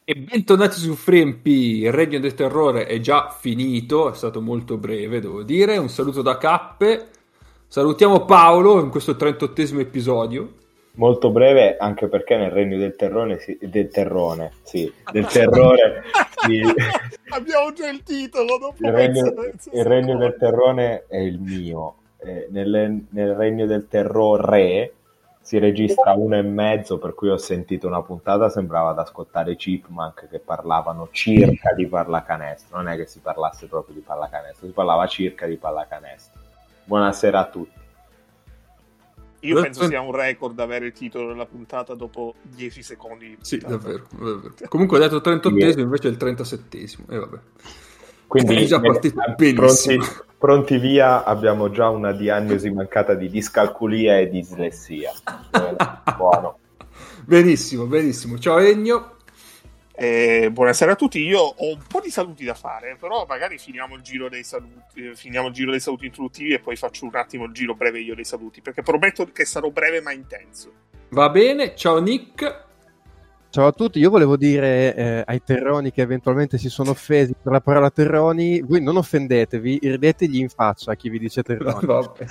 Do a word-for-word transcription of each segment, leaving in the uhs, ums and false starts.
E bentornati su FreeMP, il Regno del Terrore è già finito, è stato molto breve, devo dire. Un saluto da Cappe. Salutiamo Paolo in questo trentottesimo episodio. Molto breve, anche perché nel Regno del Terrone, sì, del Terrone, sì, del Terrore, sì. Abbiamo già il titolo. Dopo il Regno, il Regno del Terrone è il mio. Eh, nel, nel Regno del Terrore si registra uno e mezzo, per cui ho sentito una puntata, sembrava da ascoltare Chipmunk che parlavano circa di pallacanestro, non è che si parlasse proprio di pallacanestro, si parlava circa di pallacanestro. Buonasera a tutti. Io penso sia un record avere il titolo della puntata dopo dieci secondi di Sì, puntata. davvero, davvero. Comunque ho detto trentottesimo, invece è il trentasettesimo. E vabbè. Quindi è già partito benissimo. Pronti, pronti via, abbiamo già una diagnosi mancata di discalculia e dislessia. Buono. Benissimo, benissimo. Ciao Ennio. Eh, buonasera a tutti. Io ho un po' di saluti da fare, però magari finiamo il giro dei saluti, eh, finiamo il giro dei saluti introduttivi e poi faccio un attimo il giro breve io dei saluti, perché prometto che sarò breve ma intenso. Va bene, ciao Nick. Ciao a tutti, io volevo dire eh, ai terroni che eventualmente si sono offesi per la parola terroni, voi non offendetevi, ridetegli in faccia a chi vi dice terroni. Vabbè.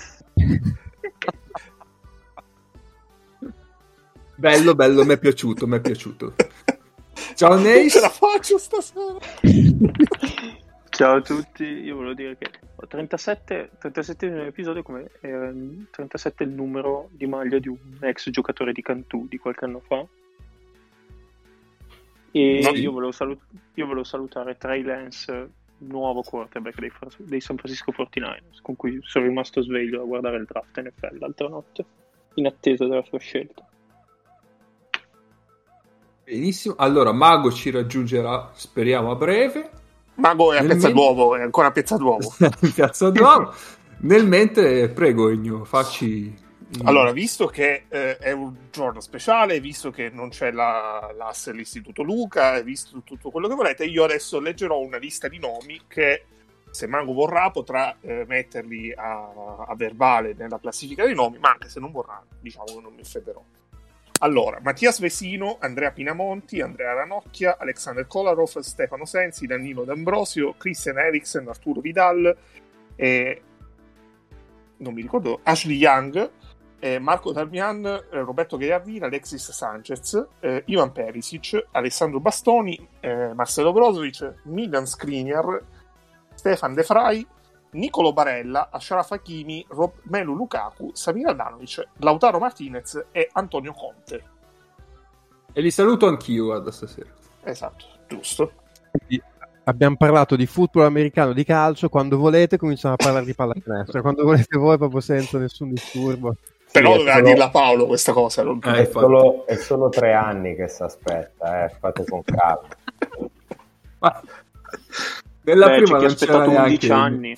Bello, bello, mi è piaciuto, mi è piaciuto. Ciao Neis. Non ce la faccio stasera. Ciao a tutti, io volevo dire che ho trentasette, trentasettesimo episodio, come eh, trentasette è il numero di maglia di un ex giocatore di Cantù di qualche anno fa. E No, io, volevo salut- io volevo salutare Trey Lance, nuovo quarterback dei, dei San Francisco quarantanovers, con cui sono rimasto sveglio a guardare il draft N F L l'altra notte, in attesa della sua scelta. Benissimo, allora Mago ci raggiungerà, speriamo a breve. Mago è a Nel Piazza men- d'Uovo, è ancora a Piazza d'Uovo. Piazza d'Uovo. Nel mentre, prego Egno, facci... Allora, visto che eh, è un giorno speciale, visto che non c'è la, l'asse dell'Istituto Luca, visto tutto quello che volete, io adesso leggerò una lista di nomi che, se Mago vorrà, potrà eh, metterli a, a verbale nella classifica dei nomi, ma anche se non vorrà, diciamo che non mi offenderò. Allora, Mattias Vesino, Andrea Pinamonti, Andrea Ranocchia, Alexander Kolarov, Stefano Sensi, Danilo D'Ambrosio, Christian Eriksen, Arturo Vidal, eh, non mi ricordo, Ashley Young, Eh, Marco Darmian, eh, Roberto Gaiardini, Alexis Sanchez, eh, Ivan Perisic, Alessandro Bastoni, eh, Marcelo Brozovic, Milan Skriniar, Stefan De Vrij, Nicolo Barella, Ashraf Hakimi, Romelu Lukaku, Samir Handanovic, Lautaro Martinez e Antonio Conte. E li saluto anch'io, guarda, stasera. Esatto, giusto. Abbiamo parlato di football americano, di calcio, quando volete cominciamo a parlare di pallacanestro, quando volete voi, proprio senza nessun disturbo. Però Sì, doveva solo... dirla Paolo questa cosa. Non... Eh, è, solo, è solo tre anni che si aspetta, eh. Fate con calma. Ma... Nella Beh, prima c'è chi ha non c'era aspettato neanche undici anni.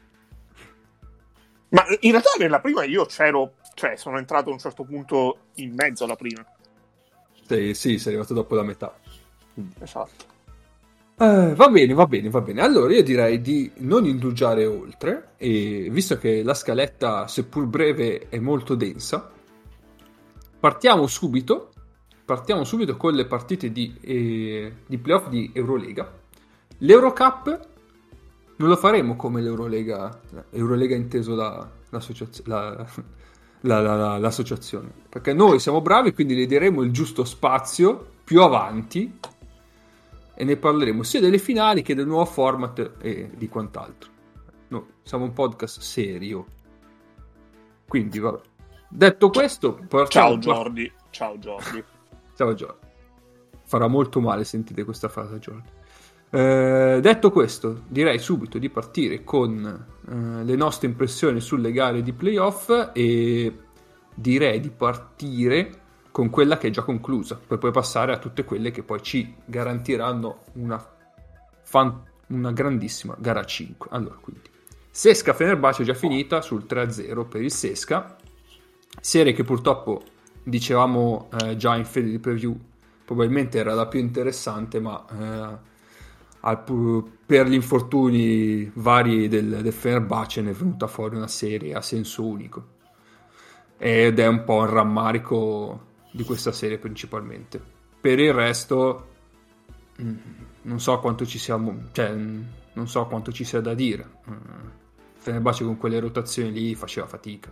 Ma in realtà nella prima io c'ero, cioè sono entrato a un certo punto in mezzo alla prima. Sì, sì, sei arrivato dopo la metà. Esatto. Eh, va bene, va bene, va bene. Allora io direi di non indugiare oltre, e visto che la scaletta, seppur breve, è molto densa, partiamo subito. Partiamo subito con le partite di, eh, di playoff di Eurolega. L'Eurocup non lo faremo come l'Eurolega, Eurolega inteso la, l'associazio, la, la, la, la, l'associazione, perché noi siamo bravi, quindi le daremo il giusto spazio più avanti e ne parleremo sia delle finali che del nuovo format e di quant'altro. Noi siamo un podcast serio, quindi vabbè. Detto questo, ciao Jordi, ciao Jordi. Ciao Jordi. Farà molto male sentite questa frase, Jordi. Eh, detto questo, direi subito di partire con eh, le nostre impressioni sulle gare di playoff, e direi di partire con quella che è già conclusa, per poi passare a tutte quelle che poi ci garantiranno una, fan, una grandissima gara cinque. Allora, quindi Sesca Fenerbahce è già finita sul tre a zero per il Sesca, serie che purtroppo dicevamo eh, già in fede di preview probabilmente era la più interessante, ma eh, al, per gli infortuni vari del, del Fenerbahce ne è venuta fuori una serie a senso unico, ed è un po' un rammarico di questa serie principalmente. Per il resto non so quanto ci sia, cioè, non so quanto ci sia da dire. Fenerbahce con quelle rotazioni lì faceva fatica.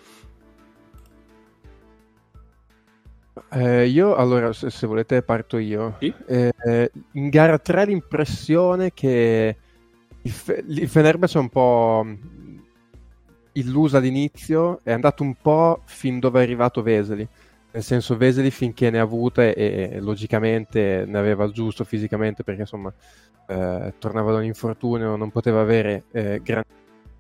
Eh, io allora, se, se volete, parto io. Sì? Eh, in gara tre l'impressione che il, Fe- il Fenerbahce è un po' illusa all'inizio, è andato un po' fin dove è arrivato Vesely. Nel senso, Vesely finché ne ha avute e, e logicamente ne aveva il giusto fisicamente, perché insomma eh, tornava da un infortunio, non poteva avere eh, grandi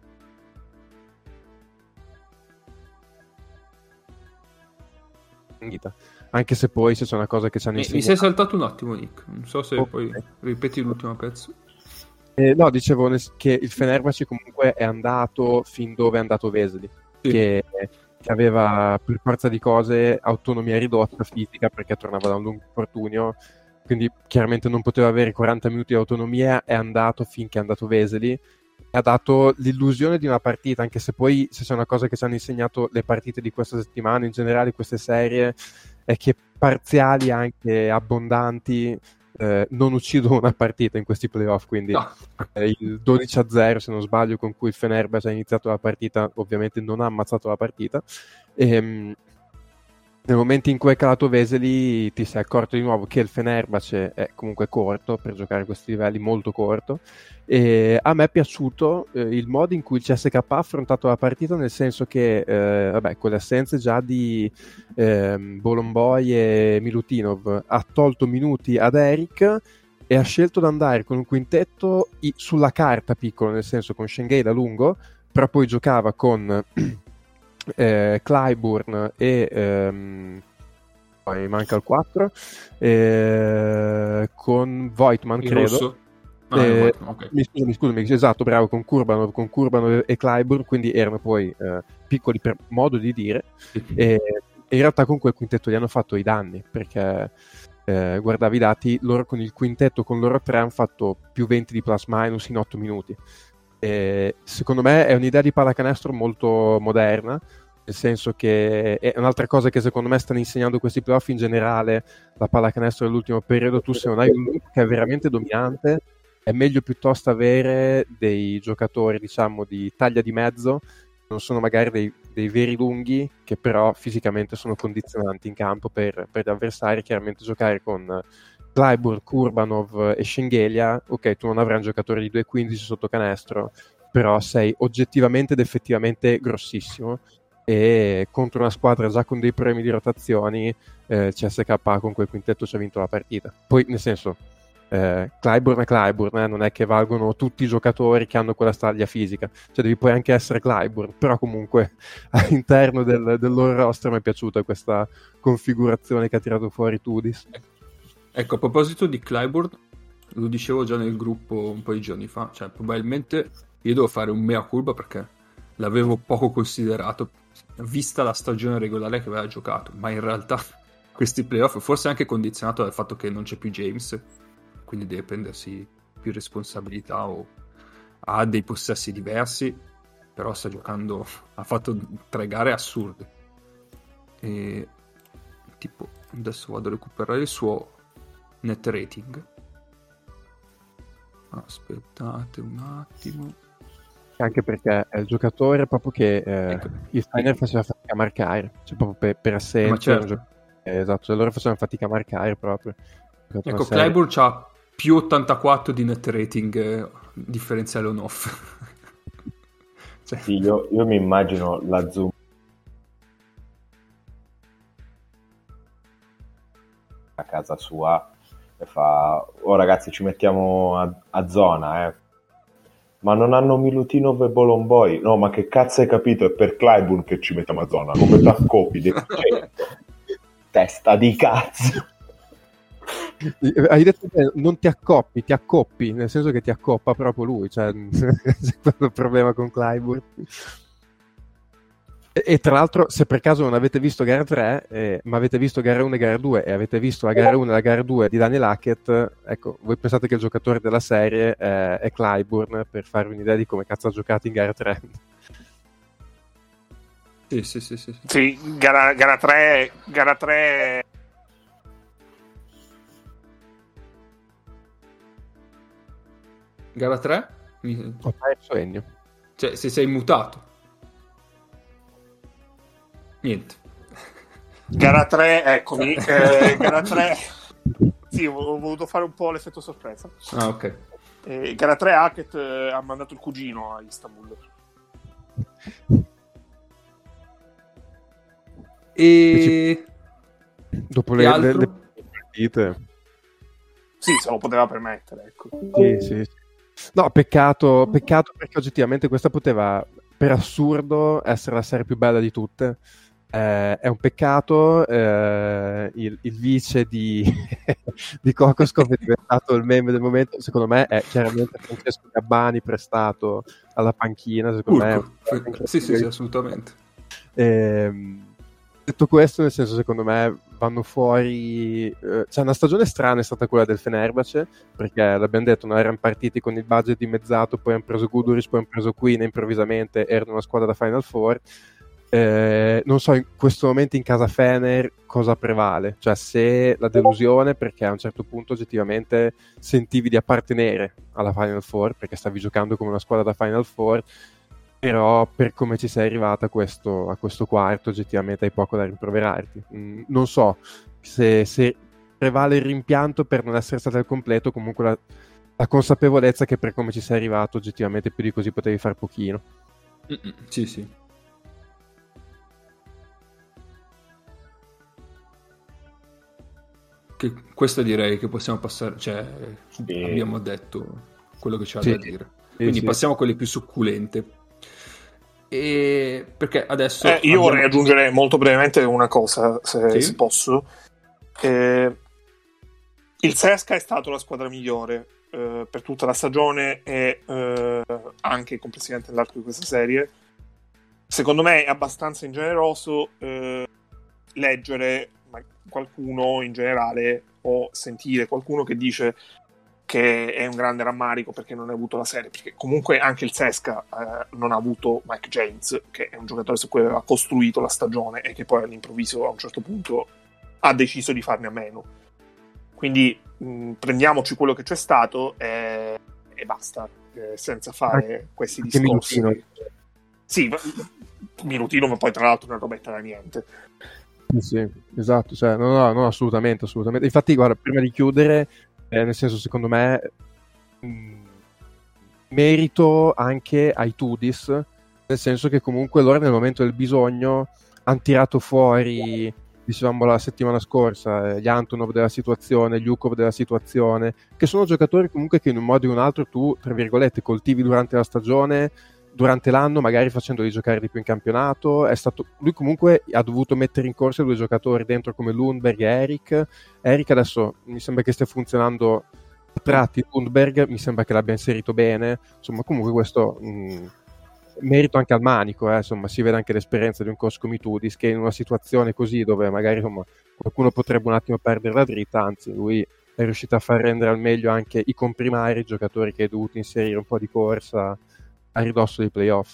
anche se poi se c'è una cosa che ci hanno mi, insegnato. Mi sei saltato un attimo, Nick, non so se Okay. poi ripeti l'ultimo pezzo. Eh, no, dicevo nel- che il Fenerbahce comunque è andato fin dove è andato Vesely, Sì. che, che aveva per forza di cose autonomia ridotta fisica perché tornava da un lungo infortunio, quindi chiaramente non poteva avere quaranta minuti di autonomia, è andato finché è andato Vesely, ha dato l'illusione di una partita, anche se poi se c'è una cosa che ci hanno insegnato le partite di questa settimana, in generale queste serie, è che parziali anche abbondanti eh, non uccidono una partita in questi playoff, quindi No. eh, il dodici a zero se non sbaglio con cui il Fenerbahce ha iniziato la partita ovviamente non ha ammazzato la partita e, nel momento in cui è calato Vesely ti sei accorto di nuovo che il Fenerbahce è comunque corto per giocare a questi livelli, molto corto, e a me è piaciuto eh, il modo in cui il C S K ha affrontato la partita, nel senso che eh, vabbè, con le assenze già di eh, Bolomboy e Milutinov ha tolto minuti ad Eric e ha scelto di andare con un quintetto i- sulla carta piccolo, nel senso con Schengen da lungo, però poi giocava con Eh, Clyburn e ehm, poi manca il quattro eh, con Voigtman Il credo rosso? Ah, eh, il Voigtman, ok. mi scusami, scusami, esatto, bravo, con Kurbanov, con Kurbanov e Clyburn, quindi erano poi eh, piccoli per modo di dire e, e in realtà con quel quintetto gli hanno fatto i danni perché eh, guardavi i dati, loro con il quintetto con loro tre hanno fatto più venti di plus minus in otto minuti. E secondo me è un'idea di pallacanestro molto moderna, nel senso che è un'altra cosa che secondo me stanno insegnando questi playoff in generale, la pallacanestro dell'ultimo periodo. Tu se non hai un gruppo che è veramente dominante è meglio piuttosto avere dei giocatori diciamo di taglia di mezzo, non sono magari dei, dei veri lunghi che però fisicamente sono condizionanti in campo per, per gli avversari. Chiaramente giocare con Clyburn, Kurbanov e Schengelia, ok, tu non avrai un giocatore di due quindici sotto canestro, però sei oggettivamente ed effettivamente grossissimo e contro una squadra già con dei problemi di rotazioni eh, C S K con quel quintetto ci ha vinto la partita. Poi nel senso eh, Clyburn è Clyburn, eh, non è che valgono tutti i giocatori che hanno quella staglia fisica, cioè devi poi anche essere Clyburn, però comunque all'interno del, del loro roster mi è piaciuta questa configurazione che ha tirato fuori Tudis. Ecco, a proposito di Clyburn, lo dicevo già nel gruppo un po' di giorni fa, cioè probabilmente io devo fare un mea culpa perché l'avevo poco considerato vista la stagione regolare che aveva giocato, ma in realtà questi playoff forse anche condizionato dal fatto che non c'è più James, quindi deve prendersi più responsabilità o ha dei possessi diversi, però sta giocando, ha fatto tre gare assurde e tipo adesso vado a recuperare il suo net rating. Aspettate un attimo. Anche perché è il giocatore proprio che eh, Ecco. il Steiner faceva fatica a marcare, cioè proprio per, per assenza. Ma certo. Gioc- eh, esatto, cioè loro facevano fatica a marcare proprio. Ecco, Clyburn c'ha più ottantaquattro di net rating eh, differenziale on-off. Cioè... Sì, io, io mi immagino la Zoom a casa sua e fa: oh ragazzi, ci mettiamo a, a zona, eh. Ma non hanno Milutinov e Bolomboy. No, ma che cazzo hai capito? È per Clyburn che ci mettiamo a zona. Come t'accopi? Testa di cazzo. Hai detto che non ti accoppi, ti accoppi, nel senso che ti accoppa proprio lui, cioè c'è quello problema con Clyburn. E, e tra l'altro, se per caso non avete visto gara tre, eh, ma avete visto gara uno e gara due e avete visto la gara uno e la gara due di Daniel Hackett, ecco, voi pensate che il giocatore della serie eh, è Clyburn, per farvi un'idea di come cazzo ha giocato in gara tre. Sì, sì, sì, sì. Sì, gara, gara tre, gara tre Gara tre? Mi... Ho perso Ennio. Cioè, se sei mutato. Niente. Gara tre, eccomi. Eh, gara tre. Sì, ho voluto fare un po' l'effetto sorpresa. Ah, ok. Eh, gara tre, Hackett eh, ha mandato il cugino a Istanbul. E... Dopo E le, le, altro? le partite... Sì, se lo poteva permettere, ecco. Sì, sì, sì. No, peccato, peccato perché oggettivamente questa poteva, per assurdo, essere la serie più bella di tutte. Eh, è un peccato, eh, il, il vice di, di Cocoscope è diventato il meme del momento. Secondo me è chiaramente Francesco Gabbani prestato alla panchina. Secondo Urco. me è un... Sì, sì, sì, assolutamente. Ehm, detto questo, nel senso, secondo me vanno fuori. Eh, cioè, una stagione strana è stata quella del Fenerbahce, perché l'abbiamo detto, non erano partiti con il budget dimezzato, poi hanno preso Guduric, poi hanno preso Queen e improvvisamente erano una squadra da Final Four. Eh, non so in questo momento in casa Fener cosa prevale, cioè se la delusione, perché a un certo punto oggettivamente sentivi di appartenere alla Final Four perché stavi giocando come una squadra da Final Four, però per come ci sei arrivata a questo, a questo quarto oggettivamente hai poco da rimproverarti. Mm, non so se, se prevale il rimpianto per non essere stato al completo, comunque la, la consapevolezza che per come ci sei arrivato oggettivamente più di così potevi far pochino. Mm-mm, sì, sì. Che questo direi che possiamo passare, cioè Sì. abbiamo detto quello che c'è Sì. da dire, Sì, quindi sì. passiamo a quelle più succulente. E perché adesso Eh, io abbiamo... vorrei aggiungere molto brevemente una cosa, se, Sì? se posso. Eh, il C S K A è stato la squadra migliore eh, per tutta la stagione e eh, anche complessivamente nell'arco di questa serie. Secondo me è abbastanza ingeneroso eh, leggere qualcuno in generale o sentire qualcuno che dice che è un grande rammarico perché non ha avuto la serie, perché comunque anche il C S K A eh, non ha avuto Mike James, che è un giocatore su cui aveva costruito la stagione e che poi all'improvviso a un certo punto ha deciso di farne a meno. Quindi mh, prendiamoci quello che c'è stato e, e basta, eh, senza fare questi Anche discorsi. Milutino. Sì, Milutino, ma poi tra l'altro una robetta da niente. Sì, sì, esatto, cioè, no, no, no, assolutamente, assolutamente. Infatti, guarda, prima di chiudere, eh, nel senso, secondo me, mh, merito anche ai Tudis, nel senso che comunque loro nel momento del bisogno hanno tirato fuori, dicevamo la settimana scorsa, eh, gli Antonov della situazione, gli Yukov della situazione, che sono giocatori comunque che in un modo o in un altro tu, tra virgolette, coltivi durante la stagione, durante l'anno, magari facendoli giocare di più in campionato. È stato, lui comunque ha dovuto mettere in corsa due giocatori dentro come Lundberg e Eric. Eric adesso mi sembra che stia funzionando a tratti, Lundberg mi sembra che l'abbia inserito bene, insomma comunque questo mh, merito anche al Manico, eh, insomma si vede anche l'esperienza di un coach come Tudis che in una situazione così dove magari insomma, qualcuno potrebbe un attimo perdere la dritta, anzi lui è riuscito a far rendere al meglio anche i comprimari, i giocatori che hai dovuto inserire un po' di corsa a ridosso dei playoff.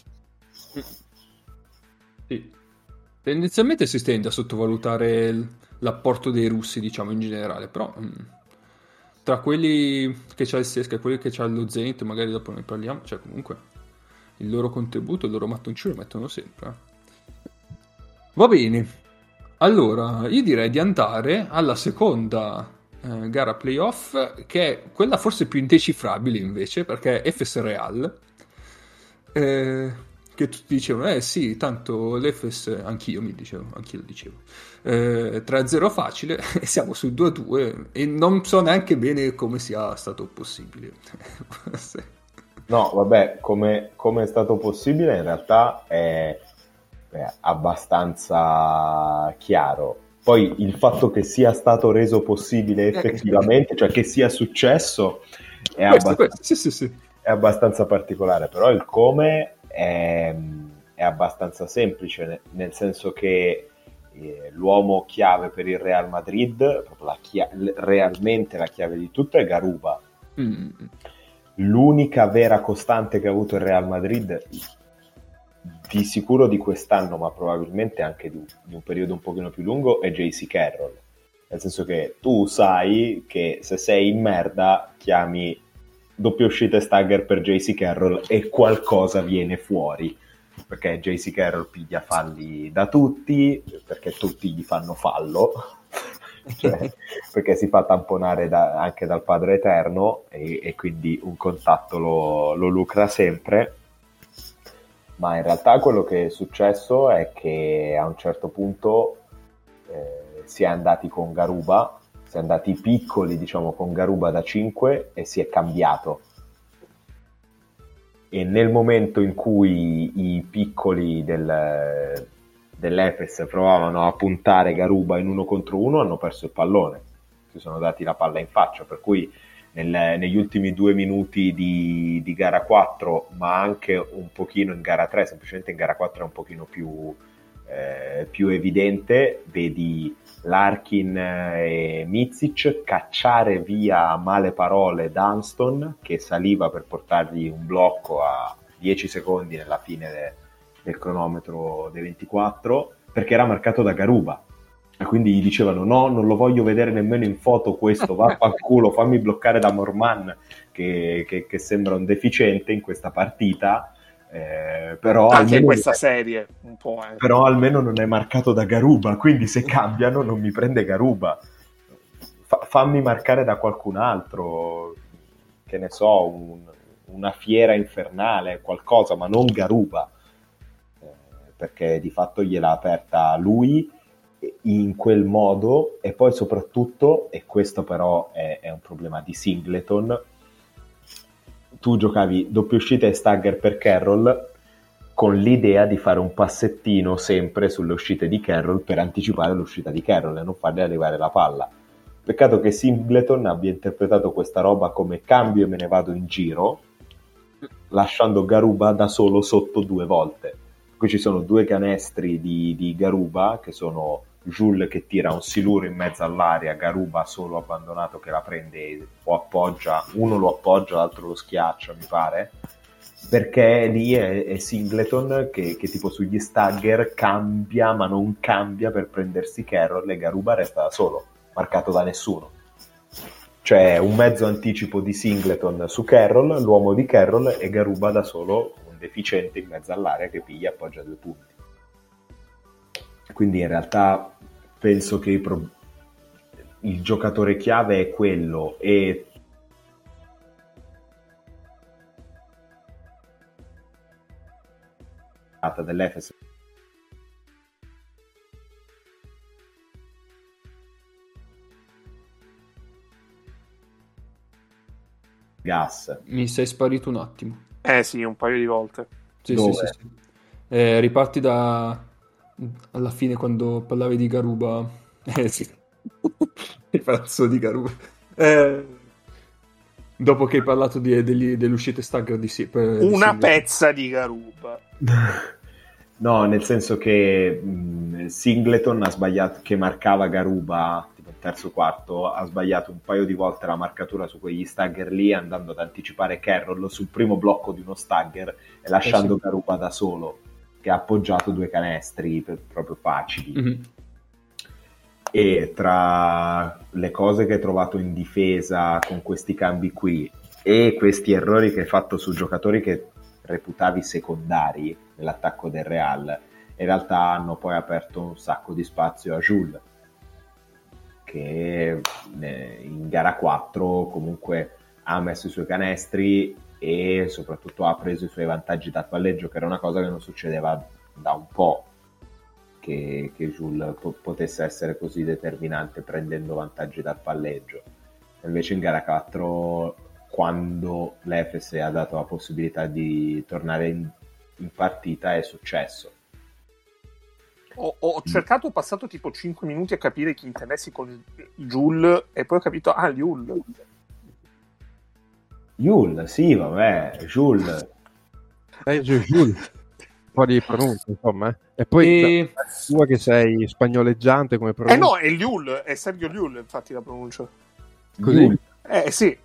Sì. Tendenzialmente si tende a sottovalutare il, l'apporto dei russi, diciamo, in generale, però mh, tra quelli che c'ha il C S K A e quelli che c'ha lo Zenit, magari dopo ne parliamo, cioè comunque il loro contributo, il loro mattoncino lo mettono sempre. Eh. Va bene, allora io direi di andare alla seconda eh, gara playoff, che è quella forse più indecifrabile invece, perché è F S Real. Eh, che tutti dicevano, eh sì, tanto l'Efes, anch'io mi dicevo, anch'io lo dicevo, eh, tre a zero facile, e siamo sul due a due, e non so neanche bene come sia stato possibile. No, vabbè, come, come è stato possibile in realtà è, è abbastanza chiaro. Poi il fatto che sia stato reso possibile effettivamente, cioè che sia successo, è questo, abbastanza... questo, sì, sì, sì. È abbastanza particolare, però il come è, è abbastanza semplice, nel senso che eh, l'uomo chiave per il Real Madrid, proprio la chia- realmente la chiave di tutto, è Garuba. Mm. L'unica vera costante che ha avuto il Real Madrid, di sicuro di quest'anno, ma probabilmente anche di, di un periodo un pochino più lungo, è J C Carroll. Nel senso che tu sai che se sei in merda chiami doppia uscita e stagger per J C Carroll e qualcosa viene fuori, perché J C Carroll piglia falli da tutti, perché tutti gli fanno fallo, cioè, perché si fa tamponare da, anche dal Padre Eterno, e, e quindi un contatto lo, lo lucra sempre. Ma in realtà quello che è successo è che a un certo punto eh, si è andati con Garuba, si è andati piccoli, diciamo, con Garuba da cinque e si è cambiato. E nel momento in cui i piccoli del, dell'Efes provavano a puntare Garuba in uno contro uno, hanno perso il pallone, si sono dati la palla in faccia, per cui nel, negli ultimi due minuti di, di gara quattro, ma anche un pochino in gara tre, semplicemente in gara quattro è un pochino più, eh, più evidente, vedi Larkin e Micic cacciare via a male parole Dunston, che saliva per portargli un blocco a dieci secondi nella fine de, del cronometro dei ventiquattro, perché era marcato da Garuba, e quindi gli dicevano no, non lo voglio vedere nemmeno in foto questo, vaffanculo, fammi bloccare da Morman, che, che, che sembra un deficiente in questa partita. Eh, però anche in questa è, serie un po', eh. Però almeno non è marcato da Garuba, quindi se cambiano non mi prende Garuba. Fa, fammi marcare da qualcun altro, che ne so, un, una fiera infernale, qualcosa, ma non Garuba, eh, perché di fatto gliel'ha aperta lui in quel modo. E poi soprattutto, e questo però è, è un problema di Singleton, tu giocavi doppia uscita e stagger per Carroll con l'idea di fare un passettino sempre sulle uscite di Carroll per anticipare l'uscita di Carroll e non farle arrivare la palla. Peccato che Singleton abbia interpretato questa roba come cambio e me ne vado in giro, lasciando Garuba da solo sotto due volte. Qui ci sono due canestri di, di Garuba, che sono Jules che tira un siluro in mezzo all'aria, Garuba solo abbandonato che la prende o appoggia, uno lo appoggia, l'altro lo schiaccia, mi pare, perché lì è, è Singleton che, che tipo sugli stagger cambia ma non cambia per prendersi Carroll, e Garuba resta da solo, marcato da nessuno. Cioè un mezzo anticipo di Singleton su Carroll, l'uomo di Carroll, e Garuba da solo, un deficiente in mezzo all'area che piglia e appoggia due punti. Quindi in realtà penso che il, pro... il giocatore chiave è quello, e dell'Efes gas. Mi sei sparito un attimo. Eh sì, un paio di volte. Sì, sì, sì, sì. Eh, riparti da alla fine quando parlavi di Garuba. Eh sì. Il palazzo di Garuba. Eh, dopo che hai parlato di, degli, delle uscite stagger di sì. Per, Una di pezza di Garuba. No, nel senso che mh, Singleton ha sbagliato, che marcava Garuba tipo terzo quarto, ha sbagliato un paio di volte la marcatura su quegli stagger lì, andando ad anticipare Carroll sul primo blocco di uno stagger e lasciando eh sì. Garuba da solo, che ha appoggiato due canestri per, proprio facili. Mm-hmm. E tra le cose che hai trovato in difesa con questi cambi qui e questi errori che hai fatto su giocatori che reputavi secondari nell'attacco del Real, in realtà hanno poi aperto un sacco di spazio a Jules, che in gara quattro comunque ha messo i suoi canestri e soprattutto ha preso i suoi vantaggi dal palleggio, che era una cosa che non succedeva da un po', che, che Jules po- potesse essere così determinante prendendo vantaggi dal palleggio. Invece in gara quattro, quando l'Efes ha dato la possibilità di tornare in, in partita, è successo. Ho, ho cercato, ho passato tipo cinque minuti a capire chi intendessi con Jules e poi ho capito, ah, Jules. Jules, sì, vabbè, Jules. Eh, Jules. Un po' di pronuncia, insomma. Eh. E poi e... La, tua che sei spagnoleggiante come pronuncia. Eh no, è Liul, è Sergio Liul, infatti, la pronuncia. Così? Liul. Eh sì.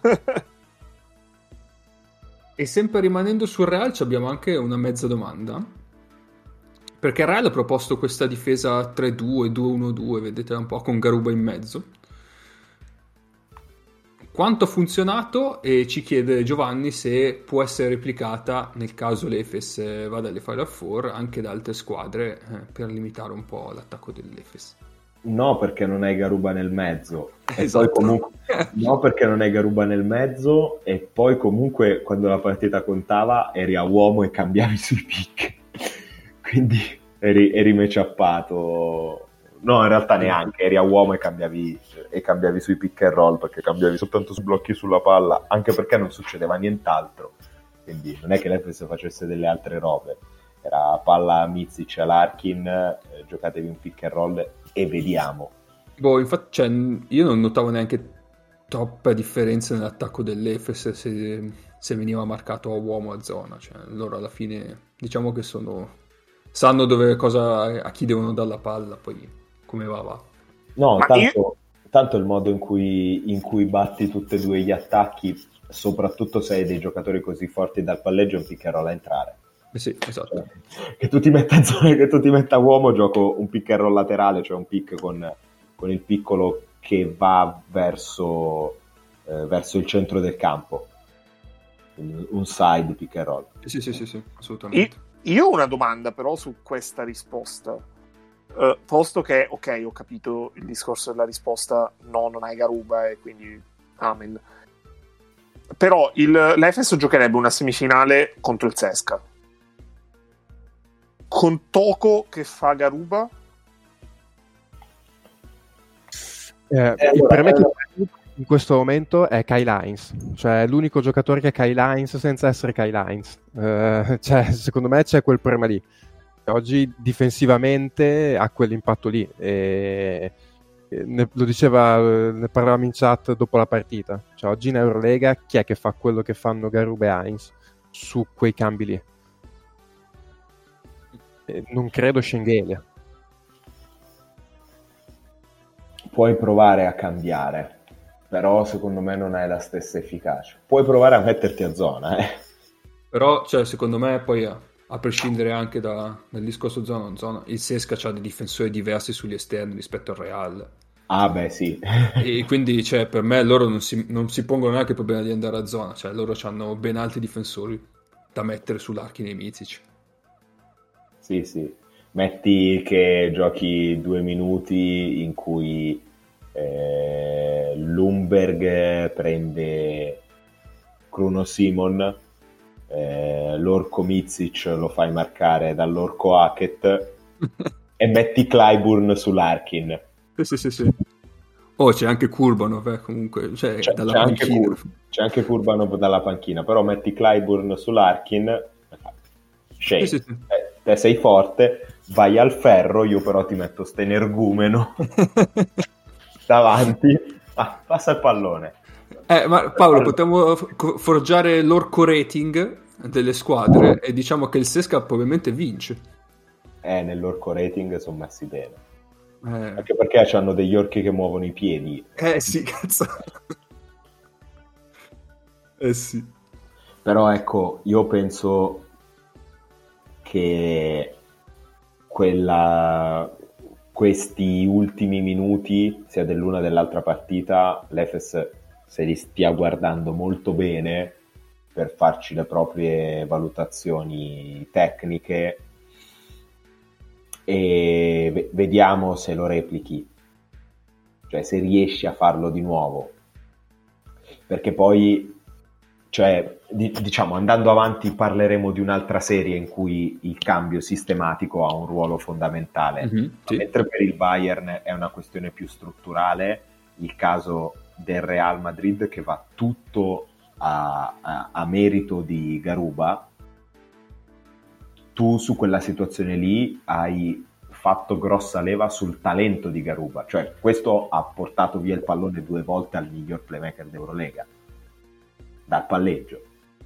E sempre rimanendo sul Real abbiamo anche una mezza domanda, perché il Real ha proposto questa difesa tre due, due uno due, vedete un po', con Garuba in mezzo. quanto ha funzionato, e ci chiede Giovanni se può essere replicata nel caso l'Efes vada alle Final Four anche da altre squadre, eh, per limitare un po' l'attacco dell'Efes. No, perché non hai Garuba nel mezzo. E Esatto. poi comunque no, perché non hai Garuba nel mezzo, e poi comunque quando la partita contava eri a uomo e cambiavi sui pick. Quindi eri, eri matchuppato. No, in realtà neanche, eri a uomo e cambiavi, e cambiavi sui pick and roll, perché cambiavi soltanto su blocchi sulla palla, anche perché non succedeva nient'altro. Quindi non è che l'Efes facesse delle altre robe. Era palla a Micic, a Larkin, eh, giocatevi un pick and roll e vediamo. Boh, infatti, cioè, io non notavo neanche troppe differenze nell'attacco dell'Efes se, se veniva marcato a uomo a zona. Cioè, loro alla fine diciamo che sono sanno dove cosa a chi devono dare la palla, poi come va va. No, Ma tanto, io... tanto il modo in cui, in cui batti tutti e due gli attacchi, soprattutto se hai dei giocatori così forti dal palleggio, è un pick and roll a entrare. Eh sì, esatto. Cioè, che tu ti metta a zona, che tu ti metta a uomo, gioco un pick and roll laterale, cioè un pick con, con il piccolo che va verso, eh, verso il centro del campo, un side pick and roll. Sì, sì, sì, sì, assolutamente. Io, io ho una domanda però su questa risposta. Uh, posto che, ok, ho capito il discorso della risposta, no, non hai Garuba e quindi amen. Però il, l'Efes giocherebbe una semifinale contro il C S K A con Toko che fa Garuba. Eh, Eh, il allora, per me allora... che in questo momento è Kyle Hines, cioè è l'unico giocatore che è Kyle Hines senza essere Kyle Hines. Eh, cioè, secondo me c'è quel problema lì. Oggi difensivamente ha quell'impatto lì, e ne, lo diceva, ne parlavamo in chat dopo la partita, cioè oggi in Eurolega chi è che fa quello che fanno Garuba e Hines su quei cambi lì? E non credo Schengelia. Puoi provare a cambiare, però secondo me non hai la stessa efficacia. Puoi provare a metterti a zona, eh. Però, cioè, secondo me poi a, a prescindere anche da, dal discorso zona non zona, il Sesca ha dei difensori diversi sugli esterni rispetto al Real. Ah beh sì. E quindi, cioè, per me loro non si, non si pongono neanche il problema di andare a zona, cioè loro hanno ben altri difensori da mettere sull'Arkin e Micic. Sì, sì. Metti che giochi due minuti in cui eh, Lundberg prende Kruno Simon, eh, l'orco Micic lo fai marcare dall'orco Hackett e metti Clyburn sull'Arkin. Sì, sì, sì, sì. Oh, c'è anche Kurbanov, eh, comunque, cioè, C'è, dalla c'è, anche panchina. Kur- c'è anche Kurbanov dalla panchina, però metti Clyburn sull'Arkin, Shane, Sì, sì, sì. Eh, te sei forte, vai al ferro, io però ti metto ste energumeno davanti, ah, passa il pallone. Eh, ma Paolo, potremmo f- forgiare l'orco rating delle squadre e diciamo che il Sesca probabilmente vince. Eh, nell'orco rating sono messi bene. Eh, Anche perché hanno degli orchi che muovono i piedi. eh sì, cazzo. Eh sì. Però ecco, io penso che quella, questi ultimi minuti, sia dell'una che dell'altra partita, l'Efes se li stia guardando molto bene per farci le proprie valutazioni tecniche e v- vediamo se lo replichi, cioè se riesci a farlo di nuovo, perché poi, cioè, di- diciamo, andando avanti parleremo di un'altra serie in cui il cambio sistematico ha un ruolo fondamentale. Mm-hmm, sì. Mentre per il Bayern è una questione più strutturale, il caso del Real Madrid che va tutto a, a, a merito di Garuba, tu su quella situazione lì hai fatto grossa leva sul talento di Garuba, cioè questo ha portato via il pallone due volte al miglior playmaker d'Eurolega dal palleggio,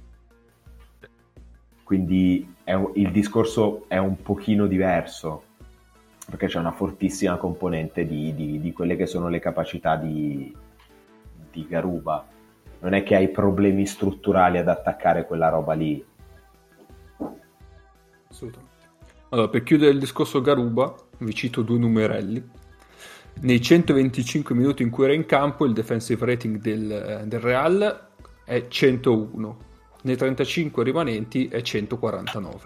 quindi è un, il discorso è un pochino diverso, perché c'è una fortissima componente di, di, di quelle che sono le capacità di, di Garuba. Non è che hai problemi strutturali ad attaccare quella roba lì. Assolutamente. Allora, per chiudere il discorso Garuba, vi cito due numerelli. nei centoventicinque minuti in cui era in campo il defensive rating del, del Real è centouno, nei trentacinque rimanenti è centoquarantanove.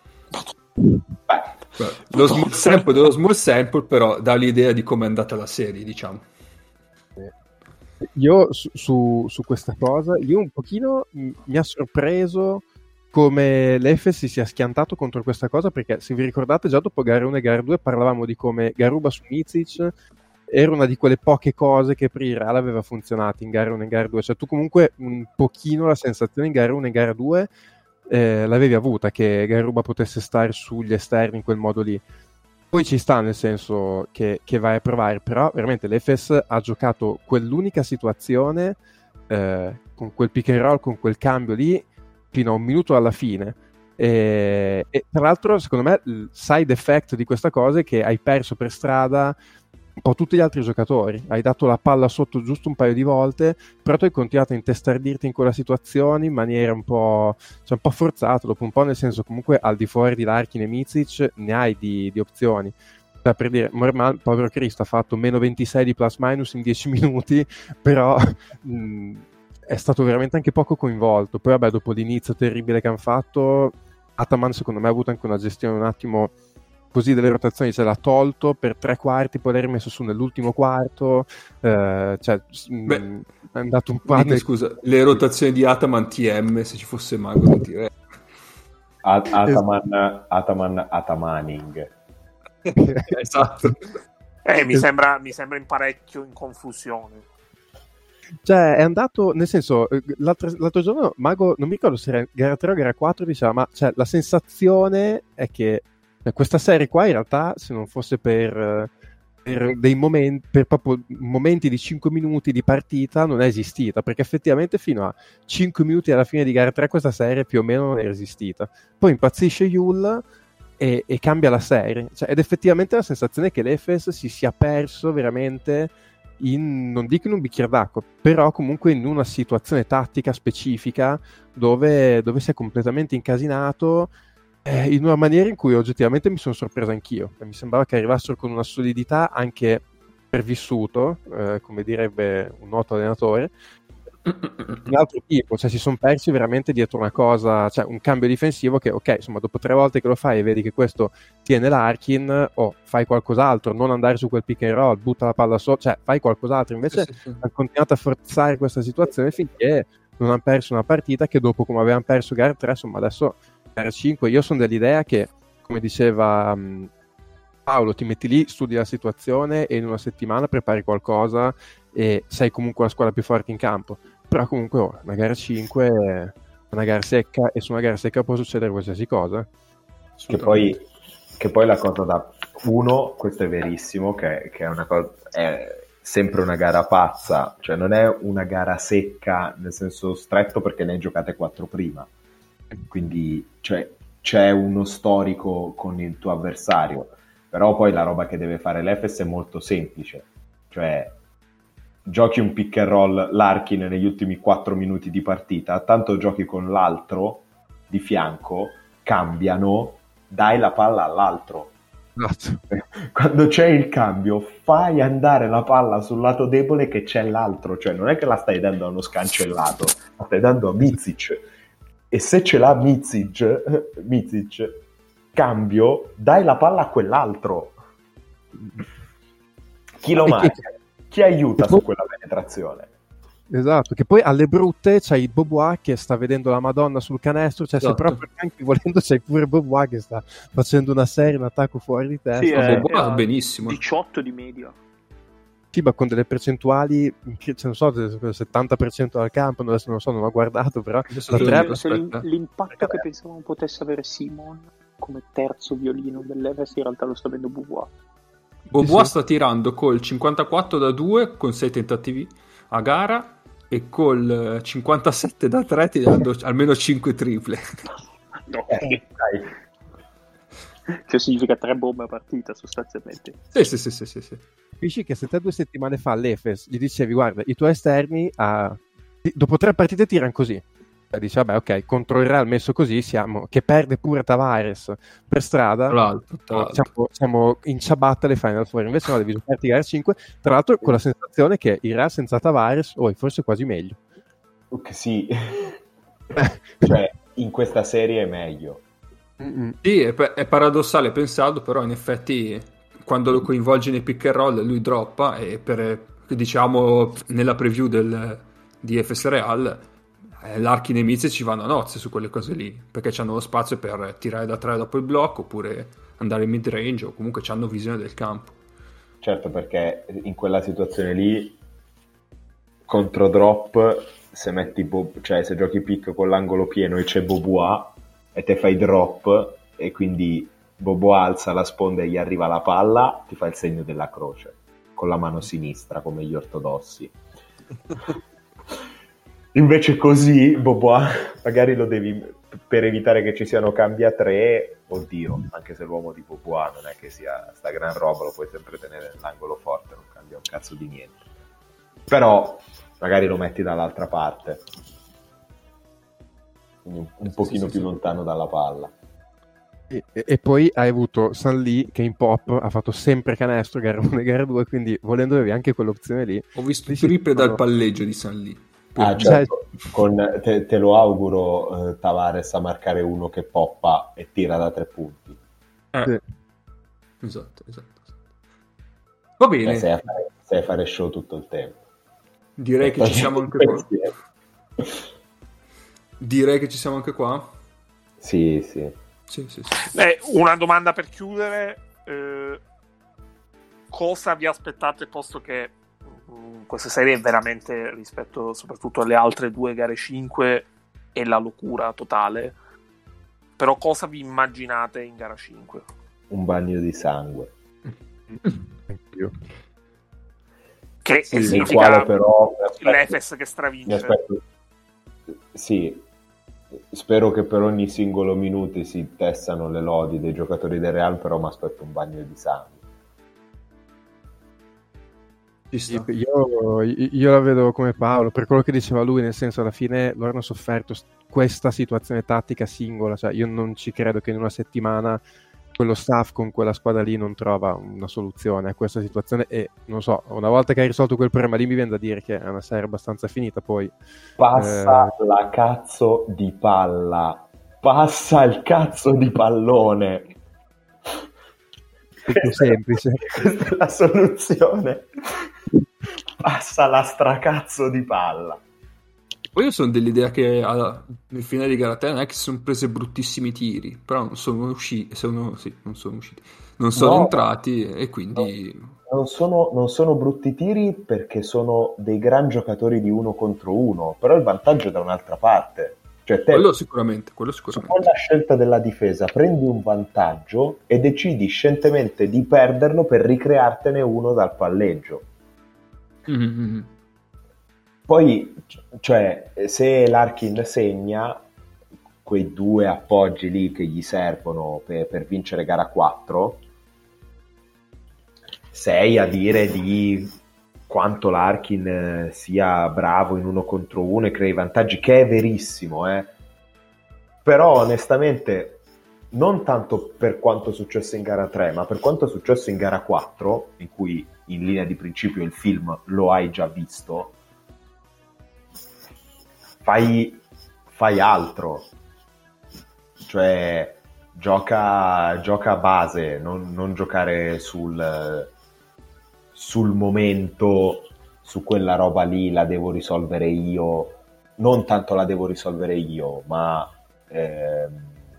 Beh, lo small sample dello small sample però dà l'idea di come è andata la serie, diciamo. Io su, su, su questa cosa, io un pochino mi ha sorpreso come l'Efes si sia schiantato contro questa cosa, perché se vi ricordate già dopo gara uno e gara due parlavamo di come Garuba su Micic era una di quelle poche cose che per il Real aveva funzionato in gara uno e gara due, cioè tu comunque un pochino la sensazione in gara uno e gara due eh, l'avevi avuta, che Garuba potesse stare sugli esterni in quel modo lì. Poi ci sta, nel senso che, che vai a provare, però veramente l'Efes ha giocato quell'unica situazione eh, con quel pick and roll, con quel cambio lì, fino a un minuto alla fine. E, e tra l'altro, secondo me, il side effect di questa cosa è che hai perso per strada un po' tutti gli altri giocatori, hai dato la palla sotto giusto un paio di volte, però tu hai continuato a intestardirti in quella situazione in maniera un po', cioè un po' forzata, dopo un po', nel senso comunque al di fuori di Larkin e Micic ne hai di, di opzioni. Cioè, per dire, Morman, povero Cristo, ha fatto meno ventisei di plus minus in dieci minuti, però mh, è stato veramente anche poco coinvolto. Poi vabbè, dopo l'inizio terribile che hanno fatto, Ataman secondo me ha avuto anche una gestione un attimo così delle rotazioni, ce l'ha tolto per tre quarti, poi l'ha rimesso su nell'ultimo quarto, eh, cioè Beh, mh, è andato un po' dite, nel... scusa, le rotazioni di Ataman T M, se ci fosse Mago lo direi. At- Ataman, Ataman Atamaning. Esatto. Eh, mi sembra, mi sembra in parecchio in confusione. Cioè è andato, nel senso, l'altro, l'altro giorno Mago, non mi ricordo se era gara tre o gara quattro, diceva, ma cioè, la sensazione è che questa serie qua in realtà, se non fosse per, per dei momenti, per proprio momenti di cinque minuti di partita, non è esistita, perché effettivamente fino a cinque minuti alla fine di gara tre questa serie più o meno non è esistita. Poi impazzisce Yul e, e cambia la serie, cioè, ed effettivamente la sensazione è che l'Efes si sia perso veramente in, non dico in un bicchiere d'acqua, però comunque in una situazione tattica specifica dove, dove si è completamente incasinato Eh, in una maniera in cui oggettivamente mi sono sorpreso anch'io. Mi sembrava che arrivassero con una solidità anche per vissuto, eh, come direbbe un noto allenatore, un altro tipo, cioè si sono persi veramente dietro una cosa, cioè un cambio difensivo che ok, insomma dopo tre volte che lo fai e vedi che questo tiene Larkin, o oh, fai qualcos'altro, non andare su quel pick and roll, butta la palla sotto, cioè fai qualcos'altro, invece sì, sì, sì. hanno continuato a forzare questa situazione finché non hanno perso una partita che dopo, come avevano perso gara tre, insomma adesso gara cinque, io sono dell'idea che, come diceva um, Paolo, ti metti lì, studi la situazione e in una settimana prepari qualcosa e sei comunque la squadra più forte in campo. Però comunque oh, una gara cinque è una gara secca e su una gara secca può succedere qualsiasi cosa. Che poi, che poi la cosa da uno, questo è verissimo, che, che è una cosa, è sempre una gara pazza, cioè non è una gara secca nel senso stretto perché ne hai giocate quattro prima. Quindi cioè, c'è uno storico con il tuo avversario, però poi la roba che deve fare l'Efes è molto semplice, cioè giochi un pick and roll Larkin negli ultimi quattro minuti di partita, tanto giochi con l'altro di fianco, cambiano, dai la palla all'altro. Quando c'è il cambio fai andare la palla sul lato debole che c'è l'altro, cioè non è che la stai dando a uno scancellato, la stai dando a Micic. E se ce l'ha Micic, Micic, cambio, dai la palla a quell'altro. Chi lo manca? Chi aiuta su quella penetrazione? Esatto, che poi alle brutte c'hai Bobois che sta vedendo la Madonna sul canestro, cioè esatto. Se proprio anche volendo c'hai pure Bobois che sta facendo una serie, un attacco fuori di testa. Sì, è, Bobois è benissimo. diciotto di media. Sì, ma con delle percentuali, cioè, non so, del settanta per cento dal campo, adesso non so, non ho guardato, però la tre... se l'impatto che pensavamo potesse avere Simon come terzo violino dell'Efes in realtà lo sta avendo Bobois. Bobois sì, sì. sta tirando col cinquantaquattro da due con sei tentativi a gara e col cinquantasette da tre tirando almeno cinque triple. No, eh, dai. Che significa tre bombe a partita sostanzialmente. Sì, sì, sì, sì, sì, sì. Capisci che se te due settimane fa all'Efes gli dicevi guarda, i tuoi esterni a... dopo tre partite tirano così, dice vabbè ok, contro il Real messo così siamo, che perde pure Tavares per strada, Tra l'altro, tra l'altro. Siamo, siamo in ciabatta alle Final Four, invece no, devi giocarti gara cinque, tra l'altro con la sensazione che il Real senza Tavares oh, è forse quasi meglio. Sì, cioè in questa serie è meglio. Mm-mm. Sì, è, è paradossale pensarlo, però in effetti quando lo coinvolgi nei pick and roll lui droppa, e per, diciamo nella preview del, di F S Real eh, l'archi nemici ci vanno a nozze su quelle cose lì, perché hanno lo spazio per tirare da tre dopo il blocco oppure andare in mid range, o comunque hanno visione del campo. Certo, perché in quella situazione lì contro drop, se metti Bob, cioè se giochi pick con l'angolo pieno e c'è Bobois e te fai drop e quindi Bobois alza la sponda e gli arriva la palla, ti fa il segno della croce con la mano sinistra come gli ortodossi. Invece così Bobois magari lo devi, per evitare che ci siano cambi a tre, oddio, anche se l'uomo di Bobois non è che sia sta gran roba, lo puoi sempre tenere nell'angolo forte, non cambia un cazzo di niente, però magari lo metti dall'altra parte, quindi un, un pochino sì, più sì, lontano sì. dalla palla. E, e poi hai avuto San Lee che in pop ha fatto sempre canestro gara uno e gara due, quindi volendo avevi anche quell'opzione lì. Ho visto il triple dal palleggio di San Lee. Ah, certo. Con, te, te lo auguro eh, Tavares a marcare uno che poppa e tira da tre punti. Eh. Sì. Esatto, esatto, esatto. Va bene. Eh, sei, a fare, sei a fare show tutto il tempo. Direi che ci siamo anche qua. Direi che ci siamo anche qua. Sì, sì. Sì, sì, sì. Beh, una domanda per chiudere. Eh, cosa vi aspettate, posto che mh, questa serie è veramente, rispetto soprattutto alle altre due gare cinque, è la locura totale. Però cosa vi immaginate in gara cinque? Un bagno di sangue. Anch'io. Che sì, significa quale però l'Efes che stravince. Aspetto, sì, spero che per ogni singolo minuto si tessano le lodi dei giocatori del Real, però mi aspetto un bagno di sangue. Io, io la vedo come Paolo, per quello che diceva lui, nel senso, alla fine loro hanno sofferto questa situazione tattica singola, cioè io non ci credo che in una settimana quello staff con quella squadra lì non trova una soluzione a questa situazione, e non so, una volta che hai risolto quel problema lì mi viene da dire che è una serie abbastanza finita. Poi passa eh... la cazzo di palla, passa il cazzo di pallone, tutto semplice. Questa è la soluzione, passa la stracazzo di palla. Poi io sono dell'idea che alla, nel finale di gara tre non è che si sono prese bruttissimi tiri, però non sono usciti, sono, sì, non sono usciti, non sono no, entrati e quindi... No, non, sono, non sono brutti tiri perché sono dei gran giocatori di uno contro uno, però il vantaggio è da un'altra parte. Cioè te, quello sicuramente, quello sicuramente. Su quella scelta della difesa prendi un vantaggio e decidi scientemente di perderlo per ricreartene uno dal palleggio. Mm-hmm. Poi, cioè, se Larkin segna quei due appoggi lì che gli servono per, per vincere gara quattro, sei a dire di quanto Larkin sia bravo in uno contro uno e crei vantaggi, che è verissimo, eh. Però onestamente non tanto per quanto è successo in gara tre, ma per quanto è successo in gara quattro, in cui in linea di principio il film lo hai già visto, fai, fai altro, cioè gioca, gioca a base, non, non giocare sul, sul momento, su quella roba lì la devo risolvere io, non tanto la devo risolvere io, ma ehm,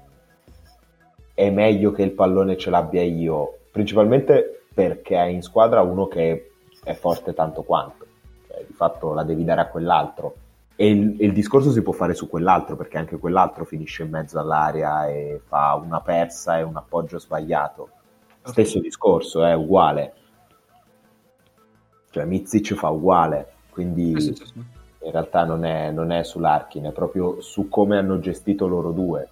è meglio che il pallone ce l'abbia io, principalmente perché hai in squadra uno che è forte tanto quanto, cioè, di fatto la devi dare a quell'altro. E il, il discorso si può fare su quell'altro, perché anche quell'altro finisce in mezzo all'area e fa una persa e un appoggio sbagliato. Stesso discorso, è uguale. Cioè Micic fa uguale, quindi sì, sì, sì. in realtà non è, non è su Larkin, è proprio su come hanno gestito loro due.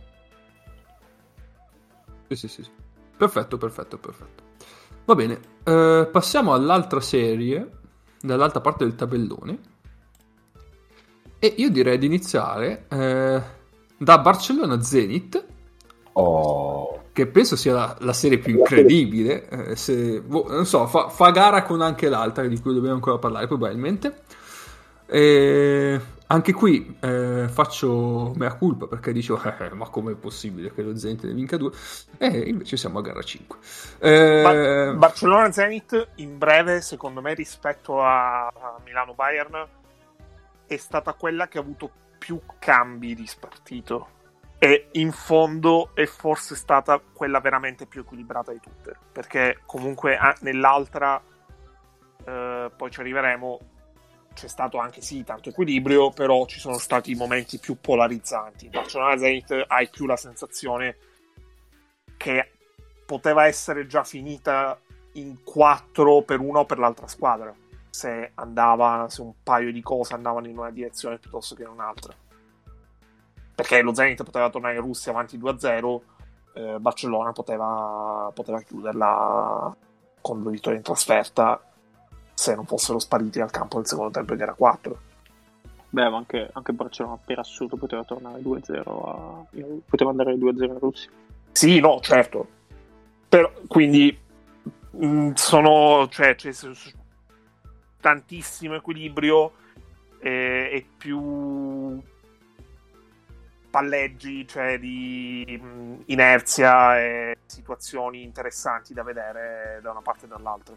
Sì, sì, sì. Perfetto, perfetto, perfetto. Va bene, eh, passiamo all'altra serie, dall'altra parte del tabellone. E io direi di iniziare eh, da Barcellona Zenit, Oh. che penso sia la, la serie più incredibile. Eh, se, boh, non so, fa, fa gara con anche l'altra di cui dobbiamo ancora parlare probabilmente. E anche qui eh, faccio mea culpa perché dicevo eh, ma com'è possibile che lo Zenit ne vinca due, e invece siamo a gara cinque. eh... Bar- Barcellona Zenit in breve, secondo me, rispetto a, a Milano Bayern è stata quella che ha avuto più cambi di spartito, e in fondo è forse stata quella veramente più equilibrata di tutte, perché comunque ah, nell'altra eh, poi ci arriveremo, c'è stato anche sì tanto equilibrio, però ci sono stati momenti più polarizzanti. In Barcellona Zenit hai più la sensazione che poteva essere già finita in quattro per una o per l'altra squadra, se andava, se un paio di cose andavano in una direzione piuttosto che in un'altra, perché lo Zenit poteva tornare in Russia avanti due a zero, eh, Barcellona poteva, poteva chiuderla con due vittorie in trasferta se non fossero spariti dal campo del secondo tempo ed era quattro. Beh, ma anche, anche Barcellona per assurdo poteva tornare due a zero a... poteva andare due a zero in Russia. Sì, no, certo. Però, quindi mh, sono, cioè, c'è tantissimo equilibrio e, e più palleggi, cioè di mh, inerzia e situazioni interessanti da vedere da una parte e dall'altra.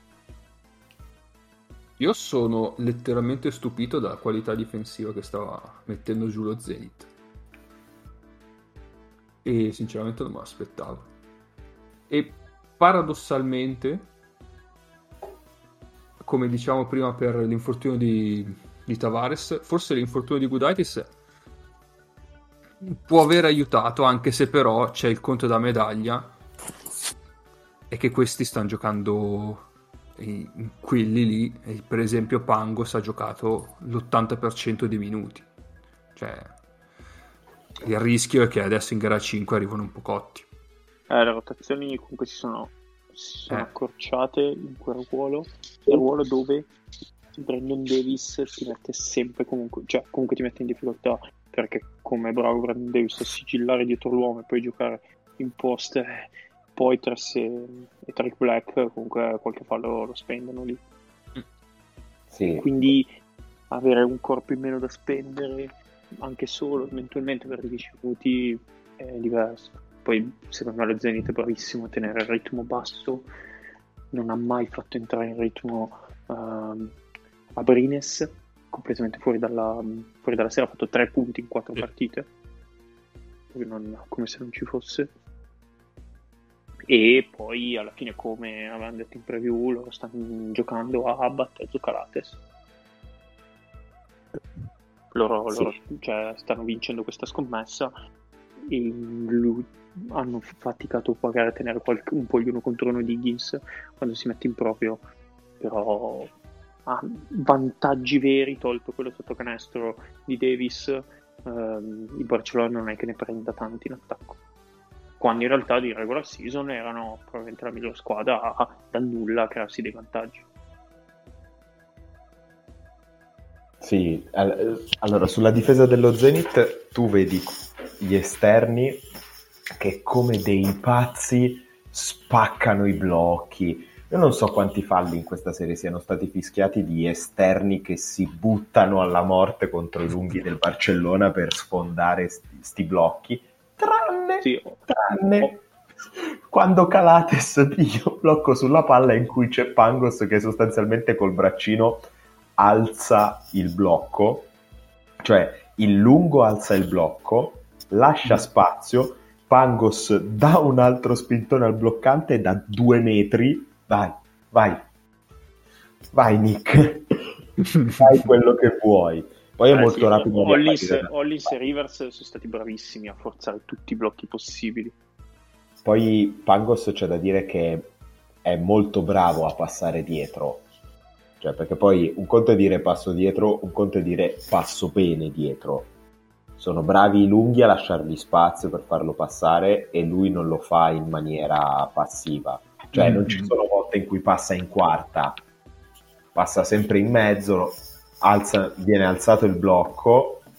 Io sono letteralmente stupito dalla qualità difensiva che stava mettendo giù lo Zenit, e sinceramente non me l'aspettavo. E paradossalmente, come diciamo prima per l'infortunio di, di Tavares, forse l'infortunio di Gudaitis può aver aiutato, anche se però c'è il conto da medaglia, e che questi stanno giocando in quelli lì, e per esempio Pangos ha giocato l'ottanta per cento dei minuti, cioè il rischio è che adesso in gara cinque arrivano un po' cotti. Eh, le rotazioni comunque si sono, si sono Eh. accorciate in quel ruolo, nel ruolo dove Brandon Davis ti mette sempre comunque, cioè comunque ti mette in difficoltà, perché come bravo Brandon Davis a sigillare dietro l'uomo e poi giocare in post, eh, poi Tress e, e Tariq Black comunque qualche fallo lo spendono lì. Sì. Quindi avere un corpo in meno da spendere anche solo eventualmente per dieci minuti è diverso. Poi secondo me lo Zenit è bravissimo a tenere il ritmo basso, non ha mai fatto entrare in ritmo uh, Abrines, completamente fuori dalla, fuori dalla serie, ha fatto tre punti in quattro sì. partite, non, come se non ci fosse. E poi alla fine, come avevamo detto in preview, loro stanno giocando a Battezzo Calates. Loro, Sì. loro cioè, stanno vincendo questa scommessa e lui, hanno faticato magari a tenere qualche, un po' gli uno contro uno di Higgins quando si mette in proprio, però ha vantaggi veri, tolto quello sotto canestro di Davis. ehm, il Barcellona non è che ne prenda tanti in attacco, quando in realtà di regular season erano probabilmente la migliore squadra a, dal nulla a crearsi dei vantaggi. Sì, all- allora sulla difesa dello Zenit tu vedi gli esterni che come dei pazzi spaccano i blocchi. Io non so quanti falli in questa serie siano stati fischiati di esterni che si buttano alla morte contro i lunghi del Barcellona per sfondare sti, sti blocchi, tranne, Sì. tranne quando Calates piglia un blocco sulla palla in cui c'è Pangos che sostanzialmente col braccino alza il blocco, cioè il lungo alza il blocco, lascia spazio, Pangos dà un altro spintone al bloccante da due metri, vai, vai, vai Nick, fai quello che vuoi. Poi è Eh, molto sì, rapido. Hollins, Hollins e Rivers sono stati bravissimi a forzare tutti i blocchi possibili. Poi Pangos c'è da dire che è molto bravo a passare dietro, cioè perché poi un conto è dire passo dietro, un conto è dire passo bene dietro. Sono bravi i lunghi a lasciargli spazio per farlo passare e lui non lo fa in maniera passiva, cioè mm-hmm. non ci sono volte in cui passa in quarta, passa sempre in mezzo, alza, viene alzato il blocco,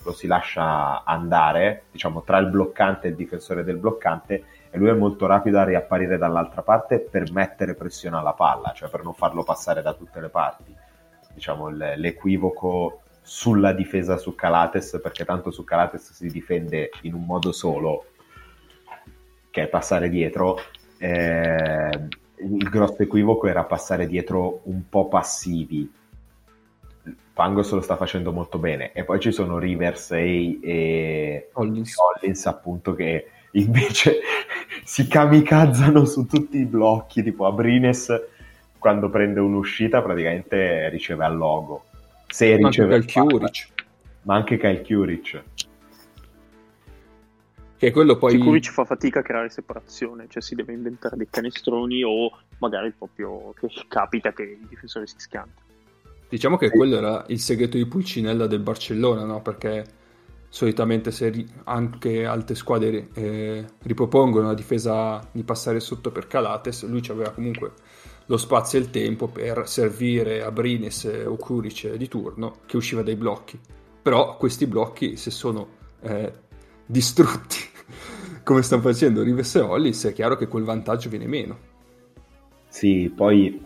lo si lascia andare, diciamo, tra il bloccante e il difensore del bloccante, e lui è molto rapido a riapparire dall'altra parte per mettere pressione alla palla, cioè per non farlo passare da tutte le parti. Diciamo l'equivoco sulla difesa su Calates, perché tanto su Calates si difende in un modo solo, che è passare dietro. Eh, il grosso equivoco era passare dietro un po' passivi. Pangos lo sta facendo molto bene, e poi ci sono Rivers e, e Hollins. Hollins, appunto, che invece si kamikazzano su tutti i blocchi, tipo Abrines quando prende un'uscita praticamente riceve al logo, se Ma riceve anche Kyle Kuric. ma anche Kyle Kuric, che quello poi Kuric fa fatica a creare separazione, cioè si deve inventare dei canestroni, o magari proprio che capita che il difensore si schianta. diciamo che quello era il segreto di Pulcinella del Barcellona, no? Perché solitamente se ri- anche altre squadre eh, ripropongono la difesa di passare sotto per Calates, lui aveva comunque lo spazio e il tempo per servire a Brines o Kuric di turno, che usciva dai blocchi. Però questi blocchi, se sono eh, distrutti come stanno facendo Rivers e Hollis, è chiaro che quel vantaggio viene meno. Sì, poi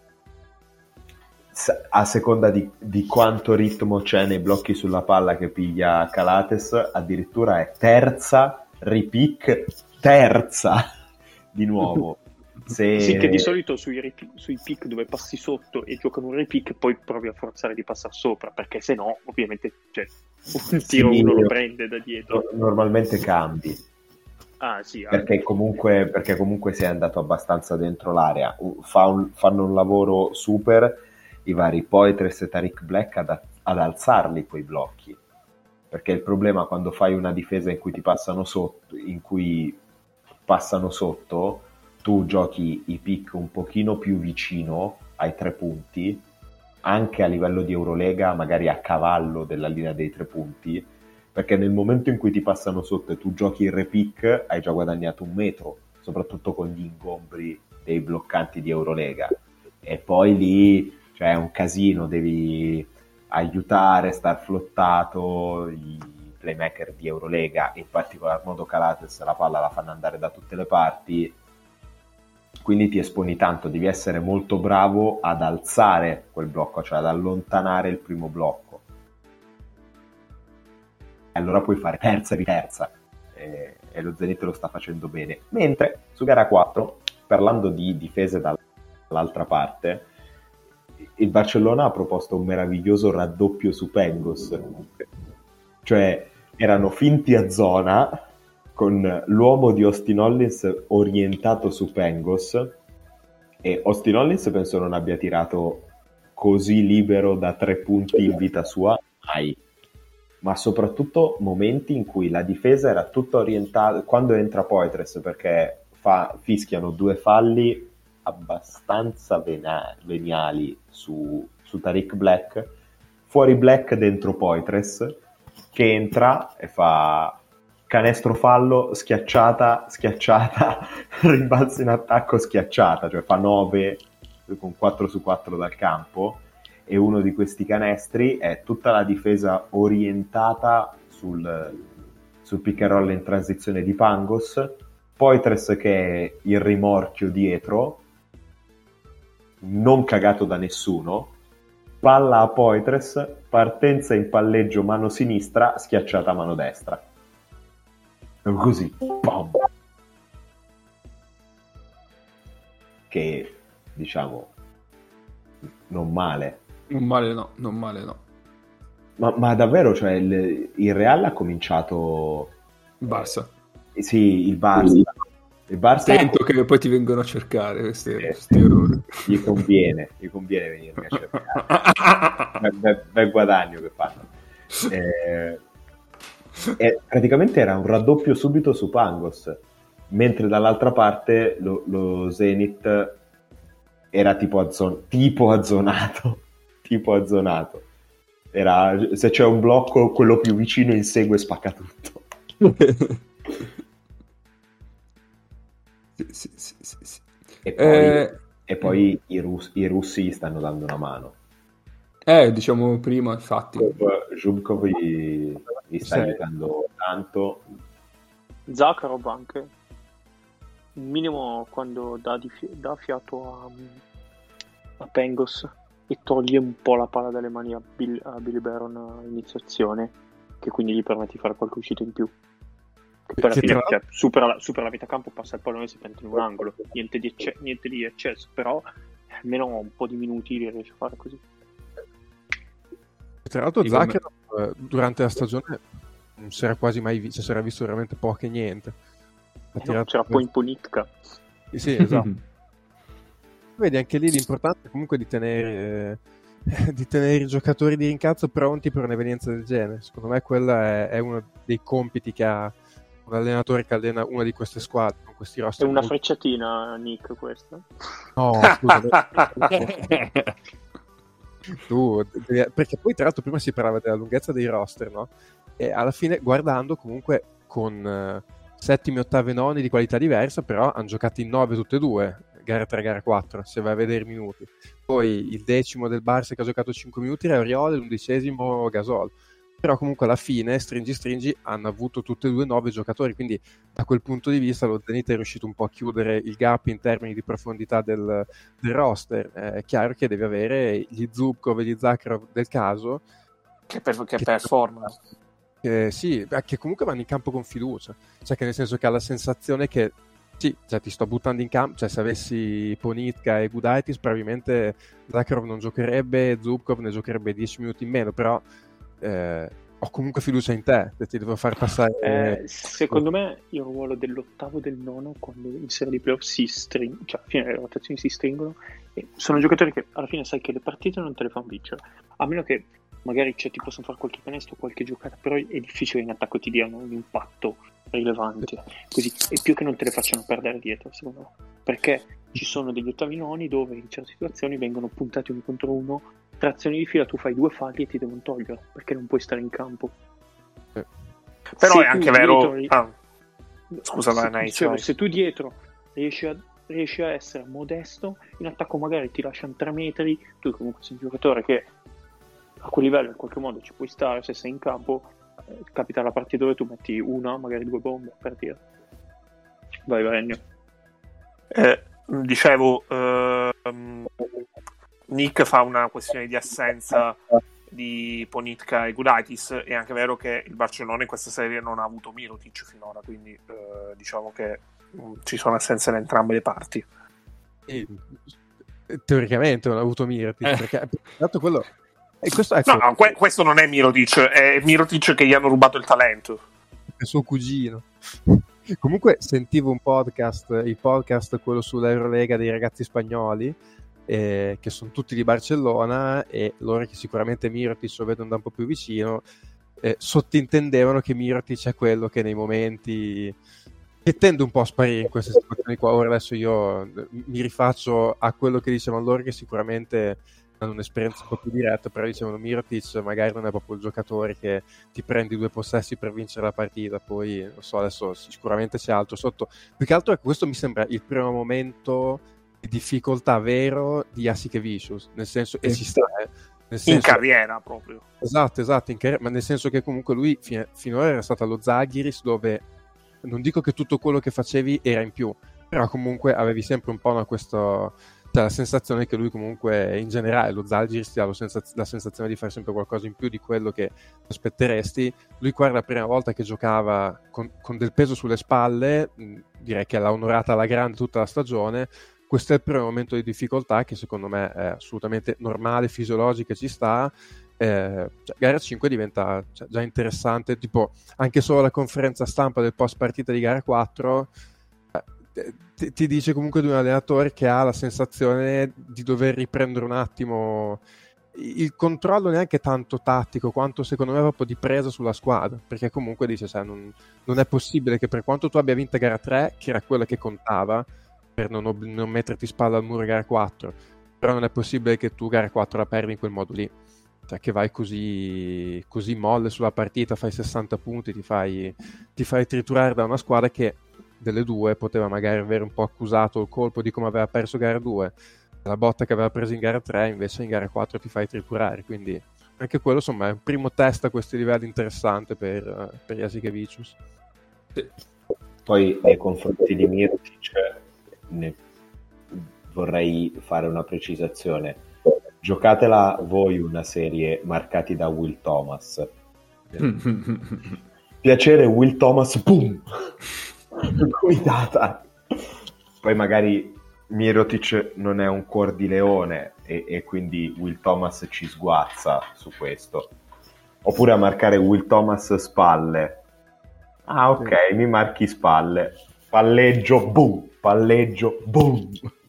a seconda di, di quanto ritmo c'è nei blocchi sulla palla che piglia Calates, addirittura è terza, repick, terza di nuovo. Se... Sì, che di solito sui, repick, sui pick dove passi sotto e giocano un repick, poi provi a forzare di passare sopra, perché se no ovviamente cioè, un tiro sì, uno lo prende da dietro. Normalmente cambi. Ah, sì, perché comunque, perché comunque sei andato abbastanza dentro l'area. Fa un, fanno un lavoro super i vari Poitres e Tariq Black ad, ad alzarli quei blocchi, perché il problema quando fai una difesa in cui ti passano sotto, in cui passano sotto, tu giochi i pick un pochino più vicino ai tre punti, anche a livello di Eurolega, magari a cavallo della linea dei tre punti, perché nel momento in cui ti passano sotto e tu giochi il repick hai già guadagnato un metro, soprattutto con gli ingombri dei bloccanti di Eurolega, e poi lì cioè è un casino, devi aiutare, star flottato, i playmaker di Eurolega, in particolar modo Calates, la palla la fanno andare da tutte le parti, quindi ti esponi tanto, devi essere molto bravo ad alzare quel blocco, cioè ad allontanare il primo blocco. E allora puoi fare terza di terza, e, e lo Zenit lo sta facendo bene. Mentre su gara quattro, parlando di difese dall'altra parte, il Barcellona ha proposto un meraviglioso raddoppio su Pengos, cioè erano finti a zona con l'uomo di Austin Hollins orientato su Pengos, e Austin Hollins penso non abbia tirato così libero da tre punti in vita sua mai, ma soprattutto momenti in cui la difesa era tutta orientata, quando entra Poitres, perché fa, fischiano due falli abbastanza vena- veniali su, su Tariq Black, fuori Black, dentro Poitres, che entra e fa canestro fallo, schiacciata, schiacciata, rimbalzo in attacco, schiacciata, cioè fa nove con quattro su quattro dal campo, e uno di questi canestri è tutta la difesa orientata sul, sul pick and roll in transizione di Pangos, Poitres che è il rimorchio dietro, non cagato da nessuno, palla a Poitres, partenza in palleggio mano sinistra, schiacciata mano destra, così, pom. Che diciamo non male, non male no, non male no. Ma, ma davvero, cioè il, il Real ha cominciato Barça. Eh, sì, il Barça. Il Barça Sento che poi ti vengono a cercare questi, eh, questi errori. Gli conviene, gli conviene venirmi a cercare. Bel, bel guadagno che fanno. Eh, e praticamente era un raddoppio subito su Pangos, mentre dall'altra parte lo, lo Zenit era tipo, azzon- tipo azzonato, tipo azzonato. Era, se c'è un blocco, quello più vicino insegue e spacca tutto. Sì, sì, sì, sì, sì. E poi, Eh... e poi i, rus- i russi gli stanno dando una mano. Eh, diciamo prima, infatti. Zubkov gli, gli sta Sì. aiutando tanto. Zakharov anche. Il minimo quando dà, di fi- dà fiato a, a Pengos e toglie un po' la palla dalle mani a, Bill, a Billy Baron a iniziazione, che quindi gli permette di fare qualche uscita in più. Che poi alla Che fine tra- cioè, supera, la, supera la metà campo, passa il pallone e si prende in un angolo. Niente di, ecce- niente di eccesso, però almeno un po' di minuti li riesce a fare così. Tra l'altro Sì, come- Zakharov eh, durante la stagione non si era quasi mai visto, si era visto veramente poco e niente. Ha Eh no, tirato- c'era poi in Ponitka. Sì, esatto. Vedi, anche lì l'importante è comunque di tenere, eh, di tenere i giocatori di rincalzo pronti per un'evenienza del genere. Secondo me quello è, è uno dei compiti che ha un allenatore che allena una di queste squadre con questi È roster una molto- frecciatina, Nick, questa. No, scusa, tu, devi- perché poi tra l'altro prima si parlava della lunghezza dei roster, no? E alla fine guardando comunque con eh, settimi, ottavi e noni di qualità diversa, però hanno giocato in nove tutte e due, gara tre, gara quattro, se vai a vedere i minuti. Poi il decimo del Barça che ha giocato cinque minuti era Oriol, l'undicesimo Gasol. Però comunque alla fine, stringi stringi, hanno avuto tutte e due nove giocatori, quindi da quel punto di vista lo Zenit è riuscito un po' a chiudere il gap in termini di profondità del, del roster. È chiaro che devi avere gli Zubkov e gli Zakharov del caso, Che, per, che Che- performance. che sì, che comunque vanno in campo con fiducia, cioè che nel senso che ha la sensazione che sì, cioè ti sto buttando in campo, cioè se avessi Ponitka e Gudaitis probabilmente Zakharov non giocherebbe, Zubkov ne giocherebbe dieci minuti in meno, però eh, ho comunque fiducia in te, che ti devo far passare. Eh, secondo me il ruolo dell'ottavo e del nono quando in serie di playoff si stringono, cioè alla fine le rotazioni si stringono, e sono giocatori che alla fine sai che le partite non te le fanno vincere, a meno che magari cioè, ti possono fare qualche canestro, qualche giocata, però è difficile in attacco ti diano un impatto rilevante, così, e più che non te le facciano perdere dietro, secondo me, perché ci sono degli ottavi noni dove in certe situazioni vengono puntati uno contro uno, tre azioni di fila, tu fai due falli e ti devono togliere perché non puoi stare in campo. Però Se è tu anche vero... dietro- Ah, scusa, se, vai, Nice, dicevo, vai. se tu dietro riesci a, riesci a essere modesto, in attacco magari ti lasciano tre metri, tu comunque sei un giocatore che a quel livello in qualche modo ci puoi stare, se sei in campo eh, capita la partita dove tu metti una, magari due bombe per dire. Vai, vai, Ennio. Eh, dicevo, ehm, Nick fa una questione di assenza di Ponitka e Gudaitis. È anche vero che il Barcellona in questa serie non ha avuto Mirotic finora, quindi eh, diciamo che mh, ci sono assenze da entrambe le parti. E, teoricamente non ha avuto Mirotic, Eh. perché dato quello e questo ecco, No, no, que- questo non è Mirotic, è Mirotic che gli hanno rubato il talento. è suo cugino. Comunque sentivo un podcast, il podcast quello sull'Eurolega dei ragazzi spagnoli, eh, che sono tutti di Barcellona, e loro che sicuramente Mirotic lo vedono da un po' più vicino, eh, sottintendevano che Mirotic è quello che nei momenti che tende un po' a sparire in queste situazioni qua. Ora adesso io mi rifaccio a quello che dicevano loro, che sicuramente hanno un'esperienza un po' più diretta, però dicevano Mirotic magari non è proprio il giocatore che ti prendi due possessi per vincere la partita, poi non so, adesso sicuramente c'è altro sotto. Più che altro, ecco, questo mi sembra il primo momento di difficoltà vero di Jasikevičius, nel senso, e ci sta, eh, nel senso, In carriera proprio. esatto, esatto, in carriera, ma nel senso che comunque lui fino, finora era stato allo Zalgiris, dove non dico che tutto quello che facevi era in più, però comunque avevi sempre un po' una questo, cioè la sensazione che lui comunque in generale lo Zalgiris ti dà la, sensaz- la sensazione di fare sempre qualcosa in più di quello che aspetteresti. Lui qua era la prima volta che giocava con, con del peso sulle spalle, mh, direi che l'ha onorata alla grande tutta la stagione. Questo è il primo momento di difficoltà che secondo me è assolutamente normale, fisiologico, ci sta. Eh, cioè, gara cinque diventa cioè, già interessante, tipo anche solo la conferenza stampa del post partita di gara quattro eh, ti, ti dice comunque di un allenatore che ha la sensazione di dover riprendere un attimo il controllo, neanche tanto tattico quanto secondo me proprio di presa sulla squadra, perché comunque dice cioè, non, non è possibile che per quanto tu abbia vinta gara tre, che era quella che contava per non, ob- non metterti spalla al muro gara quattro, però non è possibile che tu gara quattro la perdi in quel modo lì, cioè che vai così, così molle sulla partita, fai sessanta punti, ti fai, ti fai triturare da una squadra che delle due poteva magari aver un po' accusato il colpo di come aveva perso gara due, la botta che aveva preso in gara tre, invece in gara quattro ti fai tripurare, quindi anche quello insomma è un primo test a questi livelli interessante per, per Jasikevičius. Sì. Poi nei confronti di Mirotic ne vorrei fare una precisazione: giocatela voi una serie marcati da Will Thomas. Piacere Will Thomas, boom, guidata. Poi magari Mirotic non è un cuor di leone e, e quindi Will Thomas ci sguazza su questo. Oppure a marcare Will Thomas spalle. Ah, ok, sì. Mi marchi spalle. Palleggio, boom, palleggio, boom.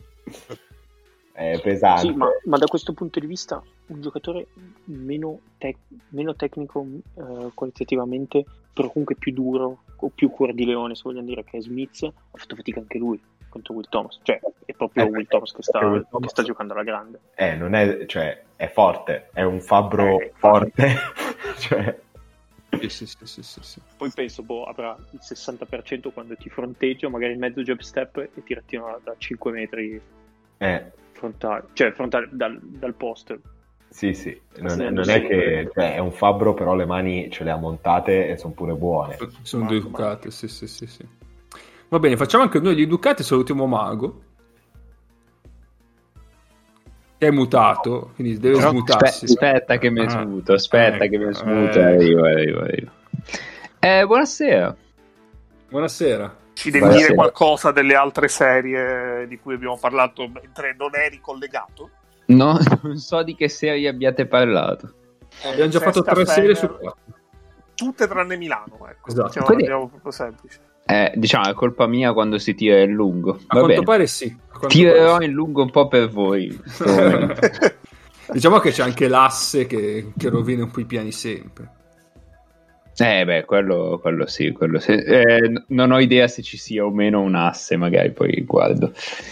È pesante. Sì, ma, ma da questo punto di vista un giocatore meno, tec- meno tecnico eh, qualitativamente, però comunque più duro o più cuor di leone, se vogliamo dire, che è Smith, ha fatto fatica anche lui contro Will Thomas. Cioè è proprio eh, Will Thomas che sta, Will Thomas che sta giocando alla grande. Eh, non è, cioè, è forte, è un fabbro eh, forte. Cioè... Sì, sì, sì, sì, sì, sì. Poi penso, boh, avrà il sessanta per cento quando ti fronteggia, magari il mezzo jab step e ti rattino da cinque metri eh. frontale, cioè frontale dal, dal post. Sì, sì, non, è, non è che cioè, è un fabbro, però le mani ce le ha montate e sono pure buone. Sono due Ducati, sì, sì, sì, sì. Va bene, facciamo anche noi gli Ducati, salutiamo Mago. Che è mutato, quindi deve però, smutarsi. Aspetta, aspetta che mi ah, smuto, aspetta eh, che mi smuto, eh. arrivo, arrivo, arrivo. Eh, buonasera. Buonasera. Ci devi buonasera. dire qualcosa delle altre serie di cui abbiamo parlato mentre non eri collegato? No, non so di che serie abbiate parlato. Eh, abbiamo già fatto tre serie su quattro. Tutte tranne Milano, ecco. Esatto. Diciamo, Quindi... andiamo proprio semplice. Eh, diciamo è colpa mia quando si tira in lungo. A Va quanto bene. pare sì. Tirerò in lungo un po' per voi. Diciamo che c'è anche l'asse che, che rovina un po' i piani sempre. Eh beh, quello, quello sì, quello sì. Eh, non ho idea se ci sia o meno un asse, magari poi guardo.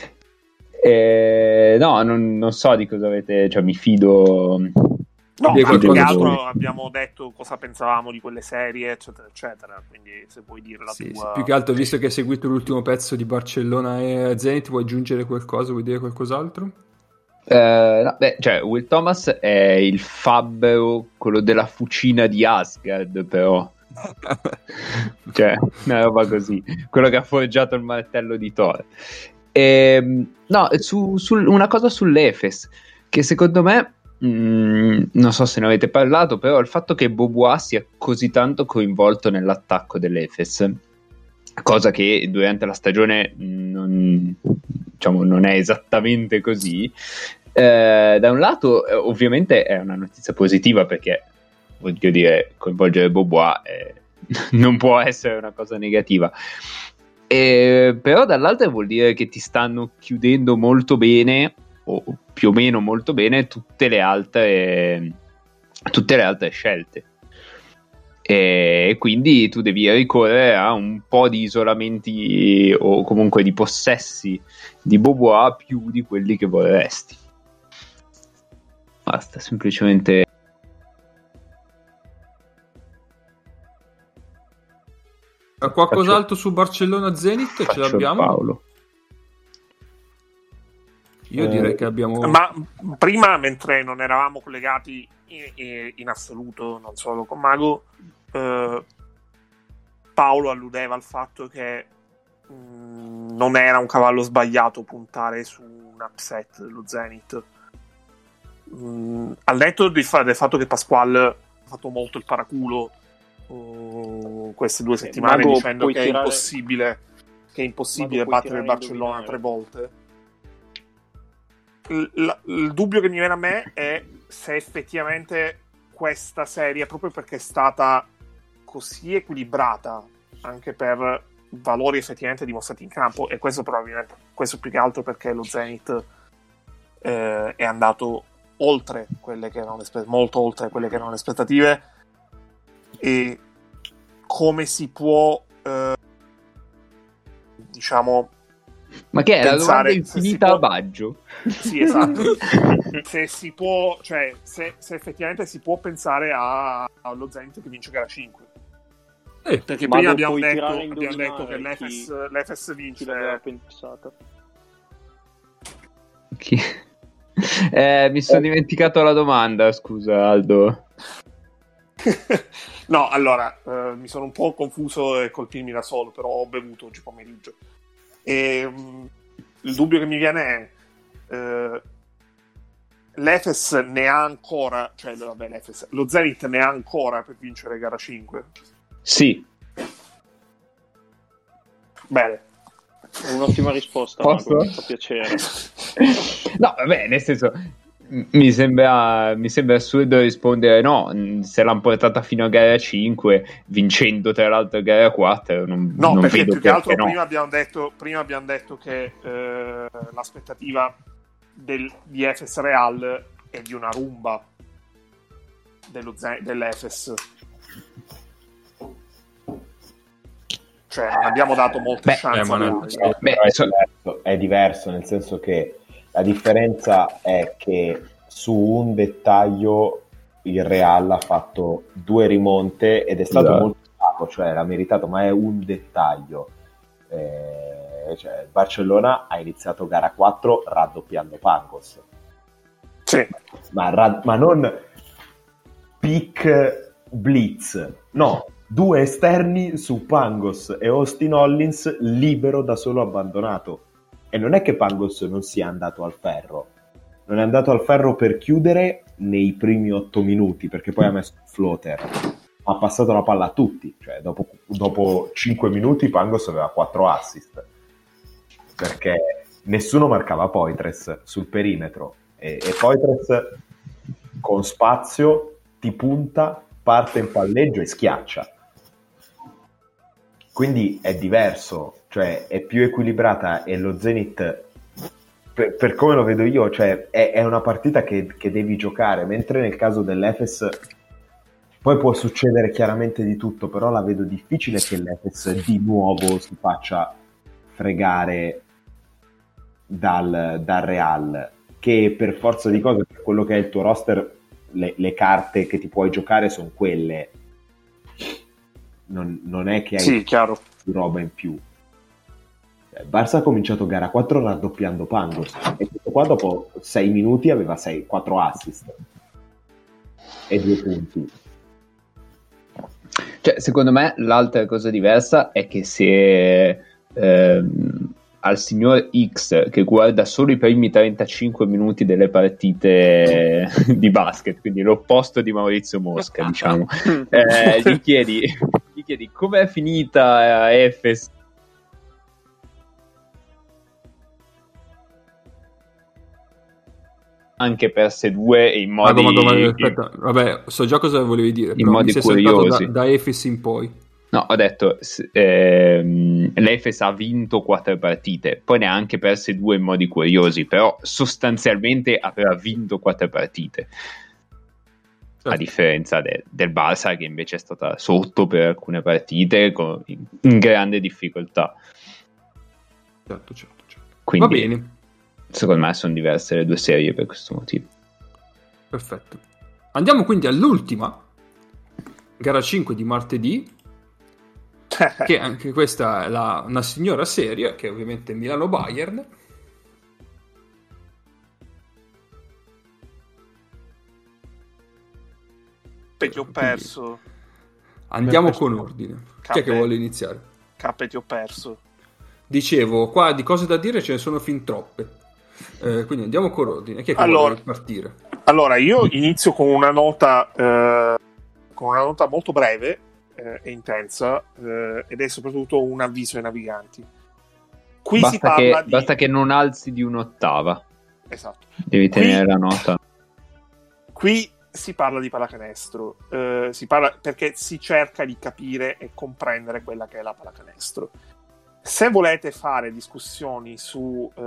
Eh, no, non, non so di cosa avete, cioè mi fido... No, più che altro abbiamo detto cosa pensavamo di quelle serie, eccetera, eccetera. Quindi se vuoi dire la sì, tua... Sì, più che altro, visto che hai seguito l'ultimo pezzo di Barcellona e Zenit, vuoi aggiungere qualcosa? Vuoi dire qualcos'altro? Eh, no, beh, cioè, Will Thomas è il fabbro, quello della fucina di Asgard, però. Cioè, una roba così. Quello che ha forgiato il martello di Thor. E, no, su, su, una cosa sull'Efes, che secondo me... Mm, non so se ne avete parlato, però il fatto che Beaubois sia così tanto coinvolto nell'attacco dell'Efes, cosa che durante la stagione non, diciamo, non è esattamente così, eh, da un lato eh, ovviamente è una notizia positiva, perché voglio dire, coinvolgere Beaubois eh, non può essere una cosa negativa, eh, però dall'altro vuol dire che ti stanno chiudendo molto bene, o più o meno molto bene, tutte le altre tutte le altre scelte, e quindi tu devi ricorrere a un po' di isolamenti o comunque di possessi di Beaubois più di quelli che vorresti. Basta, semplicemente. Qualcos'altro su Barcellona Zenit ce l'abbiamo? Paolo. Io direi che abbiamo... Ma prima, mentre non eravamo collegati in, in assoluto, non solo con Mago, eh, Paolo alludeva al fatto che mh, non era un cavallo sbagliato puntare su un upset dello Zenit. Mh, al netto del, fa- del fatto che Pasquale ha fatto molto il paraculo uh, queste due settimane, Mago, dicendo che tirare... è impossibile, che è impossibile battere il Barcellona tre volte. Il, il dubbio che mi viene a me è se effettivamente questa serie, proprio perché è stata così equilibrata anche per valori effettivamente dimostrati in campo, e questo probabilmente, questo più che altro perché lo Zenit eh, è andato oltre quelle che erano le, molto oltre quelle che erano le aspettative, e come si può eh, diciamo ma che è la domanda infinita può... a Baggio? Sì, esatto. Se si può, cioè, se, se effettivamente si può pensare a, allo Zenit che vince gara cinque. Eh, perché prima abbiamo detto, abbiamo detto che l'Efes, chi, l'Efes vince. Chi l'aveva pensato? Chi? Eh, mi sono dimenticato la domanda, scusa Aldo. No, allora, eh, mi sono un po' confuso e colpirmi da solo, però ho bevuto oggi pomeriggio. E, mh, il dubbio che mi viene è eh, l'Efes ne ha ancora, cioè vabbè, l'Efes, lo Zenit ne ha ancora per vincere gara cinque? Sì. Bene. È un'ottima risposta, Posso? Marco, mi fa piacere. No, vabbè, nel senso, mi sembra, mi sembra assurdo rispondere no, se l'hanno portata fino a gara cinque, vincendo tra l'altro gara quattro. Non, No, non perché vedo più che altro no. prima abbiamo detto, prima abbiamo detto che eh, l'aspettativa del, di Efes Real è di una rumba dello, dell'Efes. Cioè non abbiamo dato molte Beh, chance eh, ma non- a- No, Beh, però è, so- diverso, è diverso, nel senso che la differenza è che su un dettaglio il Real ha fatto due rimonte ed è stato Esatto. molto bravo, cioè l'ha meritato, ma è un dettaglio. Eh, cioè, il Barcellona ha iniziato gara quattro raddoppiando Pangos, Sì. ma, ra- ma non pick blitz, no, due esterni su Pangos e Austin Hollins libero da solo abbandonato. E non è che Pangos non sia andato al ferro, non è andato al ferro per chiudere nei primi otto minuti, perché poi ha messo il floater, ha passato la palla a tutti, cioè dopo, dopo cinque minuti Pangos aveva quattro assist, perché nessuno marcava Poitres sul perimetro, e, e Poitres con spazio ti punta, parte in palleggio e schiaccia. Quindi è diverso, cioè è più equilibrata, e lo Zenit, per, per come lo vedo io, cioè è, è una partita che, che devi giocare, mentre nel caso dell'Efes poi può succedere chiaramente di tutto, però la vedo difficile che l'Efes di nuovo si faccia fregare dal, dal Real, che per forza di cose, per quello che è il tuo roster, le, le carte che ti puoi giocare sono quelle. Non, non è che hai Sì, chiaro. più roba in più. Il Barça ha cominciato gara quattro raddoppiando Pangos, e tutto qua dopo sei minuti aveva sei, quattro assist e due punti. Cioè, secondo me l'altra cosa diversa è che se ehm, al signor X, che guarda solo i primi trentacinque minuti delle partite di basket, quindi l'opposto di Maurizio Mosca, diciamo, eh, gli chiedi, gli chiedi com'è finita eh, Efes, anche perse due in modi, Mago, Mago, Mago, aspetta, vabbè, so già cosa volevi dire, in però modi mi sei saltato curiosi. da, da Efes in poi. No, ho detto s- ehm, l'Efes ha vinto quattro partite, poi ne ha anche perse due in modi curiosi, però sostanzialmente aveva vinto quattro partite, Certo. a differenza de- del Barça, che invece è stata sotto per alcune partite con, in, in grande difficoltà. Certo, certo, certo. Quindi, Va bene, secondo me sono diverse le due serie per questo motivo. perfetto. Andiamo quindi all'ultima gara cinque di martedì, che anche questa è la, una signora serie, che è ovviamente Milano-Bayern. Cappe ti ho perso. Andiamo con ordine. Chi è che Cappe. vuole iniziare? Cappe ti ho perso. Dicevo, qua di cose da dire ce ne sono fin troppe. Eh, quindi andiamo con ordine. Chi è che Allora. vuole partire? Allora, io inizio con una nota eh, con una nota molto breve eh, e intensa, eh, ed è soprattutto un avviso ai naviganti. Qui si Basta parla che, di... basta che non alzi di un'ottava, Esatto. devi Qui- tenere la nota. Qui si parla di pallacanestro, eh, si parla perché si cerca di capire e comprendere quella che è la pallacanestro. Se volete fare discussioni su eh,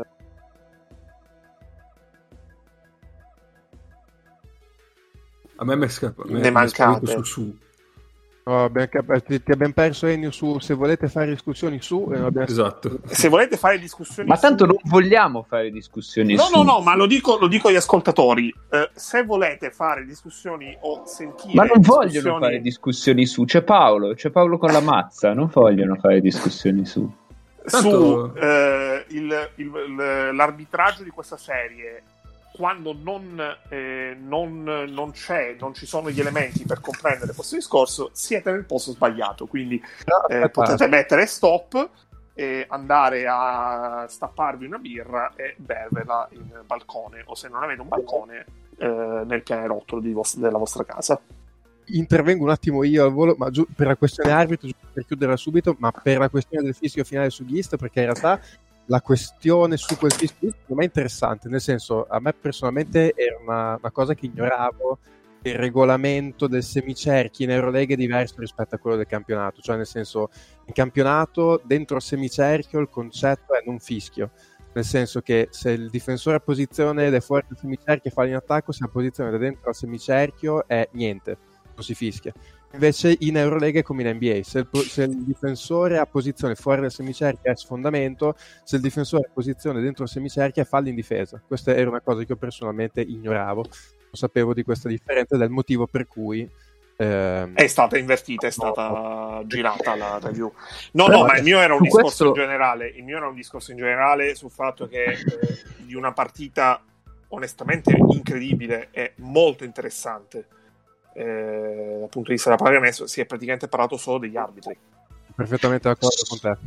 A me mi è scappato. Ne mancate. Su, su. Oh, abbiamo cap- ti, ti abbiamo perso Ennio su se volete fare discussioni su e non abbiamo... Esatto. se volete fare discussioni Ma tanto su... non vogliamo fare discussioni No, su... no, no, ma lo dico, lo dico agli ascoltatori. Eh, se volete fare discussioni o sentire Ma non discussioni... vogliono fare discussioni su, c'è Paolo, c'è Paolo con la mazza, non vogliono fare discussioni su. Tanto- su eh, il, il- il- l'arbitraggio di questa serie quando non, eh, non, non c'è, non ci sono gli elementi per comprendere questo discorso, siete nel posto sbagliato. Quindi eh, potete mettere stop e andare a stapparvi una birra e bervela in balcone, o se non avete un balcone eh, nel pianerottolo di vos- della vostra casa. Intervengo un attimo io al volo, ma giù per la questione arbitro, per chiuderla subito, ma per la questione del fischio finale su Gist, perché in realtà la questione su quel fischio non è interessante, nel senso, a me personalmente era una, una cosa che ignoravo. Il regolamento del semicerchi in Eurolega è diverso rispetto a quello del campionato, cioè nel senso, in campionato dentro il semicerchio il concetto è non fischio, nel senso che se il difensore a posizione ed è fuori dal semicerchio e fa in attacco, se la posizione da dentro al semicerchio è niente, non si fischia. Invece in Eurolega è come in N B A, se il, se il difensore ha posizione fuori dal semicerchio è sfondamento, se il difensore ha posizione dentro il semicerchio è fallo in difesa. Questa era una cosa che io personalmente ignoravo, non sapevo di questa differenza, del motivo per cui ehm... è stata invertita, è stata girata la review. No, no, ma il mio era un discorso questo... in generale, il mio era un discorso in generale sul fatto che eh, di una partita onestamente incredibile e molto interessante. Eh, dal punto di vista della pallacanestro si è praticamente parlato solo degli arbitri. Perfettamente d'accordo con te.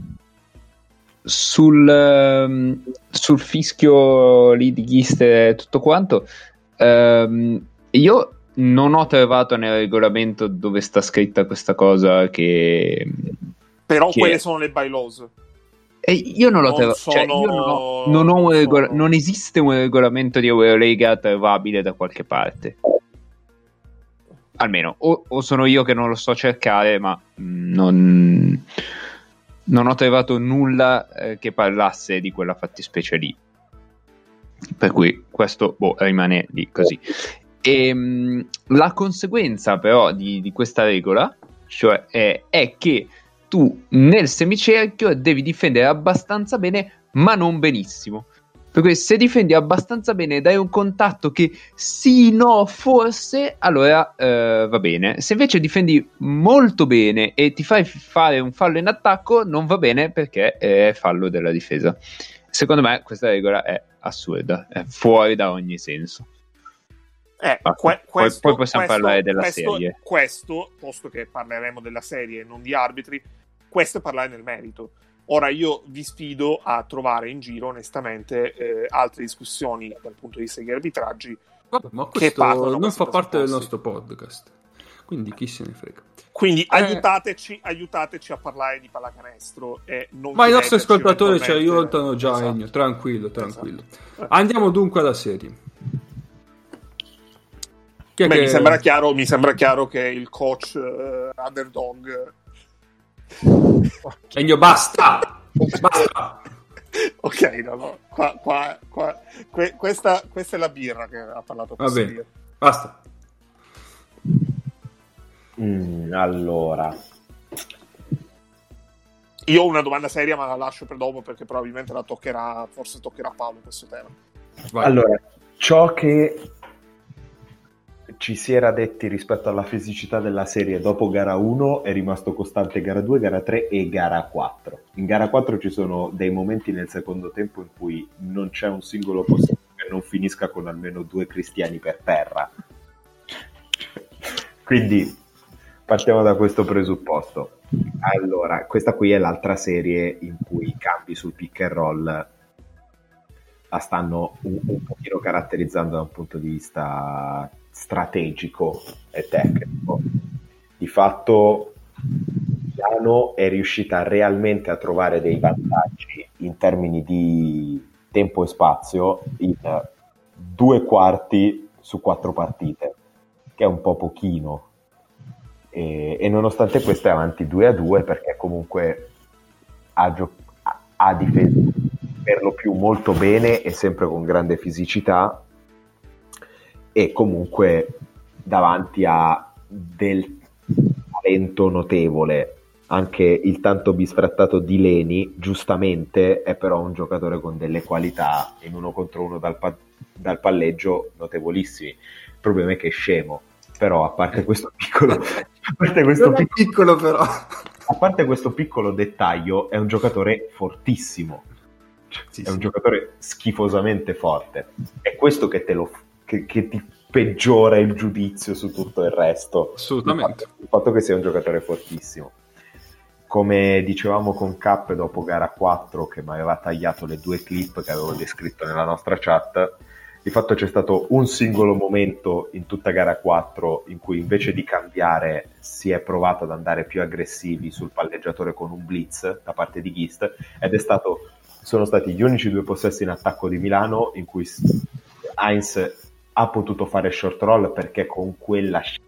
Sul, um, sul fischio lì di Gist e tutto quanto, um, io non ho trovato nel regolamento dove sta scritta questa cosa che però che... quelle sono le bylaws. E io non l'ho trovato, sono... cioè, io non, ho, non, ho un non, regola... sono... non esiste un regolamento di Eurolega trovabile da qualche parte. Almeno, o, o sono io che non lo so cercare, ma non, non ho trovato nulla eh, che parlasse di quella fattispecie lì. Per cui questo boh, rimane lì così. E, mh, la conseguenza però di, di questa regola, cioè è, è che tu nel semicerchio devi difendere abbastanza bene, ma non benissimo. Perché se difendi abbastanza bene e dai un contatto che sì, no, forse, allora eh, va bene. Se invece difendi molto bene e ti fai fare un fallo in attacco, non va bene perché è fallo della difesa. Secondo me questa regola è assurda, è fuori da ogni senso. Eh, que- questo, poi, poi possiamo questo, parlare della questo, serie. Questo, posto che parleremo della serie e non di arbitri, questo è parlare nel merito. Ora io vi sfido a trovare in giro onestamente eh, altre discussioni dal punto di vista degli arbitraggi. Vabbè, ma questo non fa parte del nostro podcast, quindi chi se ne frega. Quindi eh... aiutateci, aiutateci a parlare di pallacanestro e non ma i nostri ascoltatori ci eventualmente... aiutano già, esatto. Ennio, tranquillo, tranquillo. Esatto. Andiamo dunque alla serie. Chi è Beh, che... mi sembra chiaro, mi sembra chiaro che il coach uh, underdog. Ennio, basta! Basta! Ok, no, no. Qua, qua, qua. Que- questa, questa è la birra che ha parlato. Va bene, basta. Mm, allora, io ho una domanda seria, ma la lascio per dopo perché probabilmente la toccherà, forse toccherà a Paolo questo tema. Vai. Allora, ciò che ci si era detti rispetto alla fisicità della serie dopo gara uno è rimasto costante gara due, gara tre e gara quattro. In gara quattro ci sono dei momenti nel secondo tempo in cui non c'è un singolo posto che non finisca con almeno due cristiani per terra. Quindi partiamo da questo presupposto. Allora, questa qui è l'altra serie in cui i cambi sul pick and roll la stanno un, un pochino caratterizzando da un punto di vista strategico e tecnico. Di fatto Milano è riuscita realmente a trovare dei vantaggi in termini di tempo e spazio in due quarti su quattro partite, che è un po' pochino, e, e nonostante questo è avanti due a due perché comunque ha, gio- ha difeso per lo più molto bene e sempre con grande fisicità, e comunque davanti a del talento notevole. Anche il tanto bisfrattato Di Leni giustamente è però un giocatore con delle qualità in uno contro uno dal, pa- dal palleggio notevolissimi. Il problema è che è scemo, però a parte questo piccolo a parte questo piccolo, piccolo però a parte questo piccolo dettaglio è un giocatore fortissimo, Cioè, Sì, è sì. un giocatore schifosamente forte. È questo che te lo che, che ti peggiora il giudizio su tutto il resto. Assolutamente. Il fatto, il fatto che sia un giocatore fortissimo. Come dicevamo con Cap dopo gara quattro, che mi aveva tagliato le due clip che avevo descritto nella nostra chat, di fatto c'è stato un singolo momento in tutta gara quattro in cui invece di cambiare si è provato ad andare più aggressivi sul palleggiatore con un blitz da parte di Gist, ed è stato sono stati gli unici due possessi in attacco di Milano in cui Heinz ha potuto fare short roll, perché con quella scelta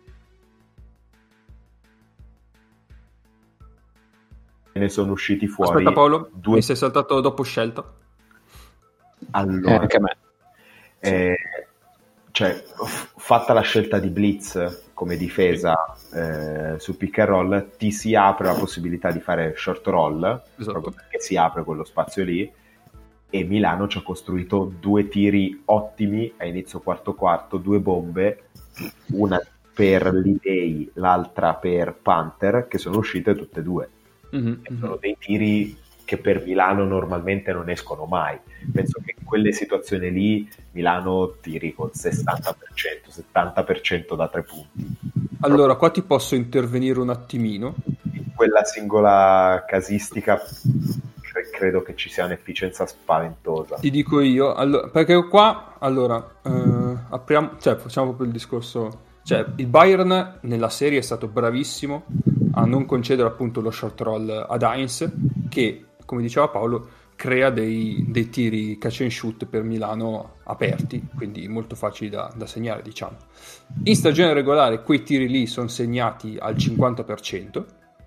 ne sono usciti fuori. Aspetta Paolo, due... mi sei saltato dopo scelta. Allora, Eh, anche a me. eh, cioè, f- fatta la scelta di blitz come difesa eh, su pick and roll, ti si apre la possibilità di fare short roll, Esatto. proprio perché si apre quello spazio lì, e Milano ci ha costruito due tiri ottimi a inizio quarto quarto, due bombe, una per l'Idei, l'altra per Panther, che sono uscite tutte e due. Mm-hmm. E sono dei tiri che per Milano normalmente non escono mai. Penso che in quelle situazioni lì Milano tiri col sessanta per cento, settanta per cento da tre punti. Allora, qua ti posso intervenire un attimino. In quella singola casistica cre- credo che ci sia un'efficienza spaventosa. Ti dico io, allora, perché qua, allora, eh, apriamo, cioè facciamo proprio il discorso, cioè il Bayern nella serie è stato bravissimo a non concedere appunto lo short roll ad Heinz, che, come diceva Paolo, crea dei, dei tiri catch and shoot per Milano aperti, quindi molto facili da, da segnare, diciamo. In stagione regolare quei tiri lì sono segnati al cinquanta per cento.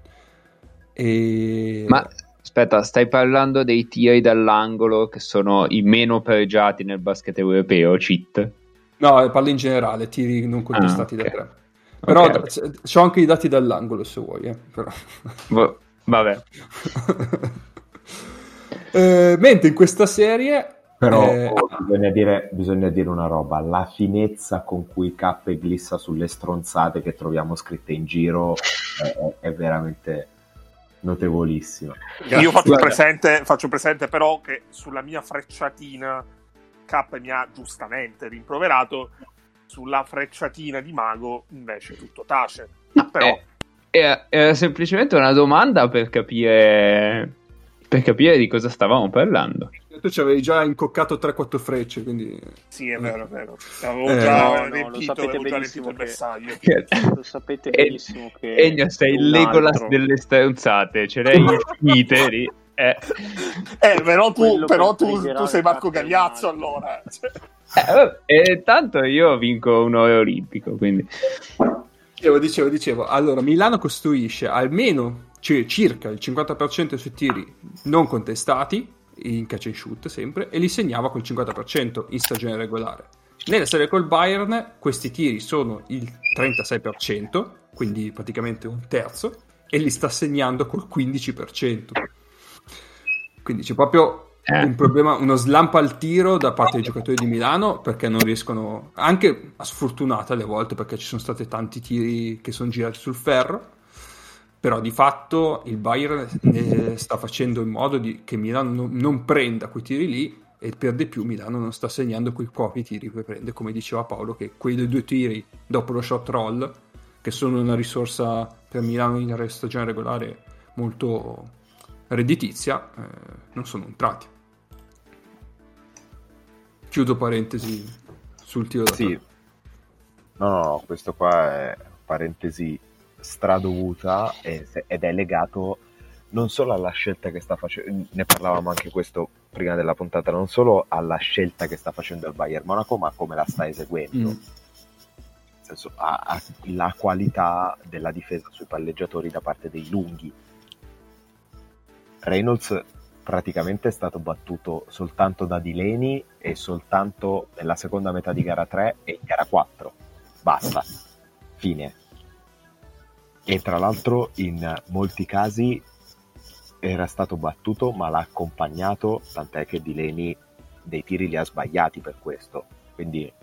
E... Ma aspetta, stai parlando dei tiri dall'angolo che sono i meno pregiati nel basket europeo, cheat? No, parlo in generale, tiri non contestati Ah, okay. da tre. Però Okay, okay. c'ho anche i dati dall'angolo se vuoi, eh, però. V- vabbè. eh, mentre in questa serie Però eh, oh, bisogna, dire, bisogna dire una roba, la finezza con cui K glissa sulle stronzate che troviamo scritte in giro è, è veramente notevolissima. Io faccio Guarda. presente, faccio presente però che sulla mia frecciatina K mi ha giustamente rimproverato, sulla frecciatina di Mago invece tutto tace. Però Eh, era, era semplicemente una domanda per capire per capire di cosa stavamo parlando. tu ci avevi già incoccato tre quattro frecce, quindi sì, è vero, è vero. Avevo Eh, già no, no, lo riempito, sapete avevo già benissimo riempito il che- bersaglio. Lo sapete E- benissimo che Egno, sei il un Legolas altro- delle stronzate, ce l'hai infinite lì. Eh. Eh, però tu, Quello però che tu, triggerà tu sei le Marco carte Gagliazzo, umane. allora. Eh, vabbè, e tanto io vinco un oro olimpico, quindi dicevo, dicevo, dicevo, allora Milano costruisce almeno c- circa il cinquanta per cento sui tiri non contestati in catch and shoot sempre, e li segnava col cinquanta per cento in stagione regolare. Nella serie col Bayern questi tiri sono il trentasei per cento, quindi praticamente un terzo, e li sta segnando col quindici per cento. Quindi c'è proprio Eh. un problema, uno slump al tiro da parte dei giocatori di Milano, perché non riescono, anche sfortunate alle volte, perché ci sono stati tanti tiri che sono girati sul ferro, però di fatto il Bayern ne sta facendo in modo di, che Milano non, non prenda quei tiri lì, e per di più Milano non sta segnando quei propri tiri che prende, come diceva Paolo, che quei due tiri dopo lo shot roll, che sono una risorsa per Milano in stagione regolare molto redditizia, eh, non sono entrati. Chiudo parentesi sul tiro da Sì, tre. no, no, no, questo qua è parentesi stradovuta e- ed è legato non solo alla scelta che sta facendo, ne parlavamo anche questo prima della puntata, non solo alla scelta che sta facendo il Bayern Monaco, ma come la sta eseguendo. Mm. Nel senso, ha, ha la qualità della difesa sui palleggiatori da parte dei lunghi. Reynolds praticamente è stato battuto soltanto da Delaney e soltanto nella seconda metà di gara tre e in gara quattro. Basta. Fine. E tra l'altro in molti casi era stato battuto, ma l'ha accompagnato, tant'è che Delaney dei tiri li ha sbagliati per questo. Quindi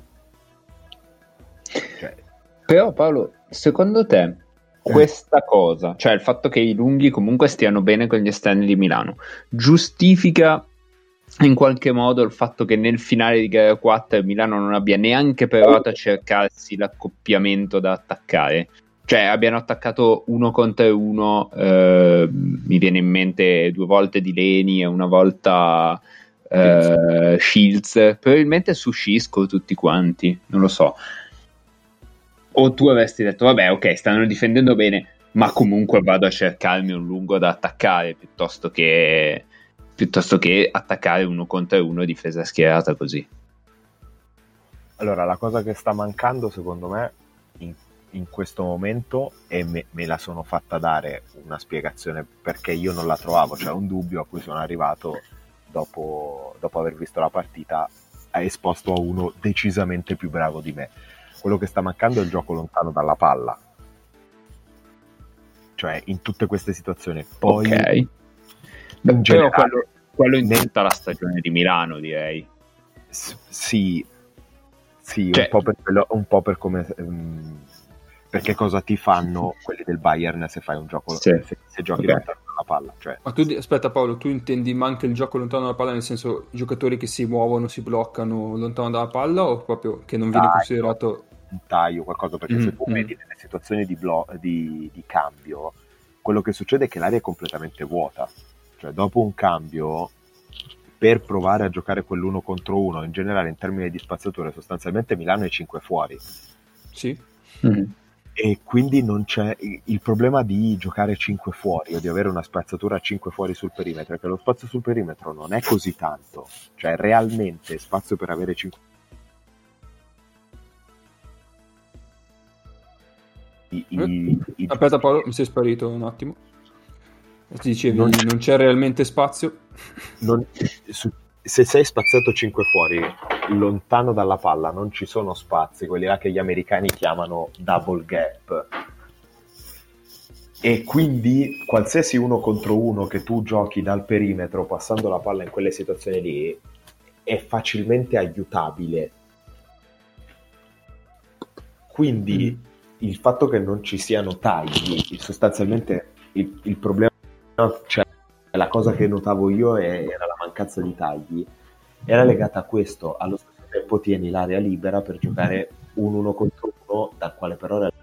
cioè, però Paolo, secondo te questa cosa, cioè il fatto che i lunghi comunque stiano bene con gli esterni di Milano, giustifica in qualche modo il fatto che nel finale di gara quattro il Milano non abbia neanche provato a cercarsi l'accoppiamento da attaccare, cioè abbiano attaccato uno contro uno, eh, mi viene in mente due volte Di Leni e una volta eh, Shields, probabilmente su Scisco tutti quanti, non lo so, o tu avresti detto vabbè ok stanno difendendo bene ma comunque vado a cercarmi un lungo da attaccare piuttosto che piuttosto che attaccare uno contro uno difesa schierata così. Allora, la cosa che sta mancando secondo me in, in questo momento, e me, me la sono fatta dare una spiegazione perché io non la trovavo, cioè un dubbio a cui sono arrivato dopo, dopo aver visto la partita, ha esposto a uno decisamente più bravo di me. Quello che sta mancando è il gioco lontano dalla palla, cioè in tutte queste situazioni. Poi ok, in generale, però quello, quello in tutta la stagione di Milano direi. S- sì sì, Cioè- un po' per quello, un po' per come um, perché cosa ti fanno quelli del Bayern se fai un gioco Sì. se, se giochi Ok. lontano dalla palla, cioè Ma tu, aspetta Paolo, tu intendi ma anche il gioco lontano dalla palla, nel senso i giocatori che si muovono, si bloccano lontano dalla palla, o proprio che non viene Dai, considerato... un taglio, qualcosa, perché Mm, se tu mm. vedi nelle situazioni di, blo- di, di cambio, quello che succede è che l'area è completamente vuota, cioè dopo un cambio, per provare a giocare quell'uno contro uno, in generale in termini di spazzature, sostanzialmente Milano è cinque fuori, Sì? Mm. e quindi non c'è il problema di giocare cinque fuori o di avere una spazzatura cinque fuori sul perimetro, è che lo spazio sul perimetro non è così tanto, cioè realmente spazio per avere cinque i, i, i Aspetta Paolo, mi sei sparito un attimo. Ti dicevi, Non non, c'è- c'è realmente spazio? non- su- se sei spazzato cinque fuori lontano dalla palla non ci sono spazi, quelli là che gli americani chiamano double gap, e quindi qualsiasi uno contro uno che tu giochi dal perimetro passando la palla in quelle situazioni lì è facilmente aiutabile, quindi Mm. il fatto che non ci siano tagli, sostanzialmente il, il problema, cioè la cosa che notavo io è- era la mancanza di tagli, era legata a questo. Allo stesso tempo tieni l'area libera per giocare un uno contro uno, dal quale però era-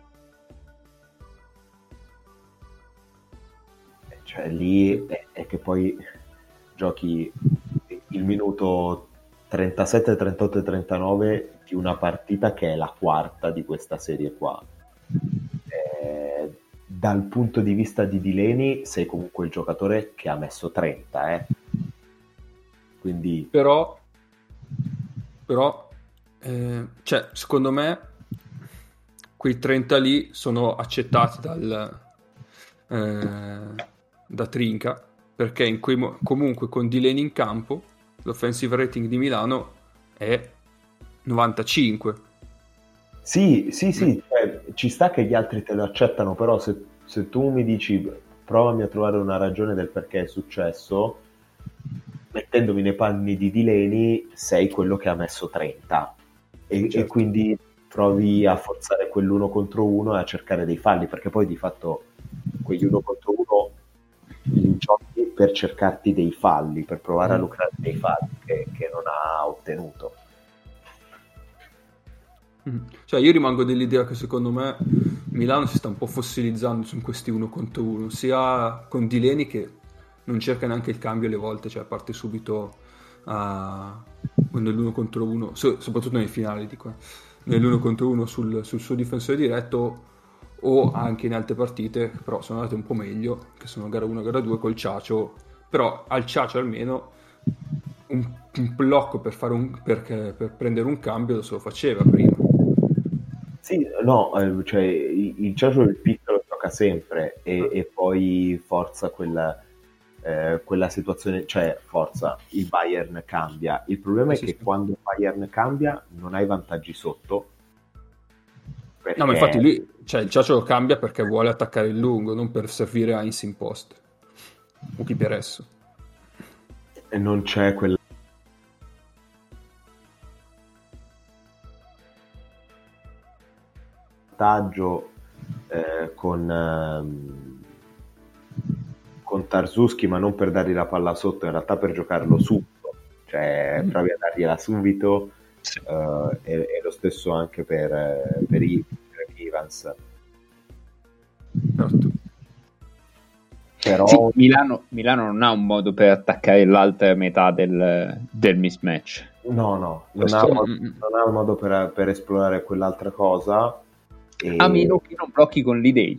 cioè lì è, è che poi giochi il minuto trentasette, trentotto e trentanove di una partita che è la quarta di questa serie qua. Eh, dal punto di vista di Di Leni sei comunque il giocatore che ha messo trenta, eh. Quindi Però, però eh, cioè, secondo me quei trenta lì sono accettati dal, eh, da Trinca, perché in quei mo- comunque con Di Leni in campo l'offensive rating di Milano è novantacinque. sì, sì, sì, cioè, ci sta che gli altri te lo accettano, però se, se tu mi dici provami a trovare una ragione del perché è successo, mettendomi nei panni di Di Leni, sei quello che ha messo trenta e, Certo. e quindi provi a forzare quell'uno contro uno e a cercare dei falli, perché poi di fatto quegli uno contro uno li giochi per cercarti dei falli, per provare a lucrare dei falli che, che non ha ottenuto. Mm. Cioè io rimango dell'idea che secondo me Milano si sta un po' fossilizzando su questi uno contro uno, sia con Di Leni che non cerca neanche il cambio alle volte, cioè parte subito a... nell'uno contro uno, so- soprattutto nei finali, dico, eh, nell'uno contro uno sul, sul suo difensore diretto, o anche in altre partite, però sono andate un po' meglio, che sono gara uno e gara due col Ciacio, però al Ciacio almeno un, un blocco per, fare un, per, per prendere un cambio se lo faceva prima. Sì, no, eh, cioè il, il Ciacio del piccolo gioca sempre e, e poi forza quella, eh, quella situazione, cioè forza, il Bayern cambia. Il problema Sì, è sì, che sì. quando il Bayern cambia non hai vantaggi sotto. Perché No, ma infatti lui, cioè il Ciacio lo cambia perché vuole attaccare il lungo, non per servire Heinz in post o chi per esso. non c'è quella vantaggio eh, con, ehm, con Tarzuski, ma non per dargli la palla sotto, in realtà per giocarlo subito, cioè Mm. provi a dargliela subito. Sì. Uh, e, e lo stesso anche per, per, i, per Evans. Certo. Però Sì, Milano, Milano non ha un modo per attaccare l'altra metà del, del mismatch. no, no, non Questo- ha, modo, mm, mm. non ha un modo per, per esplorare quell'altra cosa. E... A meno che non blocchi con l'idea.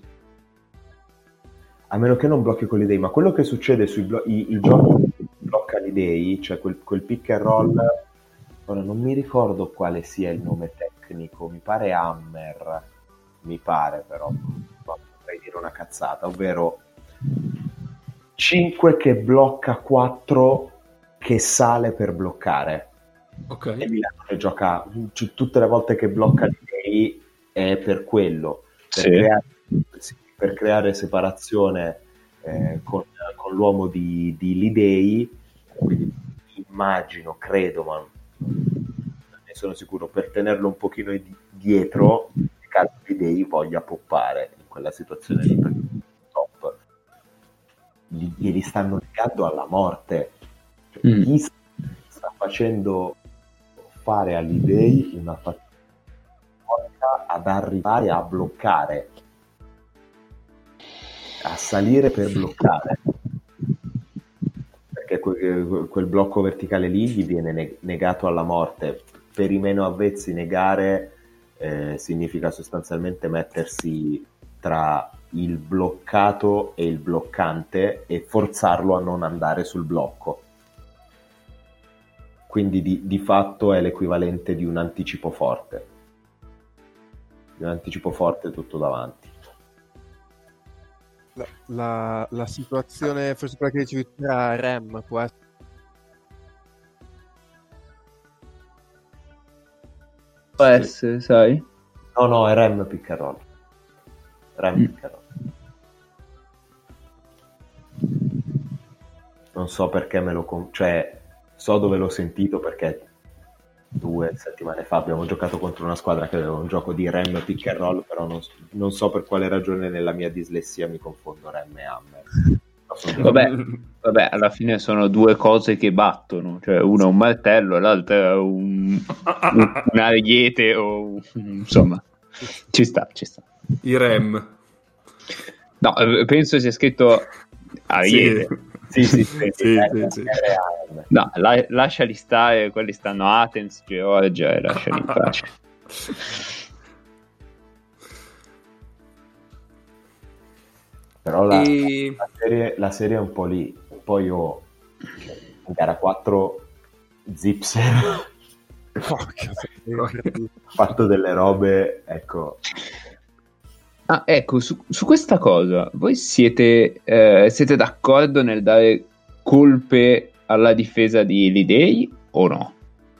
a meno che non blocchi con le idee, ma quello che succede sui blo- i, i giochi che blocca le idee, cioè quel, quel pick and roll, ora non mi ricordo quale sia il nome tecnico, mi pare Hammer, mi pare però, ma potrei dire una cazzata, ovvero cinque che blocca quattro che sale per bloccare. Ok. E Milano che gioca c- tutte le volte che blocca l'idei è per quello, per, Sì. creare, per creare separazione eh, con, con l'uomo di, di Lidei, quindi immagino, credo, ma non ne sono sicuro, per tenerlo un pochino di- dietro, in caso Lidei voglia poppare in quella situazione lì, perché top Gli- glieli stanno legando alla morte. Cioè, Mm. chi sta facendo fare all'Idei una fatica ad arrivare a bloccare, a salire per bloccare, perché que- quel blocco verticale lì gli viene ne- negato alla morte. Per i meno avvezzi negare eh, significa sostanzialmente mettersi tra il bloccato e il bloccante e forzarlo a non andare sul blocco. Quindi di, di fatto è l'equivalente di un anticipo forte. Di un anticipo forte tutto davanti. La, la, la situazione, forse quella che dicevi tu era Rem, può essere. Può essere, sai? No, no, è Rem pick and roll. Rem Mm. pick and roll. Non so perché me lo... con- cioè, so dove l'ho sentito perché due settimane fa abbiamo giocato contro una squadra che aveva un gioco di Rem pick and roll, però non, non so per quale ragione nella mia dislessia mi confondo Rem e Hammer. No, sono- Vabbè, vabbè, alla fine sono due cose che battono, cioè uno è un martello e l'altro è un, un- un ariete o un- insomma, ci sta, ci sta. I Rem. No, eh, penso sia scritto ariete. Sì, sì, sì, Sì, eh, sì, sì. R A M. No, la- lasciali stare, quelli stanno a Athens, Georgia, e lasciali in pace. Però la, E- la serie, la serie è un po' lì. Poi ho in gara quattro Zipser Porca ha fatto delle robe, ecco. Ah, ecco, su, su questa cosa, voi siete, eh, siete d'accordo nel dare colpe alla difesa di Lidei o no?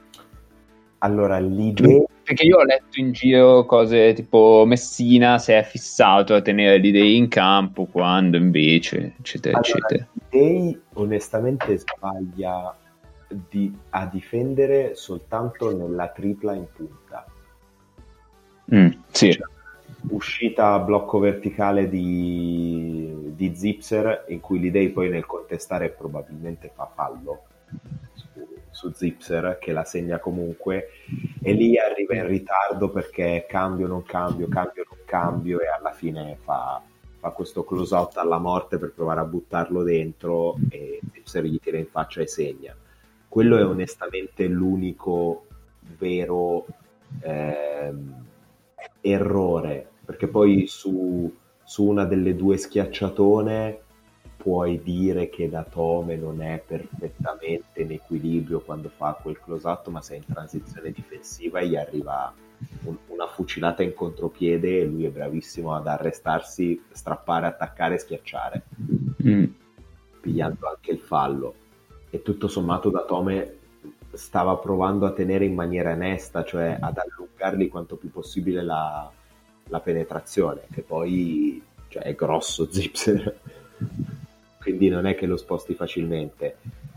Allora, l'idea... Perché io ho letto in giro cose tipo Messina si è fissato a tenere Lidei in campo quando invece, eccetera, Allora, eccetera. Day onestamente sbaglia di- a difendere soltanto nella tripla in punta. Mm, sì. Cioè, uscita a blocco verticale di, di Zipser, in cui l'idea poi nel contestare probabilmente fa fallo su, su Zipser, che la segna comunque, e lì arriva in ritardo perché cambio non cambio, cambio non cambio, e alla fine fa, fa questo close out alla morte per provare a buttarlo dentro e Zipser gli tira in faccia e segna. Quello è onestamente l'unico vero ehm, errore, perché poi su, su una delle due schiacciatone puoi dire che Datome non è perfettamente in equilibrio quando fa quel close out, ma sei in transizione difensiva e gli arriva un- una fucilata in contropiede e lui è bravissimo ad arrestarsi, strappare, attaccare, schiacciare, Mm. pigliando anche il fallo. E tutto sommato Datome stava provando a tenere in maniera onesta, cioè ad allungargli quanto più possibile la, la penetrazione, che poi cioè, è grosso Zipser, quindi non è che lo sposti facilmente.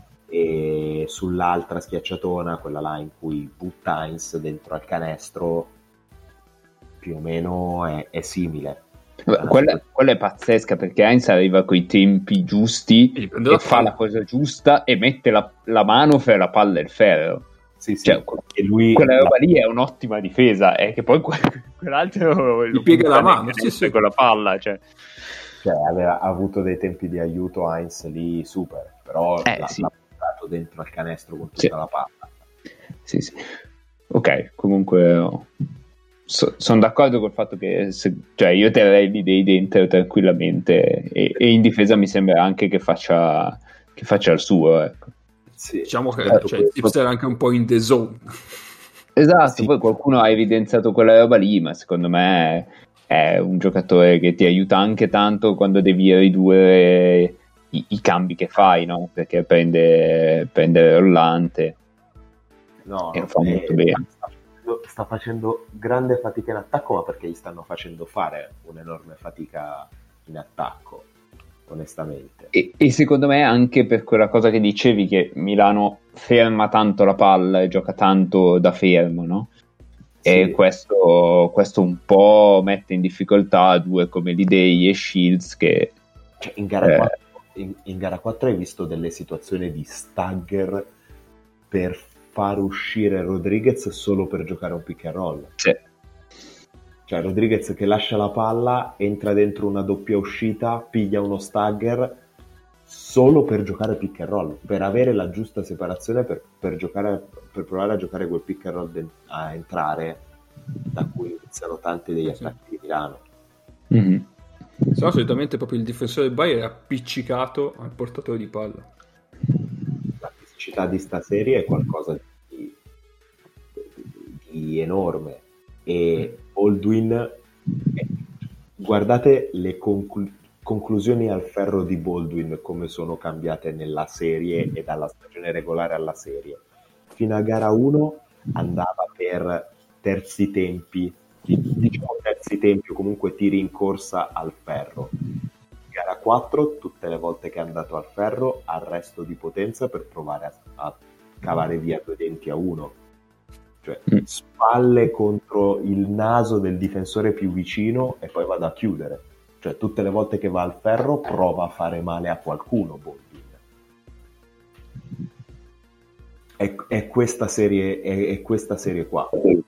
E sull'altra schiacciatona, quella là in cui butta Heinz dentro al canestro, più o meno è, è simile. Quella, quella è pazzesca, perché Heinz arriva coi tempi giusti e, e fa la cosa giusta e mette la, la mano fra la palla e il ferro. Sì, sì, cioè, e lui quella roba lì è un'ottima difesa, è che poi quell'altro gli piega la mano, sì, sì. con la palla, cioè. Cioè, aveva avuto dei tempi di aiuto Heinz lì super, però eh, l'ha, sì. l'ha portato dentro al canestro con tutta sì. la palla. Sì, sì. Ok, comunque oh, so, sono d'accordo col fatto che se, cioè io terrei lì dei dentro tranquillamente e, e in difesa mi sembra anche che faccia che faccia il suo, ecco. Sì, diciamo che cioè, Tipster è anche un po' in the zone. Esatto, sì. Poi qualcuno ha evidenziato quella roba lì, ma secondo me è un giocatore che ti aiuta anche tanto quando devi ridurre i, i cambi che fai, no? Perché prende, prende rollante no, e lo fa eh, molto bene. Sta, sta facendo grande fatica in attacco, ma perché gli stanno facendo fare un'enorme fatica in attacco, onestamente. E, e secondo me anche per quella cosa che dicevi, che Milano ferma tanto la palla e gioca tanto da fermo, no? Sì. E questo, questo un po' mette in difficoltà due come Lidei e Shields che... Cioè, in gara, eh... quattro, in, in gara quattro hai visto delle situazioni di stagger per far uscire Rodriguez solo per giocare un pick and roll. Sì. Cioè Rodriguez che lascia la palla, entra dentro una doppia uscita, piglia uno stagger solo per giocare pick and roll, per avere la giusta separazione per, per, giocare, per provare a giocare quel pick and roll de- a entrare, da cui iniziano tanti degli sì. attacchi di Milano. Mm-hmm. Se no, solitamente proprio il difensore del Bayern è appiccicato al portatore di palla. La fisicità di sta serie è qualcosa di, di, di enorme, e Baldwin, guardate le conclu- conclusioni al ferro di Baldwin come sono cambiate nella serie e dalla stagione regolare alla serie. Fino a gara uno andava per terzi tempi, diciamo terzi tempi o comunque tiri in corsa al ferro. Gara quattro, tutte le volte che è andato al ferro, arresto di potenza per provare a, a cavare via due denti a uno. Cioè, spalle contro il naso del difensore più vicino e poi vado a chiudere. Cioè, tutte le volte che va al ferro prova a fare male a qualcuno. Baldwin. È, è questa serie, è, è questa serie qua.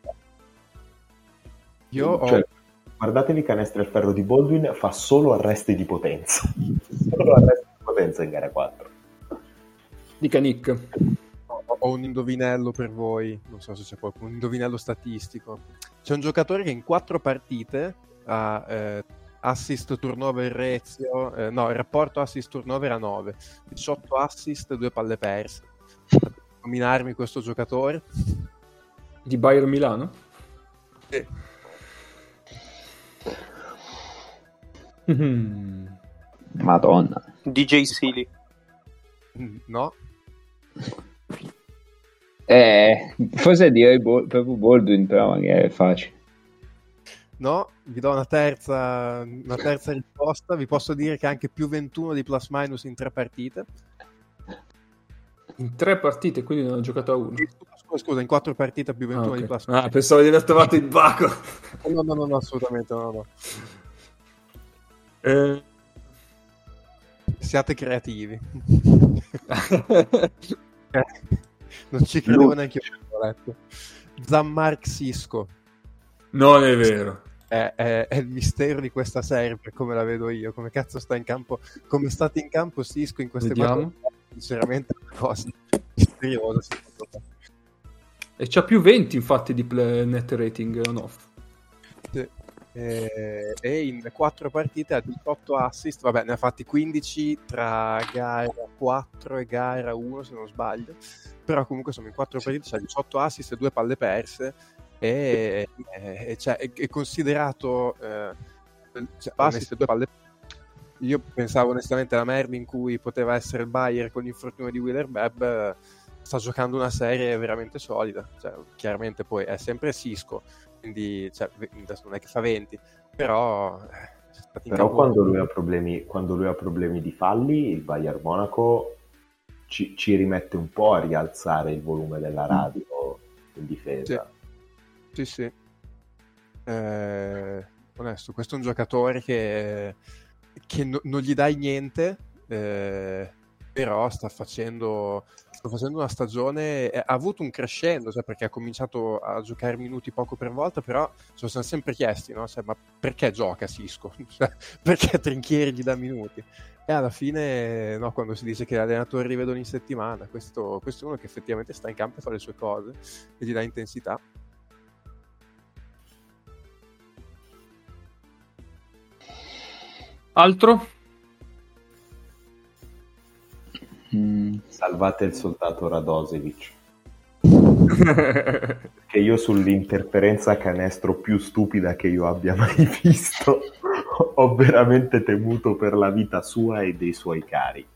Io cioè, ho... guardatevi i canestri al ferro di Baldwin, fa solo arresti di potenza. Solo arresti di potenza in gara quattro. Dica Nick. Ho un indovinello per voi, non so se c'è qualcuno, un indovinello statistico. C'è un giocatore che in quattro partite ha eh, assist turnover ratio, eh, no, il rapporto assist turnover a nove, diciotto assist e due palle perse. Potete nominarmi questo giocatore? Di Bayern Milano? Sì. Mm. Madonna. D J Sealy. No. Eh, forse direi bo- proprio Baldwin, però magari è facile. No, vi do una terza, una terza risposta. Vi posso dire che ha anche più ventuno di plus minus in tre partite. In tre partite, quindi non ha giocato a uno. Scusa, scusa, in quattro partite più ventuno ah, okay. di plus minus. Ah, pensavo di aver trovato il baco. No, no, no, no, assolutamente no, no. Eh... Siate creativi. Non ci credevo neanche io. Zanmark Sisco. Non è vero. È, è, è il mistero di questa serie, per come la vedo io. Come cazzo sta in campo, come è stato in campo Sisco in queste Vediamo. quattro, sinceramente una cosa misteriosa, secondo me. E c'ha più venti infatti di play, net rating on off. Sì. E, e in quattro partite ha diciotto assist, vabbè, ne ha fatti quindici tra gara quattro e gara uno se non sbaglio, però comunque sono in quattro partite, c'ha diciotto assist e due palle perse e, e, e cioè, è, è considerato eh, cioè, assist e due palle. Io pensavo onestamente alla merda in cui poteva essere il Bayern con l'infortunio di Wheeler Webb. Sta giocando una serie veramente solida, cioè, chiaramente poi è sempre Sisco, quindi cioè, non è che fa venti, però però quando lui ha problemi quando lui ha problemi di falli, il Bayern Monaco ci, ci rimette un po' a rialzare il volume della radio in difesa. Sì, sì, sì. Eh, onesto. Questo è un giocatore che, che no, non gli dai niente, eh, però sta facendo, sta facendo una stagione, ha avuto un crescendo, cioè perché ha cominciato a giocare minuti poco per volta, però ci siamo sempre chiesti, no? Cioè, ma perché gioca Sisco? Cioè, perché Trinchieri gli dà minuti? E alla fine, no, quando si dice che l'allenatore rivede ogni settimana, questo, questo è uno che effettivamente sta in campo e fa le sue cose e gli dà intensità. Altro? Mm. Salvate il soldato Radosevic. Che io sull'interferenza canestro più stupida che io abbia mai visto ho veramente temuto per la vita sua e dei suoi cari.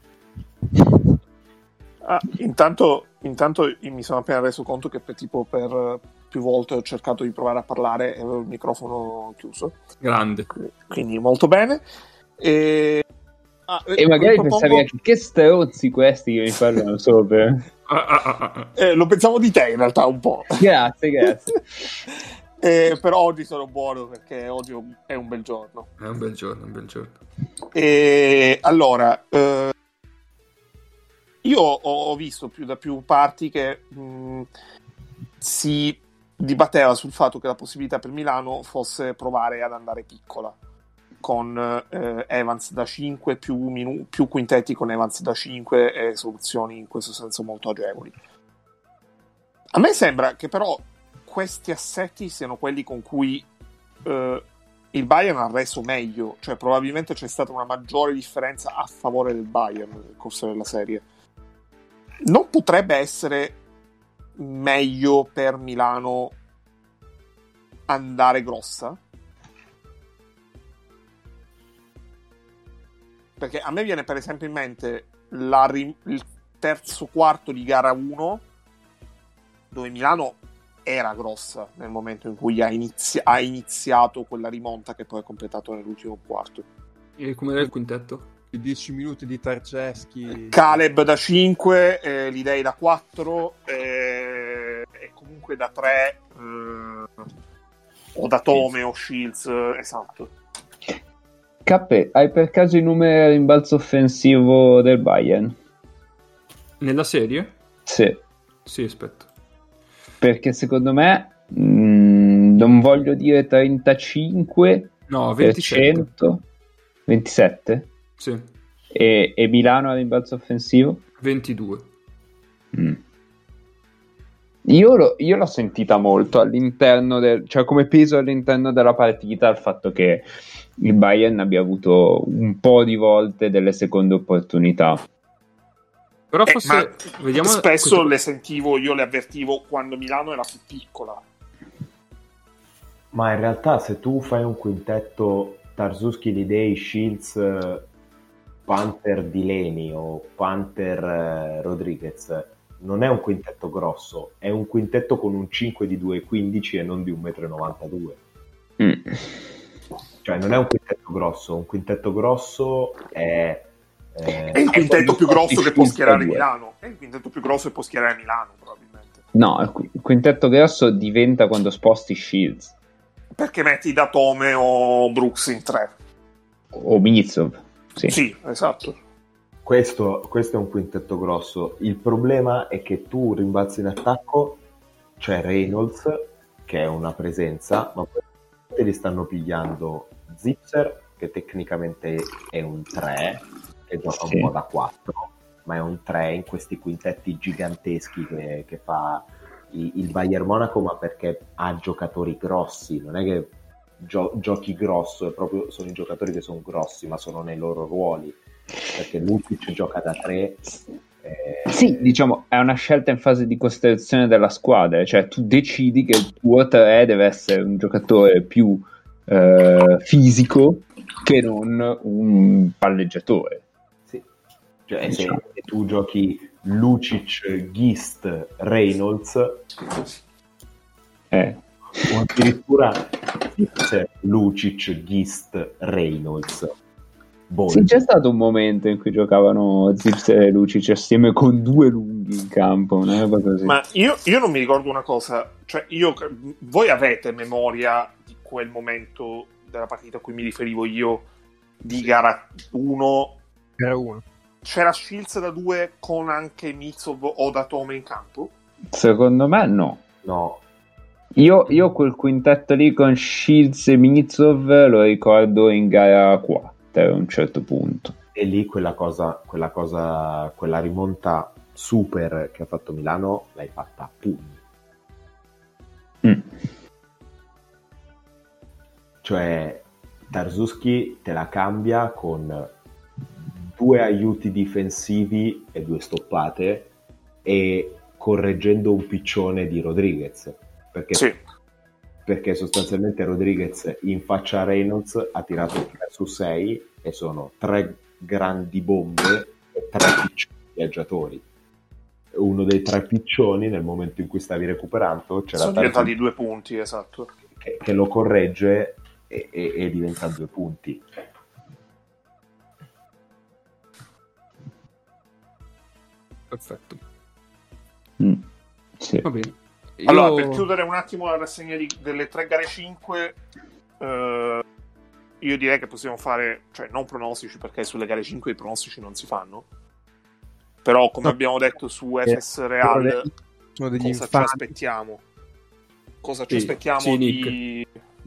Ah, intanto, intanto mi sono appena reso conto che per, tipo, per più volte ho cercato di provare a parlare e avevo il microfono chiuso. Grande. Quindi molto bene. E, ah, e magari propongo... pensavi anche che stronzi questi che mi parlano sopra. Ah, ah, ah, ah. Eh, lo pensavo di te in realtà un po'. Grazie, grazie. eh, però oggi sono buono perché oggi è un bel giorno. È un bel giorno, un bel giorno. E allora, eh, io ho visto più da più parti che mh, si dibatteva sul fatto che la possibilità per Milano fosse provare ad andare piccola, con eh, Evans da cinque più, minu- più quintetti con Evans da cinque e soluzioni in questo senso molto agevoli. A me sembra che però questi assetti siano quelli con cui eh, il Bayern ha reso meglio, cioè probabilmente c'è stata una maggiore differenza a favore del Bayern nel corso della serie. Non potrebbe essere meglio per Milano andare grossa? Perché a me viene per esempio in mente la ri- il terzo quarto di gara uno, dove Milano era grossa nel momento in cui ha, inizi- ha iniziato quella rimonta che poi ha completato nell'ultimo quarto. E come era il quintetto? I dieci minuti di Tarceschi, Caleb da cinque, eh, Lidei da quattro, eh, e comunque da tre, eh, o da Tome o Shields, esatto. Cappe, hai per caso i numeri a rimbalzo offensivo del Bayern? Nella serie? Sì. Sì, aspetta. Perché secondo me, mh, non voglio dire trentacinque no, ventisette. per cento, ventisette? Sì. E, e Milano a rimbalzo offensivo? ventidue. Mm. Io, lo, io l'ho sentita molto all'interno del, cioè come peso all'interno della partita, il fatto che il Bayern abbia avuto un po' di volte delle seconde opportunità. Però eh, forse ma vediamo spesso questo... le sentivo, io le avvertivo quando Milano era più piccola. Ma in realtà se tu fai un quintetto Tarzuski, Lidei, Shields, Panther Dileni o Panther eh, Rodriguez, non è un quintetto grosso, è un quintetto con un cinque di due virgola quindici e non di un metro e novantadue. Mm. Cioè non è un quintetto grosso, un quintetto grosso è... Eh, è il quintetto più grosso che può schierare Milano. È il quintetto più grosso che può schierare Milano, probabilmente. No, il quintetto grosso diventa quando sposti Shields. Perché metti da Tome o Brooks in tre. O Mizov. Sì. Sì, esatto. Questo, questo è un quintetto grosso. Il problema è che tu rimbalzi in attacco, c'è Reynolds, che è una presenza, ma poi te li stanno pigliando Zipser, che tecnicamente è un tre, che gioca sì. un po' da quattro, ma è un tre in questi quintetti giganteschi che, che fa il, il Bayern Monaco, ma perché ha giocatori grossi, non è che gio- giochi grosso, è proprio, sono i giocatori che sono grossi, ma sono nei loro ruoli, perché Lukic gioca da tre. Eh... Sì, diciamo, è una scelta in fase di costruzione della squadra, cioè tu decidi che il tuo tre deve essere un giocatore più eh, fisico che non un palleggiatore. Sì, cioè diciamo. Se tu giochi Lucic, Gist, Reynolds, eh. o addirittura Lucic, Gist, Reynolds. Boh. Sì, c'è stato un momento in cui giocavano Zipser e Lucic assieme con due lunghi in campo, una roba così. Ma io, io non mi ricordo una cosa, cioè io, voi avete memoria di quel momento della partita a cui mi riferivo io di gara uno. Gara uno. C'era Shields da due con anche Mitsov o Datome in campo? Secondo me no. No. Io, io quel quintetto lì con Shields e Mitsov lo ricordo in gara quattro a un certo punto. E lì quella cosa, quella cosa, quella rimonta super che ha fatto Milano l'hai fatta a pugni. Mm. Cioè Tarzuski te la cambia con due aiuti difensivi e due stoppate e correggendo un piccione di Rodriguez, perché, Sì. perché sostanzialmente Rodriguez in faccia a Reynolds ha tirato tre su sei e sono tre grandi bombe e tre piccioni viaggiatori. Uno dei tre piccioni, nel momento in cui stavi recuperando, c'era Sono Tarzuski diventati due punti, esatto. che, che lo corregge e, e, e diventa due punti. Perfetto. Mm. Sì. Va bene. Io... Allora, per chiudere un attimo la rassegna di, delle tre gare cinque, eh, io direi che possiamo fare, cioè non pronostici, perché sulle gare cinque i pronostici non si fanno, però come No. abbiamo detto su F S Real, Sono degli cosa ci infami. aspettiamo? Cosa ci Sì, aspettiamo sì, di,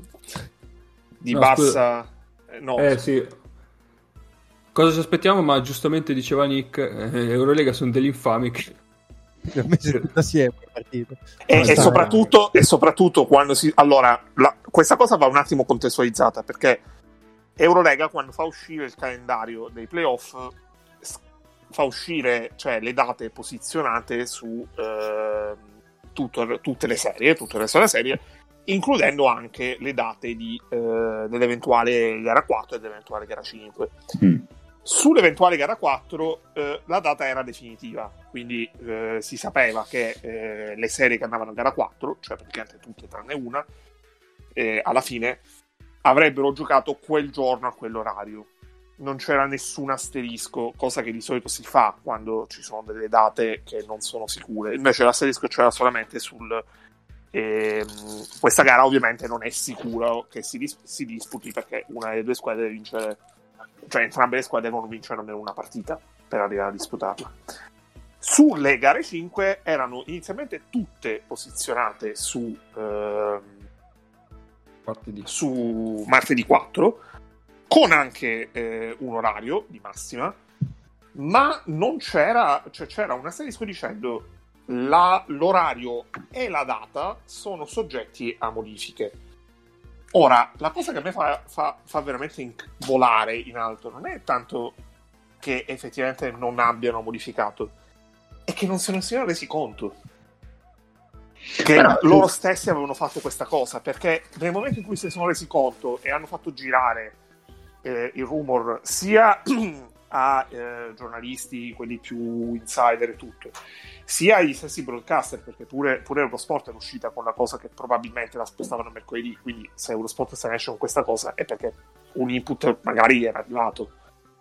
di No, bassa... eh, No, Eh sì. Cosa ci aspettiamo? Ma giustamente diceva Nick, eh, Eurolega sono degli infami che... Per me si è tutta assieme la partita. E, Ah, e, dai. soprattutto, e soprattutto quando si... Allora, la- questa cosa va un attimo contestualizzata, perché Eurolega quando fa uscire il calendario dei playoff s- fa uscire, cioè, le date posizionate su eh, tutto- tutte le serie, tutto il resto della serie, includendo anche le date di, eh, dell'eventuale gara quattro e dell'eventuale gara cinque. Mm. Sull'eventuale gara quattro eh, la data era definitiva, quindi eh, si sapeva che eh, le serie che andavano a gara quattro, cioè praticamente tutte tranne una, eh, alla fine avrebbero giocato quel giorno a quell'orario. Non c'era nessun asterisco, cosa che di solito si fa quando ci sono delle date che non sono sicure. Invece l'asterisco c'era solamente sul... ehm, questa gara ovviamente non è sicuro che si, dis- si disputi, perché una delle due squadre deve vincere, cioè entrambe le squadre devono vincere almeno una partita per arrivare a disputarla. Sulle gare cinque erano inizialmente tutte posizionate su, ehm, Martedì. su martedì quattro, con anche eh, un orario di massima, ma non c'era, cioè c'era un asterisco dicendo la, l'orario e la data sono soggetti a modifiche. Ora, la cosa che a me fa, fa, fa veramente in- volare in alto non è tanto che effettivamente non abbiano modificato, è che non se ne siano resi conto che Però- loro stessi avevano fatto questa cosa, perché nel momento in cui si sono resi conto e hanno fatto girare eh, il rumor sia a eh, giornalisti, quelli più insider e tutto, sia agli stessi broadcaster, perché pure, pure Eurosport è uscita con la cosa che probabilmente la spostavano a mercoledì, quindi se Eurosport se ne esce con questa cosa è perché un input magari era arrivato.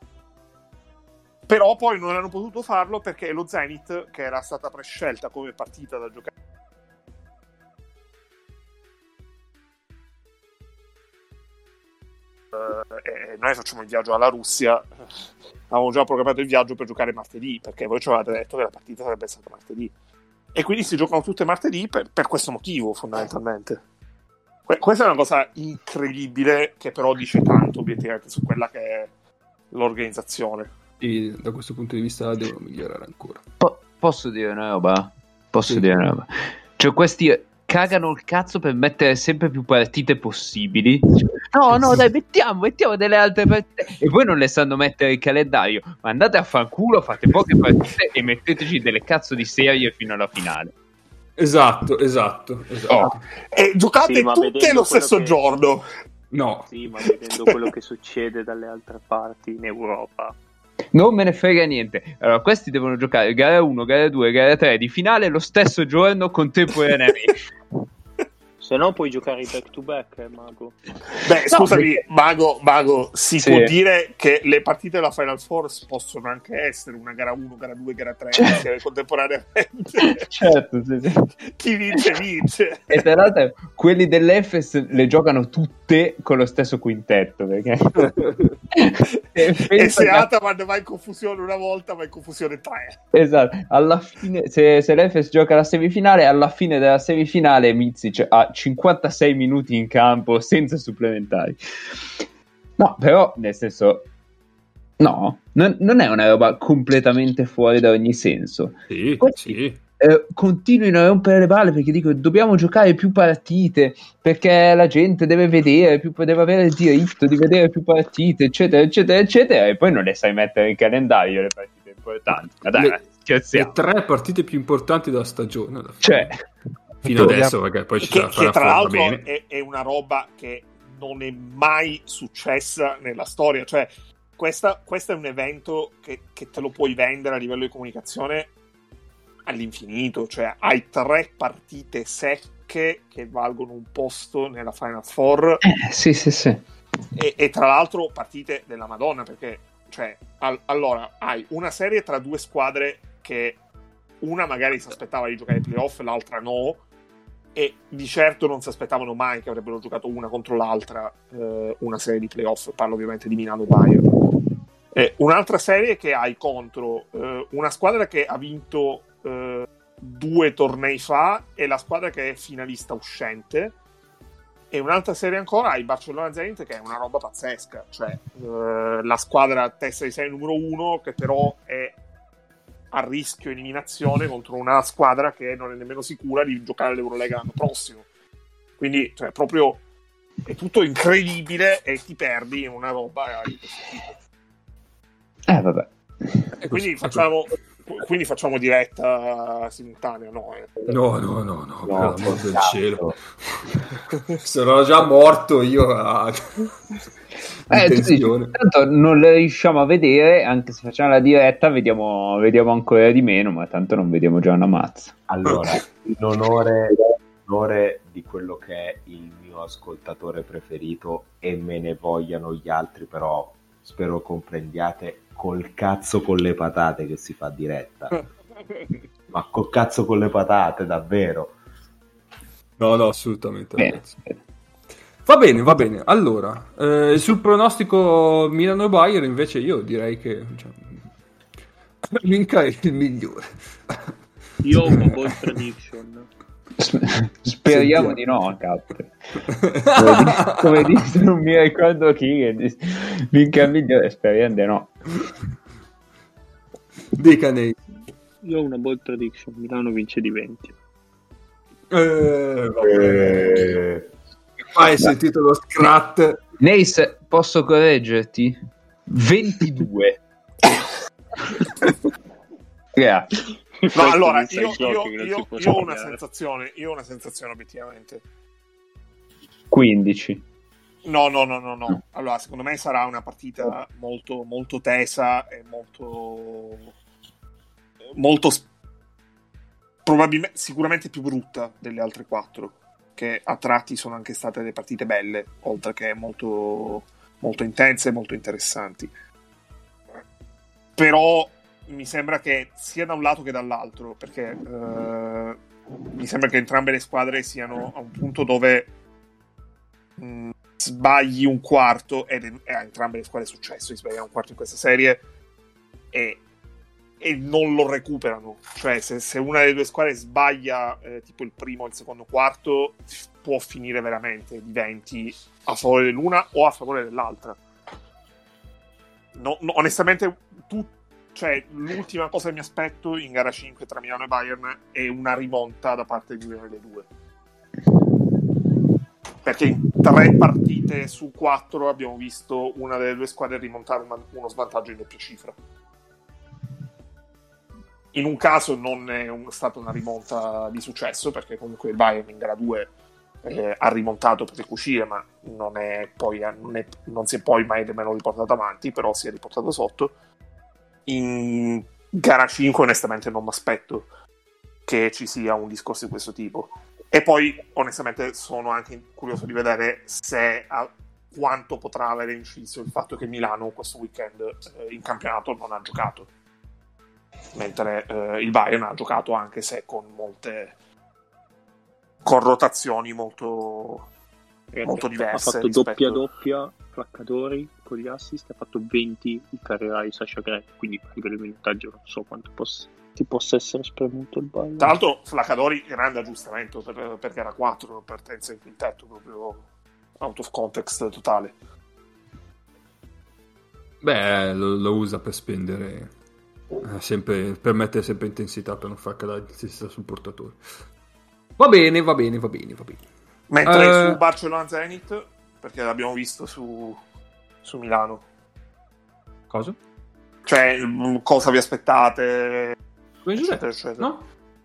Però poi non hanno potuto farlo perché lo Zenit, che era stata prescelta come partita da giocare, e noi facciamo il viaggio alla Russia, avevamo già programmato il viaggio per giocare martedì, perché voi ci avevate detto che la partita sarebbe stata martedì, e quindi si giocano tutte martedì per, per questo motivo, fondamentalmente. Que- questa è una cosa incredibile, che però dice tanto obiettivamente su quella che è l'organizzazione. E da questo punto di vista devono migliorare ancora. Po- posso dire una roba? Posso Sì. dire una roba? Cioè, questi cagano il cazzo per mettere sempre più partite possibili. No, no, dai, mettiamo, mettiamo delle altre partite. E voi non le sanno mettere il calendario. Ma andate a fanculo, fate poche partite e metteteci delle cazzo di serie fino alla finale. Esatto, esatto, esatto. Oh. E giocate Sì, ma tutte vedendo lo stesso quello che- giorno. No, Sì, ma vedendo quello che succede dalle altre parti in Europa. Non me ne frega niente. Allora, questi devono giocare gara uno, gara due, gara tre di finale lo stesso giorno contemporaneamente. Se no puoi giocare i back to back, eh, Mago. Beh, scusami, perché- Mago, Mago, si Sì. può dire che le partite della Final Four possono anche essere una gara uno, gara due, gara tre, Cioè- insieme contemporaneamente. Certo, sì, sì. Chi vince, vince. E tra l'altro quelli dell'Efes le giocano tutte con lo stesso quintetto, perché... E penso se che- Ataman va in confusione una volta, va in confusione tre. Esatto, alla fine, se, se l'Efes gioca la semifinale, alla fine della semifinale Micic ha cinquantasei minuti in campo senza supplementari. No, però, nel senso, no, non, non è una roba completamente fuori da ogni senso. Sì, Questi, sì. eh, continuino a rompere le palle perché dico dobbiamo giocare più partite perché la gente deve vedere più, deve avere il diritto di vedere più partite, eccetera eccetera eccetera, e poi non le sai mettere in calendario le partite importanti. Ma dai, Le- ma scherziamo. Le tre partite più importanti della stagione. alla fine. Cioè, Fino adesso, magari poi ci Che, sarà che farà tra forma l'altro bene. è, è una roba che non è mai successa nella storia. Cioè, questa, questo è un evento che, che te lo puoi vendere a livello di comunicazione all'infinito. Cioè, hai tre partite secche che valgono un posto nella Final Four. eh, sì sì sì. E, e tra l'altro partite della Madonna, perché cioè, al- allora hai una serie tra due squadre che una magari si aspettava di giocare ai playoff, l'altra no, e di certo non si aspettavano mai che avrebbero giocato una contro l'altra eh, una serie di playoff. Parlo ovviamente di Milano Bayern. E un'altra serie che hai contro eh, una squadra che ha vinto eh, due tornei fa e la squadra che è finalista uscente, e un'altra serie ancora hai Barcellona Zenit, che è una roba pazzesca, cioè eh, la squadra testa di serie numero uno che però è a rischio eliminazione contro una squadra che non è nemmeno sicura di giocare all'Eurolega l'anno prossimo. Quindi cioè proprio è tutto incredibile e ti perdi in una roba di questo tipo. Eh vabbè. E quindi facciamo quindi facciamo diretta simultanea, no? eh. No, no, no, no, per No, l'amor del cazzo. cielo. Sono già morto io a... Eh, tu dici, tensione. tanto non le riusciamo a vedere, anche se facciamo la diretta vediamo, vediamo ancora di meno, ma tanto non vediamo già una mazza. Allora, in onore, in onore di quello che è il mio ascoltatore preferito, e me ne vogliano gli altri, però spero comprendiate, col cazzo con le patate che si fa diretta. Ma col cazzo con le patate, davvero. No, no, assolutamente. Bene. Ragazzi. Va bene, va bene. Allora, eh, sul pronostico Milano e Bayern invece io direi che cioè, Minca è il migliore. Io ho una bold prediction. Speriamo Sentiamo. di no, cazzo. Come di- come dice, non mi ricordo chi che dice, vinca il migliore, speriamo di no. Dei canei. Io ho una bold prediction. Milano vince di venti. Eh, va bene. Eh, Hai sentito lo scrat? Neis, posso correggerti? ventidue. Grazie. No, allora, Questo io, mi sa io, che non io- si può io ho una spiegare. sensazione, io ho una sensazione obiettivamente. quindici. No, no, no, no, no. Allora, secondo me sarà una partita molto, molto tesa e molto, molto, s- probabilmente, sicuramente più brutta delle altre quattro, che a tratti sono anche state delle partite belle, oltre che molto, molto intense e molto interessanti. Però mi sembra che sia da un lato che dall'altro, perché eh, mi sembra che entrambe le squadre siano a un punto dove mh, sbagli un quarto, ed è, è a entrambe le squadre è successo di sbagliare un quarto in questa serie, e, e non lo recuperano. Cioè se, se una delle due squadre sbaglia eh, tipo il primo o il secondo quarto, può finire veramente di venti a favore dell'una o a favore dell'altra. No, no, onestamente tu, cioè, l'ultima cosa che mi aspetto in gara cinque tra Milano e Bayern è una rimonta da parte di una delle due, perché in tre partite su quattro abbiamo visto una delle due squadre rimontare una- uno svantaggio in doppia cifra. In un caso non è un- stata una rimonta di successo, perché comunque il Bayern in gara due eh, ha rimontato per ricucire, ma non, è poi, non, è, non si è poi mai nemmeno riportato avanti, però si è riportato sotto. In gara cinque onestamente non mi aspetto che ci sia un discorso di questo tipo, E poi onestamente sono anche curioso di vedere se a quanto potrà avere inciso il fatto che Milano questo weekend eh, in campionato non ha giocato, mentre eh, il Bayern ha giocato, anche se con molte con rotazioni molto, molto diverse. Ha fatto rispetto... doppia doppia Flaccadori con gli assist, ha fatto venti il carriera di Sasha Grey, quindi a livello di minutaggio non so quanto possa, ti possa essere spremuto il Bayern. Tra l'altro Flaccadori grande aggiustamento per, perché era quattro partenze in quintetto, proprio out of context totale. Beh, lo, lo usa per spendere eh, sempre, per mettere sempre intensità, per non far calare l'intensità sul portatore. Va bene, va bene, va bene, va bene. Mentre uh... su Barcellona Zenit, perché l'abbiamo visto su, su Milano. Cosa? Cioè, cosa vi aspettate? Eccetera, eccetera. No?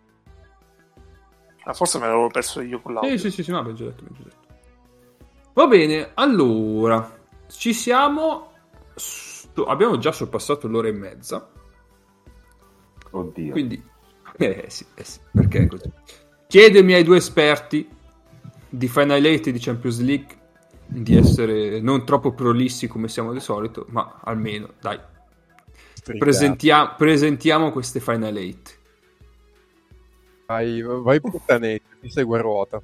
Ah, forse me l'avevo perso io con l'audio. Sì, sì, sì, sì, no, abbiamo già detto, abbiamo già detto. Va bene, allora, ci siamo... Abbiamo già sorpassato l'ora e mezza. Oddio. Quindi, eh sì, eh sì, perché è così? Chiedemi ai due esperti di Final Eight e di Champions League di essere non troppo prolissi come siamo di solito, ma almeno, dai, presentia- presentiamo queste Final Eight. Vai, vai puttanetti, ti segue a ruota.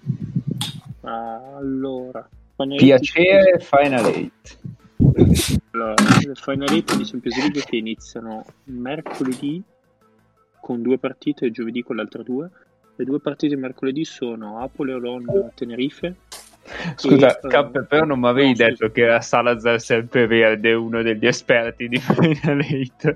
Allora, piacere Final Eight. Allora, le Final Eight di Champions League che iniziano mercoledì con due partite e giovedì con le altre due. Le due partite mercoledì sono Apple Olon Tenerife. Scusa, e, Cap, uh, però non mi avevi no, detto scusa. che era Salazar Sempreverde uno degli esperti di Final Eight.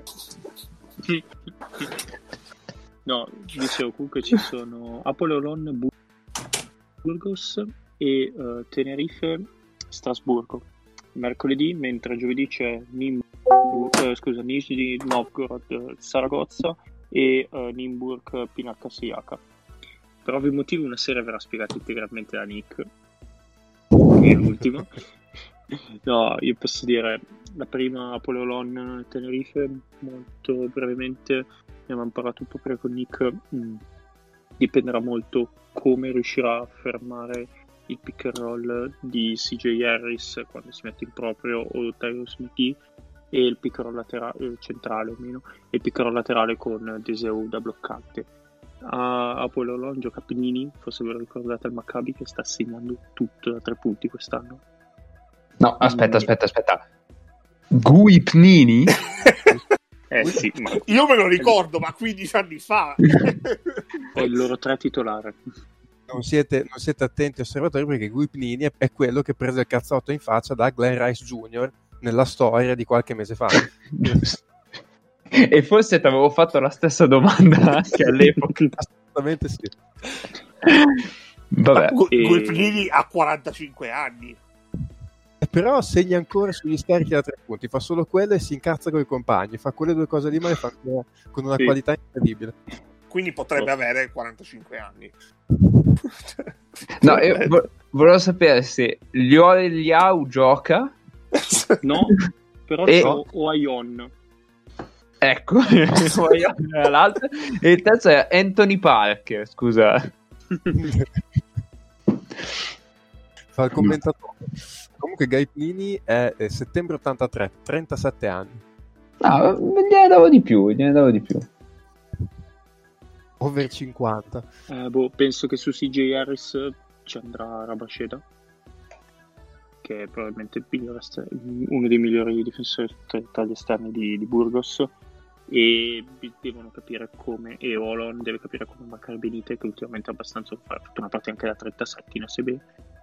No, dicevo, comunque ci sono Apple Olon Burgos e uh, Tenerife Strasburgo mercoledì, mentre giovedì c'è Nim- uh, scusa, Nizhny Novgorod Saragozza e uh, Nimburg Pinakasiaka. Per ovvi motivi una serie verrà spiegata integralmente da Nick, che è l'ultima. No, io posso dire la prima Apollo Olon Tenerife molto brevemente, ne abbiamo parlato un po' prima con Nick. mh, dipenderà molto come riuscirà a fermare il pick and roll di C J Harris quando si mette in proprio, o Tyrus McGee, e il pick and roll laterale, centrale o meno, e il pick and roll laterale con Deseu da bloccante. A Apollo Olon gioca Pnini, forse ve lo ricordate, al Maccabi, che sta segnando tutto da tre punti quest'anno. No, aspetta, aspetta, aspetta. Gui Pnini? Eh sì, ma Io me lo ricordo, ma quindici anni fa. è il loro tre titolare. Non siete, non siete attenti osservatori, perché Gui Pnini è, è quello che prese il cazzotto in faccia da Glenn Rice Junior nella storia di qualche mese fa. E forse ti avevo fatto la stessa domanda anche all'epoca. Assolutamente sì. Vabbè. E- Guipnini ha quarantacinque anni. E però segna ancora sugli scarichi da tre punti, fa solo quello e si incazza con i compagni, fa quelle due cose lì, ma le fa ancora con una Sì. qualità incredibile. Quindi potrebbe avere quarantacinque anni. No, io vo- volevo sapere se Liore Liao gioca. No, però E- c'ho Oaion. Ecco, l'altro. E il terzo è Anthony Parker, scusa. Fa il commentatore. Comunque Guy Pnini è eh, settembre ottantatré, trentasette anni, No, gliene davo di più, gliene davo di più. over cinquanta. Eh, boh, penso che su C J Harris ci andrà Rabasheda, che è probabilmente il migliore est- uno dei migliori difensori tra, tra gli esterni di, di Burgos, e bi- devono capire come, e Olon deve capire come marcare Benite, che ultimamente è abbastanza, ha fatto una partita anche da trentasette, se bene.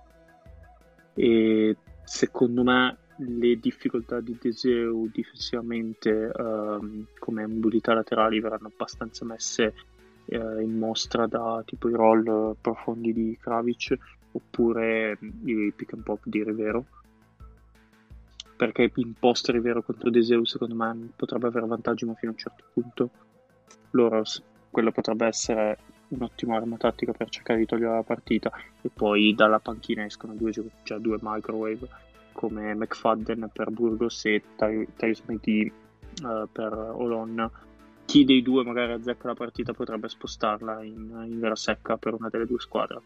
E secondo me le difficoltà di Deseu difensivamente, ehm, come mobilità laterali, verranno abbastanza messe eh, in mostra da tipo i roll profondi di Kravic, oppure i pick and pop di Rivero, perché in post Rivero contro Deseu secondo me potrebbe avere vantaggi, ma fino a un certo punto loro, quello potrebbe essere un'ottima arma tattica per cercare di togliere la partita. E poi dalla panchina escono due giocatori, cioè due microwave come McFadden per Burgos e Tyrese McGee uh, per Olon, chi dei due magari azzecca la partita potrebbe spostarla in, in vera secca per una delle due squadre.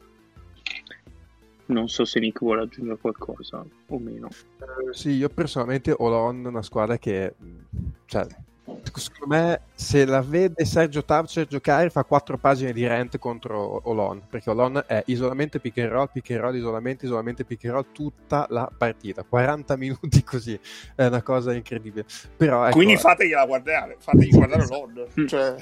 Non so se Nick vuole aggiungere qualcosa o meno. Eh, sì, io personalmente Olon, una squadra che, cioè, secondo me, se la vede Sergio Tavcer giocare, fa quattro pagine di rant contro Olon, perché Olon è isolamente pick and roll, pick and roll, isolamente, isolamente pick and roll tutta la partita, quaranta minuti così, è una cosa incredibile. Però, ecco, quindi fategliela guardare, fategli guardare Olon. Cioè...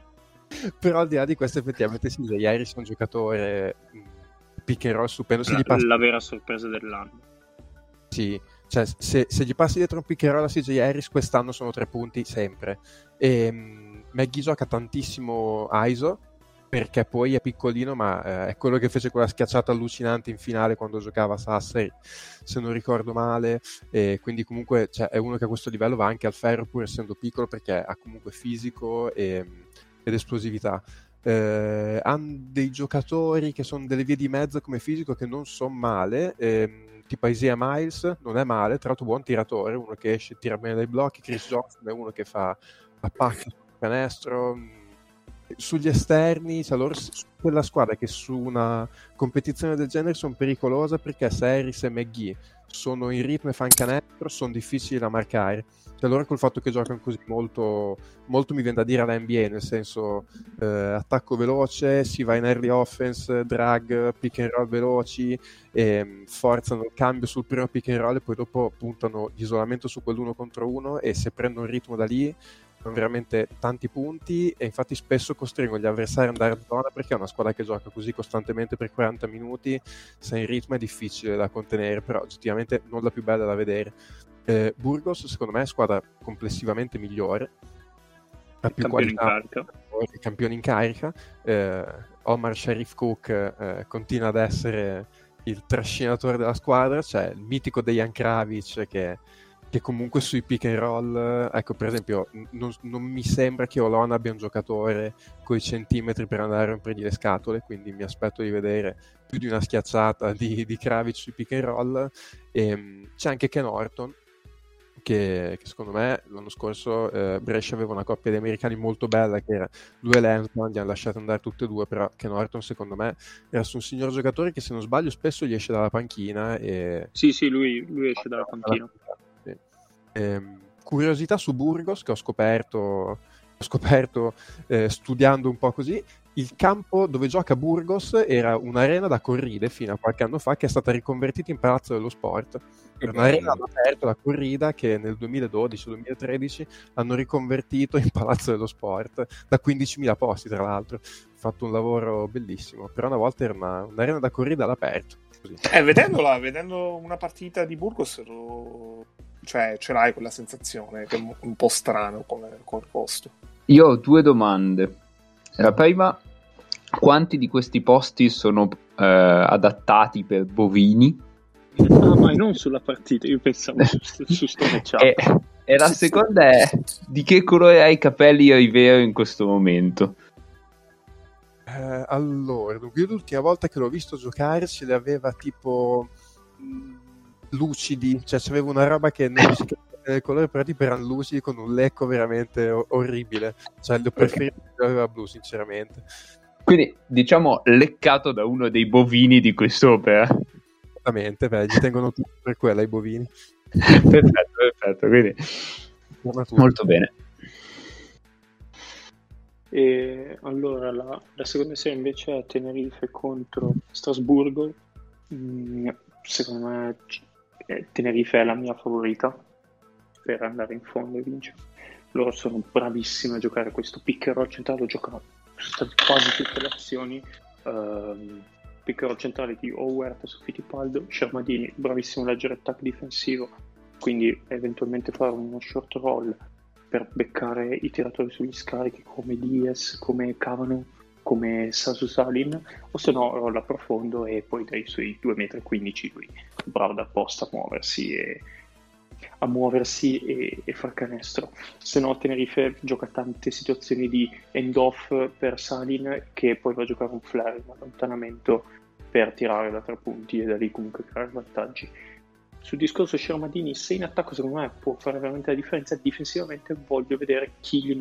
Però al di là di questo, effettivamente sì, Iris è un giocatore pick and roll stupendo. Se la, gli passi... la vera sorpresa dell'anno. Sì, cioè se, se gli passi dietro un pick and roll a C J Harris quest'anno sono tre punti sempre. E um, Maggie gioca tantissimo I S O perché poi è piccolino, ma eh, è quello che fece quella schiacciata allucinante in finale quando giocava a Sassari, se non ricordo male, e quindi comunque cioè, è uno che a questo livello va anche al ferro pur essendo piccolo, perché ha comunque fisico e, ed esplosività. Eh, hanno dei giocatori che sono delle vie di mezzo come fisico che non sono male, ehm, tipo Isaiah Miles non è male, tra l'altro buon tiratore, uno che esce e tira bene dai blocchi. Chris Johnson è uno che fa appacchi sul canestro. Sugli esterni, cioè loro, quella squadra che su una competizione del genere sono pericolose, perché se Harris e McGee sono in ritmo e fanno canestro sono difficili da marcare. Cioè loro col fatto che giocano così molto, molto mi viene da dire alla N B A, nel senso eh, attacco veloce, si va in early offense, drag, pick and roll veloci, e forzano il cambio sul primo pick and roll e poi dopo puntano l'isolamento su quell'uno contro uno, e se prendono il ritmo da lì fanno veramente tanti punti, e infatti spesso costringono gli avversari ad andare a zona, perché è una squadra che gioca così costantemente per quaranta minuti, se in ritmo è difficile da contenere, però oggettivamente non la più bella da vedere. Eh, Burgos secondo me è squadra complessivamente migliore, ha più campione qualità, in carica. campione in carica. eh, Omar Sharif Cook eh, continua ad essere il trascinatore della squadra, c'è il mitico Dejan Kravic che, che comunque sui pick and roll, ecco per esempio non, non mi sembra che Olon abbia un giocatore coi centimetri per andare a rompergli le scatole, quindi mi aspetto di vedere più di una schiacciata di, di Kravic sui pick and roll. E, c'è anche Ken Norton Che, che secondo me l'anno scorso eh, Brescia aveva una coppia di americani molto bella, che era lui e Lansman, li hanno lasciati andare tutte e due, però Ken Norton secondo me era un signor giocatore che, se non sbaglio, spesso gli esce dalla panchina e... sì sì lui, lui esce dalla panchina. Sì. Ehm, curiosità su Burgos che ho scoperto ho scoperto eh, studiando un po' così: il campo dove gioca Burgos era un'arena da corride fino a qualche anno fa, che è stata riconvertita in Palazzo dello Sport. Era un'arena all'aperto da corrida che nel duemiladodici duemilatredici hanno riconvertito in Palazzo dello Sport, da quindicimila posti tra l'altro. Ha fatto un lavoro bellissimo, però una volta era una, un'arena da corrida all'aperto. Così. Eh, vedendola, vedendo una partita di Burgos, lo... cioè ce l'hai quella sensazione che è un po' strano come, come posto. Io ho due domande. La prima: quanti di questi posti sono eh, adattati per bovini? Ah, ma non sulla partita, io pensavo su, su sto matchup. E, e la seconda è: di che colore hai i capelli Rivero in questo momento? Eh, allora, io l'ultima volta che l'ho visto giocare ce li aveva tipo mh, lucidi, cioè c'aveva una roba che non si capiva il colore, però tipo erano lucidi con un lecco veramente o- orribile, cioè lo preferito che aveva blu sinceramente. Quindi diciamo leccato da uno dei bovini di quest'opera. Esattamente, beh, gli tengono tutto per quella i bovini. Perfetto, perfetto, quindi molto bene. E allora la, la seconda serie invece è Tenerife contro Strasburgo. Mm, secondo me eh, Tenerife è la mia favorita per andare in fondo e vincere. Loro sono bravissimi a giocare questo pick and roll centrale, lo giocano su quasi tutte le azioni. Um, pick and roll centrale di Huerta su Fittipaldo, Shermadini bravissimo a leggere attacco difensivo, quindi eventualmente fare uno short roll per beccare i tiratori sugli scarichi come Diaz, come Cavano, come Sasu Salin, o se no rolla profondo e poi dai suoi due virgola quindici metri lui bravo da posta a muoversi e a muoversi e, e far canestro. Se no Tenerife gioca tante situazioni di end off per Salin, che poi va a giocare un flare in allontanamento per tirare da tre punti e da lì comunque creare vantaggi. Sul discorso Shermadini, se in attacco secondo me può fare veramente la differenza, difensivamente voglio vedere chi, gli met-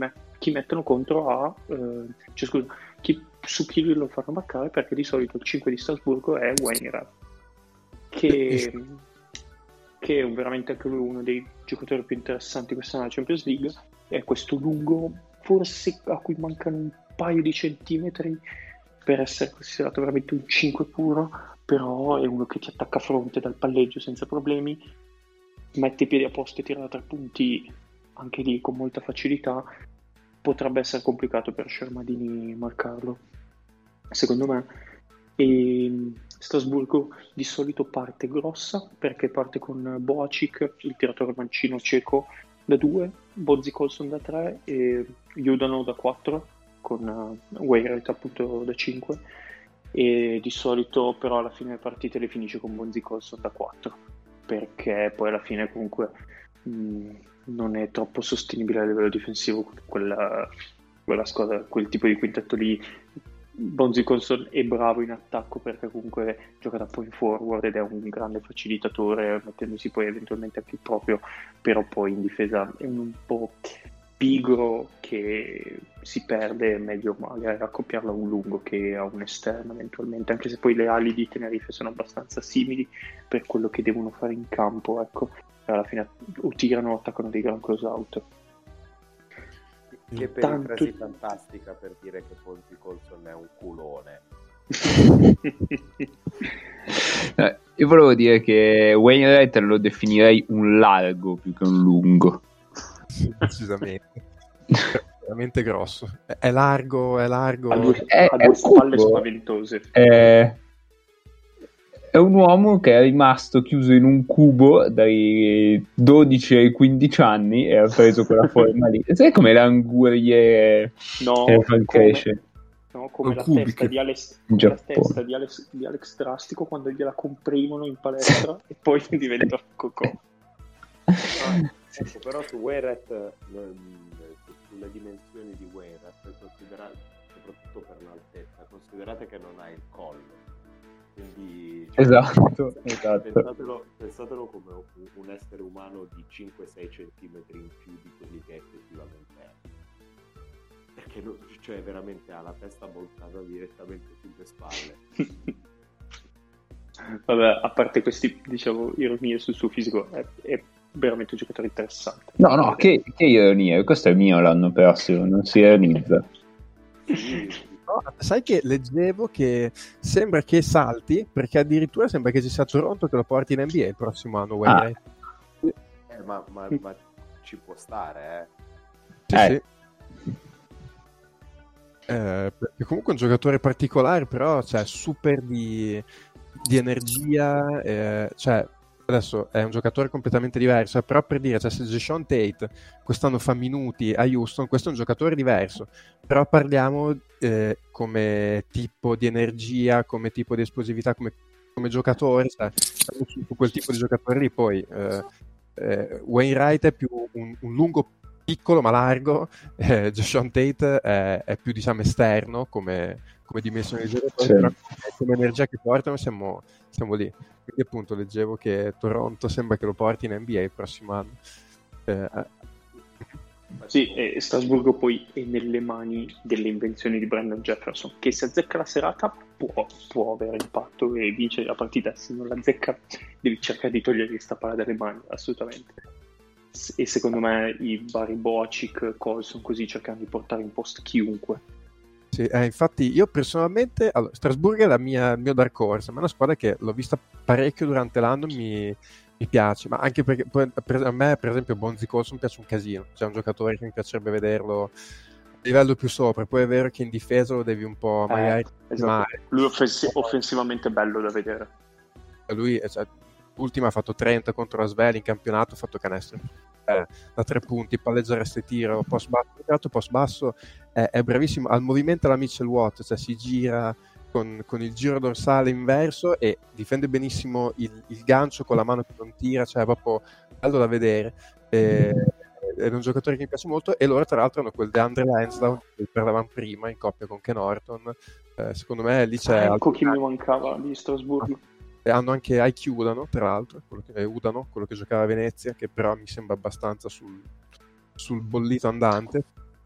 chi mettono contro a eh, cioè scusa, chi, su chi lo fanno marcare, perché di solito il cinque di Strasburgo è Wainwright, che, che è veramente anche lui uno dei giocatori più interessanti quest'anno alla Champions League. È questo lungo, forse a cui mancano un paio di centimetri per essere considerato veramente un cinque puro, però è uno che ti attacca a fronte dal palleggio senza problemi, mette i piedi a posto e tira da tre punti anche lì con molta facilità. Potrebbe essere complicato per Shermadini marcarlo, secondo me. E Strasburgo di solito parte grossa, perché parte con Boacic, il tiratore mancino ceco, da due, Bonzi Colson da tre e Judano da quattro, con uh, Wainwright appunto da cinque, e di solito però alla fine delle partite le finisce con Bonzi Colson da quattro, perché poi alla fine comunque mh, non è troppo sostenibile a livello difensivo quella, quella squadra, quel tipo di quintetto lì. Bonzi Colson è bravo in attacco perché comunque gioca da point forward ed è un grande facilitatore, mettendosi poi eventualmente anche proprio, però poi in difesa è un po' pigro che si perde, è meglio magari accoppiarlo a un lungo che a un esterno eventualmente, anche se poi le ali di Tenerife sono abbastanza simili per quello che devono fare in campo, ecco, alla fine o tirano o attaccano dei gran close out. Che perifrasi fantastica per dire che Bonzi Colson è un culone. eh, io volevo dire che Wainwright lo definirei un largo più che un lungo. Decisamente. Veramente grosso. È, è largo, è largo. Ha due, è, ha due spalle cubo. spaventose. È... è un uomo che è rimasto chiuso in un cubo dai dodici ai quindici anni e ha preso quella forma lì. Sai come le angurie no, che fa crescere? No, come la cubiche. testa, di Alex, In come la Giappone. testa di Alex, di Alex Drastico quando gliela comprimono in palestra e poi diventa cocò. Ah, ecco, però su Wainwright, sulle dimensioni di Wainwright, considerate, soprattutto per l'altezza, considerate che non ha il collo. Quindi, cioè, Esatto, esatto. Pensatelo, pensatelo come un, un essere umano di cinque sei centimetri in più di quelli che effettivamente è, perché non, cioè veramente ha la testa voltata direttamente sulle spalle. Vabbè, a parte questi, diciamo, ironie sul suo fisico, è, è veramente un giocatore interessante. No, no, che, che ironia, questo è mio l'anno prossimo, non si ironizza. No, sai che leggevo che sembra che salti, perché addirittura sembra che ci sia Toronto che lo porti in N B A il prossimo anno. Ah. Eh, ma, ma, ma ci può stare, eh. Sì, Eh. sì. Eh, perché comunque è un giocatore particolare, però cioè super di, di energia, eh, cioè adesso è un giocatore completamente diverso, però per dire, cioè, se Jason Tate quest'anno fa minuti a Houston, questo è un giocatore diverso, però parliamo eh, come tipo di energia, come tipo di esplosività, come, come giocatore, cioè, su quel tipo di giocatore lì. Poi eh, eh, Wainwright è più un, un lungo piccolo ma largo, eh, Jason Tate è, è più diciamo esterno come, come dimensione di giocatore, Sì. però come energia che portano siamo, siamo lì. Quindi appunto leggevo che Toronto sembra che lo porti in N B A il prossimo anno. Eh, Sì, e Strasburgo poi è nelle mani delle invenzioni di Brandon Jefferson, che se azzecca la serata può, può avere impatto e vincere la partita. Se non la azzecca devi cercare di togliergli sta palla dalle mani, assolutamente. E secondo me i vari Boacic, Colson così cercano di portare in post chiunque. Sì, eh, infatti io personalmente, allora, Strasburgo è la mia, il mio dark horse, ma è una squadra che l'ho vista parecchio durante l'anno, mi, mi piace, ma anche perché poi, per, a me per esempio Bonzi Colson piace un casino, cioè è un giocatore che mi piacerebbe vederlo a livello più sopra, poi è vero che in difesa lo devi un po' magari Eh, esatto. Lui è offensi- offensivamente bello da vedere. lui cioè, l'ultima ha fatto trenta contro la Svel in campionato, ha fatto canestro eh, da tre punti, palleggiare e tiro, post basso, post basso è, è bravissimo, al movimento alla Mitchell Watt, cioè si gira con, con il giro dorsale inverso e difende benissimo il, il gancio con la mano che non tira, cioè è proprio bello da vedere. E, è un giocatore che mi piace molto, e loro tra l'altro hanno quel DeAndre Lansdowne che parlavamo prima in coppia con Ken Norton, eh, secondo me lì c'è Ecco chi mi mancava di Strasburgo. e hanno anche Ike Udano, tra l'altro, quello che, eh, Udano, quello che giocava a Venezia, che però mi sembra abbastanza sul, sul bollito andante.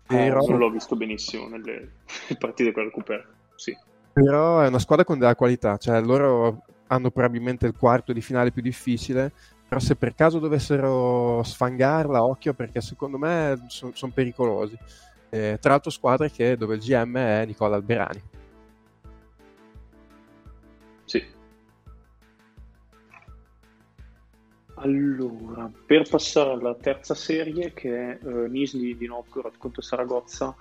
Però, non l'ho visto benissimo nelle partite con recupero, sì. Però è una squadra con della qualità, cioè loro hanno probabilmente il quarto di finale più difficile, però se per caso dovessero sfangarla, occhio, perché secondo me sono son pericolosi. Eh, tra l'altro squadre che, dove il G M è Nicola Alberani. Sì. Allora, per passare alla terza serie, che è uh, Nizhny di Novgorod contro Saragozza,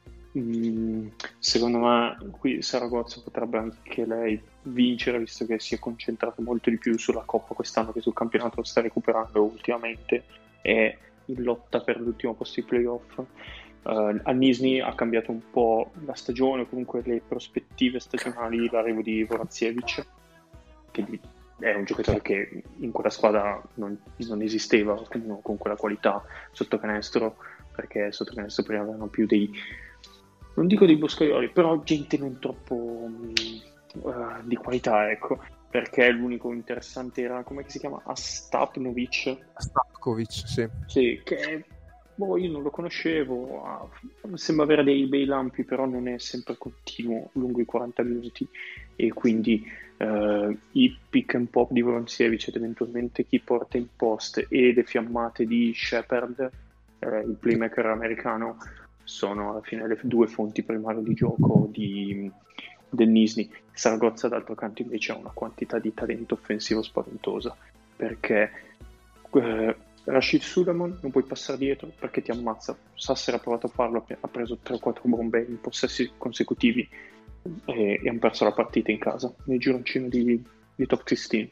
mh, secondo me qui Saragozza potrebbe anche lei vincere, visto che si è concentrato molto di più sulla Coppa quest'anno che sul campionato lo sta recuperando ultimamente, è in lotta per l'ultimo posto di playoff. Uh, a Nizhny ha cambiato un po' la stagione, comunque le prospettive stagionali, l'arrivo di Vorazievich, che è un giocatore che in quella squadra non, non esisteva con, con quella qualità sotto canestro, perché sotto canestro prima avevano più dei, non dico dei boscaioli, però gente non troppo um, uh, di qualità, ecco, perché l'unico interessante era, come si chiama? Astapnovic Stavkovic, sì. Sì, che boh, io non lo conoscevo, ah, sembra avere dei bei lampi, però non è sempre continuo lungo i quaranta minuti, e quindi eh, i pick and pop di Voronzievich ed eventualmente chi porta in post e le fiammate di Shepard, eh, il playmaker americano, sono alla fine le due fonti primarie di gioco di, del Nizhny. Saragozza d'altro canto invece ha una quantità di talento offensivo spaventosa, perché eh, Rashid Suleiman non puoi passare dietro perché ti ammazza. Sasser ha provato a farlo, ha preso tre o quattro bombe in possessi consecutivi e, e hanno perso la partita in casa nel gironcino di, di top sedici.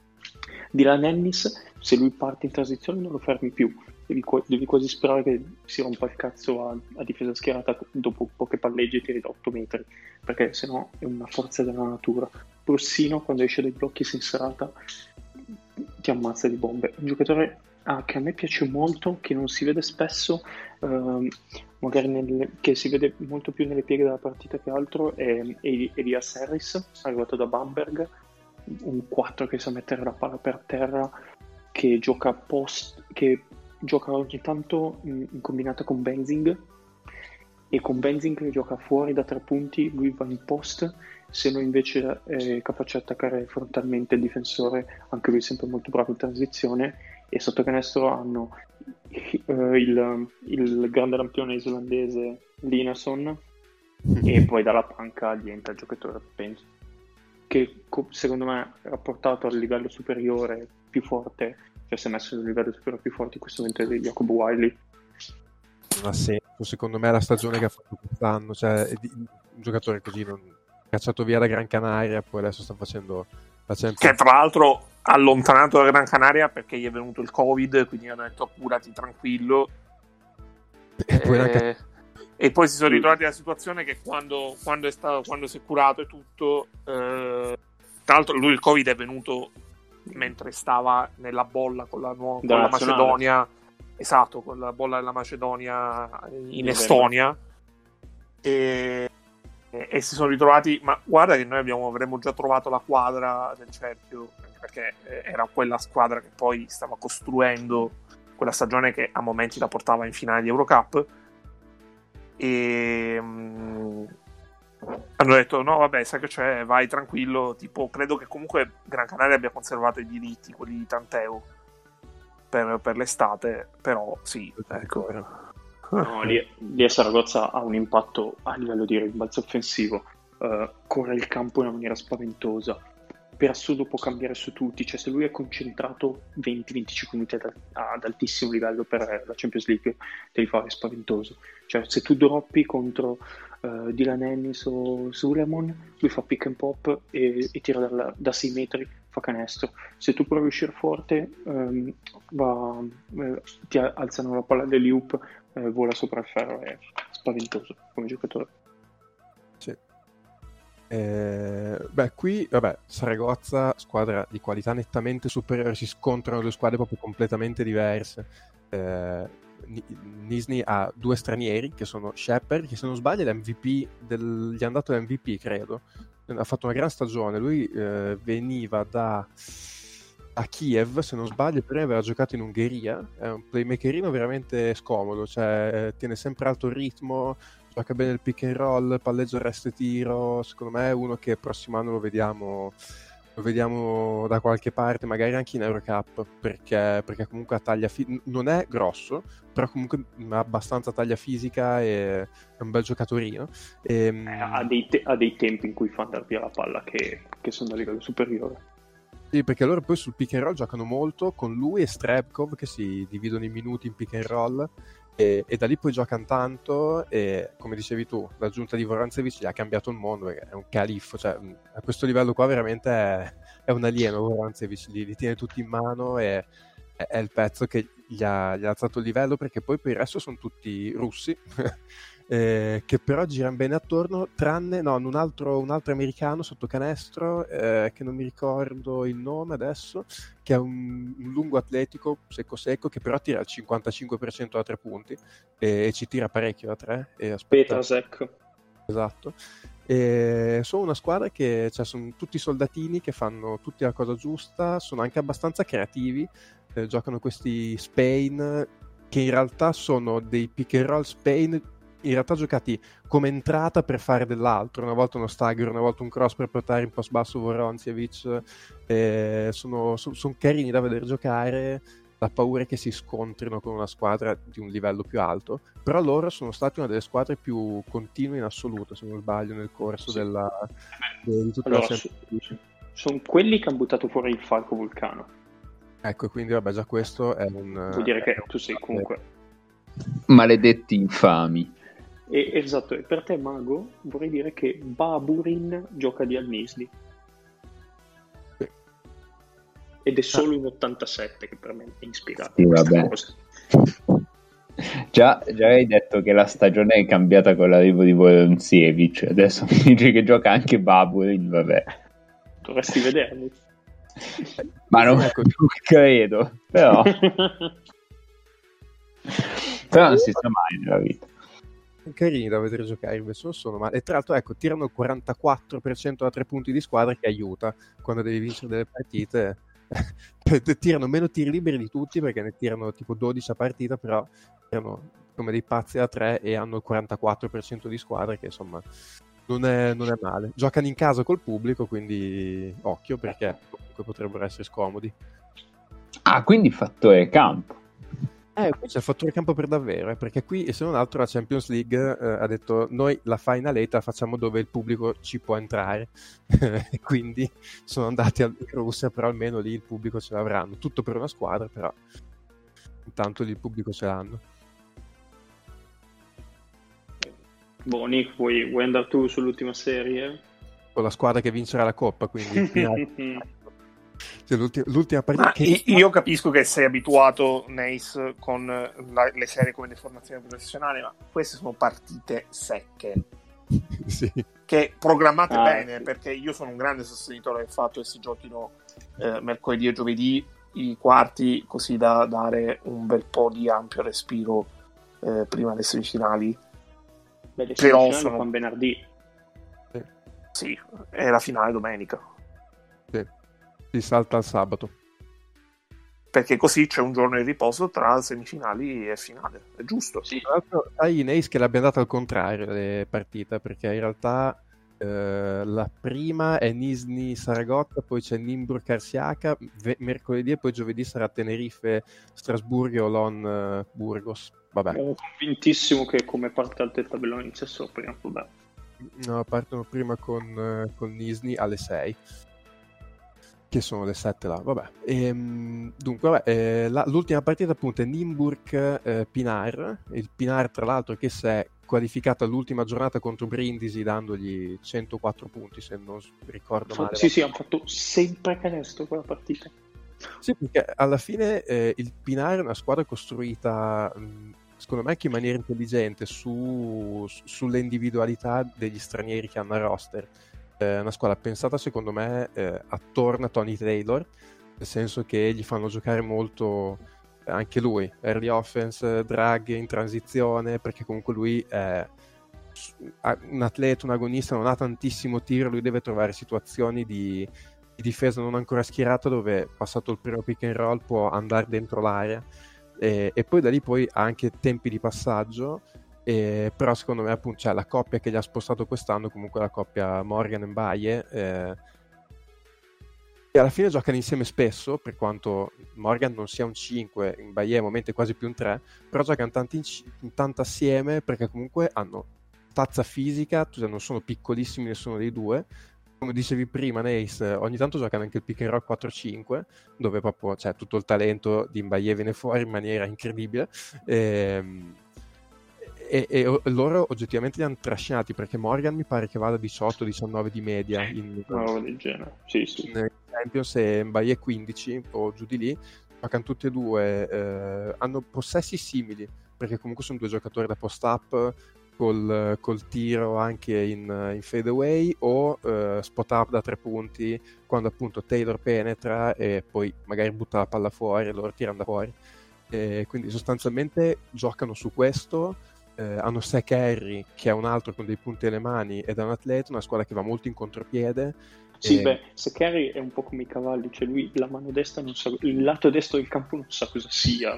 Dylan Ennis, se lui parte in transizione non lo fermi più, devi, devi quasi sperare che si rompa il cazzo a, a difesa schierata dopo poche pallegge e tiri da otto metri, perché sennò è una forza della natura. Rossino quando esce dai blocchi in serata ti ammazza di bombe. Un giocatore ah, che a me piace molto, che non si vede spesso, ehm, magari nelle, che si vede molto più nelle pieghe della partita che altro, è Elias Harris, arrivato da Bamberg, un quattro che sa mettere la palla per terra, che gioca post, che gioca ogni tanto in, in combinata con Benzing, e con Benzing che gioca fuori da tre punti, lui va in post, se no invece è capace di attaccare frontalmente il difensore, anche lui sempre molto bravo in transizione. E sotto canestro hanno uh, il, il grande lampione islandese Linason, e poi dalla panca diventa il giocatore, penso, che secondo me rapportato al livello superiore più forte, cioè si è messo nel livello superiore più forte in questo momento è di Jacob Wiley. Ma sì, secondo me la stagione che ha fatto quest'anno, cioè un giocatore così non cacciato via da Gran Canaria, poi adesso sta facendo la Champions. Che tra l'altro allontanato da Gran Canaria perché gli è venuto il Covid, quindi hanno detto curati tranquillo, e poi, e... anche... e poi si sono ritrovati nella situazione che quando, quando, è stato, quando si è curato e tutto, eh... tra l'altro lui il Covid è venuto mentre stava nella bolla con la, nuova, con la Macedonia, esatto, con la bolla della Macedonia in Estonia, e e si sono ritrovati, ma guarda che noi abbiamo, avremmo già trovato la quadra del cerchio, perché era quella squadra che poi stava costruendo quella stagione che a momenti la portava in finale di Eurocup, e um, hanno detto no vabbè, sai che c'è, vai tranquillo, tipo credo che comunque Gran Canaria abbia conservato i diritti, quelli di Tanteo per, per l'estate, però sì, ecco. No, lì, lì a Saragozza ha un impatto a livello di rimbalzo offensivo, uh, corre il campo in una maniera spaventosa, per assurdo può cambiare su tutti, cioè se lui è concentrato venti venticinque minuti ad, ad altissimo livello per la Champions League devi fare spaventoso, cioè se tu droppi contro uh, Dylan Ennis o Suleiman, lui fa pick and pop e, e tira dalla, da sei metri, fa canestro. Se tu provi a uscire forte, um, va, eh, ti alzano la palla dell'I-Hoop, eh, vola sopra il ferro, è spaventoso come giocatore. Sì. Eh, beh, qui, vabbè, Saragozza, squadra di qualità nettamente superiore, si scontrano due squadre proprio completamente diverse. Eh, Nizhny ha due stranieri che sono Shepard, che se non sbaglio è l'M V P del... gli hanno dato l'M V P, credo. Ha fatto una gran stagione. Lui eh, veniva da a Kiev, se non sbaglio, prima aveva giocato in Ungheria, è un playmakerino veramente scomodo, cioè tiene sempre alto il ritmo, gioca bene il pick and roll, palleggio, arresto e tiro. Secondo me è uno che il prossimo anno lo vediamo lo vediamo da qualche parte, magari anche in Eurocup, perché, perché comunque ha taglia fi- non è grosso, però comunque ha abbastanza taglia fisica e è un bel giocatorino. E, eh, ha, dei te- ha dei tempi in cui fa andare via la palla che, che sono a livello superiore. Sì, perché loro poi sul pick and roll giocano molto con lui e Strebkov, che si dividono i minuti in pick and roll, e, e da lì poi giocano tanto, e come dicevi tu, l'aggiunta di Vorancevic gli ha cambiato il mondo, perché è un califfo, cioè a questo livello qua veramente è, è un alieno. Vorancevic li, li tiene tutti in mano e è, è il pezzo che gli ha, gli ha alzato il livello, perché poi per il resto sono tutti russi eh, che però girano bene attorno, tranne no, un altro, un altro americano sotto canestro eh, che non mi ricordo il nome adesso, che è un, un lungo atletico secco secco, che però tira il cinquantacinque per cento da tre punti e, e ci tira parecchio da tre e aspetta... Petrasek. Esatto. E sono una squadra che, cioè, sono tutti soldatini che fanno tutti la cosa giusta, sono anche abbastanza creativi, eh, giocano questi Spain che in realtà sono dei pick and roll Spain in realtà giocati come entrata per fare dell'altro, una volta uno stagger, una volta un cross per portare in post basso Voroncevic, eh, sono, sono, sono carini da vedere giocare. La paura è che si scontrino con una squadra di un livello più alto, però loro sono stati una delle squadre più continue in assoluto, se non sbaglio, nel corso sì. della, di tutta allora, la so, sono quelli che hanno buttato fuori il Falco Vulcano. Ecco, quindi vabbè, già questo è un... Vuol dire che un... tu sei comunque... Maledetti infami. E, esatto, e per te Mago vorrei dire che Baburin gioca di Al-Nisli. Sì. Ed è solo in ottantasette, che per me è ispirato. Sì, vabbè. Già, già hai detto che la stagione è cambiata con l'arrivo di Voroncevic, adesso mi dici che gioca anche Baburin, vabbè. Dovresti vederli. Ma non, ecco, non credo, però... però non si sa mai nella vita. Carini da vedere giocare, invece non sono male. E tra l'altro, ecco, tirano il quarantaquattro per cento da tre punti di squadra, che aiuta quando devi vincere delle partite. Tirano meno tiri liberi di tutti, perché ne tirano tipo dodici a partita, però tirano come dei pazzi da tre e hanno il quarantaquattro per cento di squadra, che insomma non è, non è male. Giocano in casa col pubblico, quindi occhio, perché comunque potrebbero essere scomodi. Ah, quindi fattore campo. Eh, qui c'è il fattore campo per davvero, eh, perché qui, se non altro, la Champions League eh, ha detto noi la Final Eight la facciamo dove il pubblico ci può entrare, quindi sono andati in Russia, però almeno lì il pubblico ce l'avranno, tutto per una squadra, però intanto lì il pubblico ce l'hanno. Boh, Nick, vuoi, vuoi andare tu sull'ultima serie? Con la squadra che vincerà la Coppa, quindi... Cioè, l'ultima, l'ultima partita che... Io capisco che sei abituato, Neis, con la, le serie come deformazione professionale, ma queste sono partite secche sì. che programmate ah, bene, sì. Perché io sono un grande sostenitore del fatto che si giochino eh, mercoledì e giovedì i quarti, così da dare un bel po' di ampio respiro eh, prima delle semifinali. Beh, le Però semifinali sono... fanno venerdì. Sì. Sì, è la finale domenica. Sì. Si salta al sabato. Perché così c'è un giorno di riposo tra semifinali e finale, è giusto. Sì. Tra l'altro sai Neis che l'abbiamo data al contrario le partite, perché in realtà eh, la prima è Nizhny Saragozza, poi c'è Nimburg Arsiaca, v- mercoledì e poi giovedì sarà Tenerife Strasburgo Olon uh, Burgos. Vabbè. Sono convintissimo che come parte al tabellone inizia sopra, vabbè. No, partono prima con, uh, con Nizhny alle sei. Che sono le sette là, vabbè. Ehm, dunque, vabbè, eh, la, l'ultima partita appunto è Nimburg eh, Pinar. Il Pinar, tra l'altro, che si è qualificato all'ultima giornata contro Brindisi dandogli centoquattro punti, se non ricordo male. Sì, sì, hanno fatto sempre canestro quella partita. Sì, perché alla fine eh, il Pinar è una squadra costruita, mh, secondo me, anche in maniera intelligente su, su, sulle individualità degli stranieri che hanno a roster. È una squadra pensata secondo me eh, attorno a Tony Taylor, nel senso che gli fanno giocare molto eh, anche lui, early offense, drag in transizione, perché comunque lui è un atleta, un agonista, non ha tantissimo tiro, lui deve trovare situazioni di, di difesa non ancora schierata, dove passato il primo pick and roll può andare dentro l'area, e, e poi da lì poi ha anche tempi di passaggio. E, però secondo me appunto cioè, la coppia che gli ha spostato quest'anno, comunque la coppia Morgan e Mbaye, eh, e alla fine giocano insieme spesso, per quanto Morgan non sia un cinque, Mbaye a momenti è quasi più un tre, però giocano tanti in, in tanto assieme, perché comunque hanno tazza fisica, cioè non sono piccolissimi nessuno dei due. Come dicevi prima, Nace, ogni tanto giocano anche il pick and roll quattro cinque, dove proprio cioè, tutto il talento di Mbaye viene fuori in maniera incredibile. Ehm E, e, e loro oggettivamente li hanno trascinati, perché Morgan mi pare che vada diciotto diciannove di media in, una roba del genere, sì, sì. in Champions, e Mbaye quindici o giù di lì. Giocano tutti e due, eh, hanno possessi simili, perché comunque sono due giocatori da post up col, col tiro anche in, in fade away o eh, spot up da tre punti, quando appunto Taylor penetra e poi magari butta la palla fuori e loro tirano da fuori. E quindi sostanzialmente giocano su questo. Eh, hanno Sec Harry, che è un altro con dei punti alle mani ed è un atleta, una squadra che va molto in contropiede. Sì, e... beh, Sec Harry è un po' come i cavalli, cioè lui la mano destra non sa, il lato destro del campo non sa cosa sia.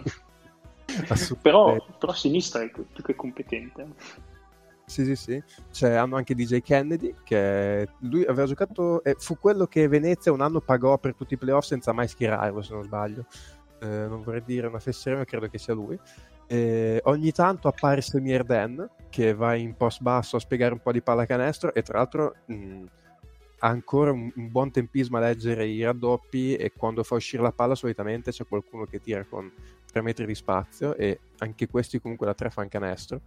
però, però a sinistra è più che competente. Sì, sì, sì. Cioè, hanno anche D J Kennedy, che lui aveva giocato, eh, fu quello che Venezia un anno pagò per tutti i playoff senza mai schierarlo, se non sbaglio. Eh, non vorrei dire una fesseria, ma credo che sia lui. Eh, ogni tanto appare Samir Den, che va in post basso a spiegare un po' di pallacanestro, e tra l'altro mh, ha ancora un, un buon tempismo a leggere i raddoppi, e quando fa uscire la palla solitamente c'è qualcuno che tira con tre metri di spazio, e anche questi comunque da tre fan canestro.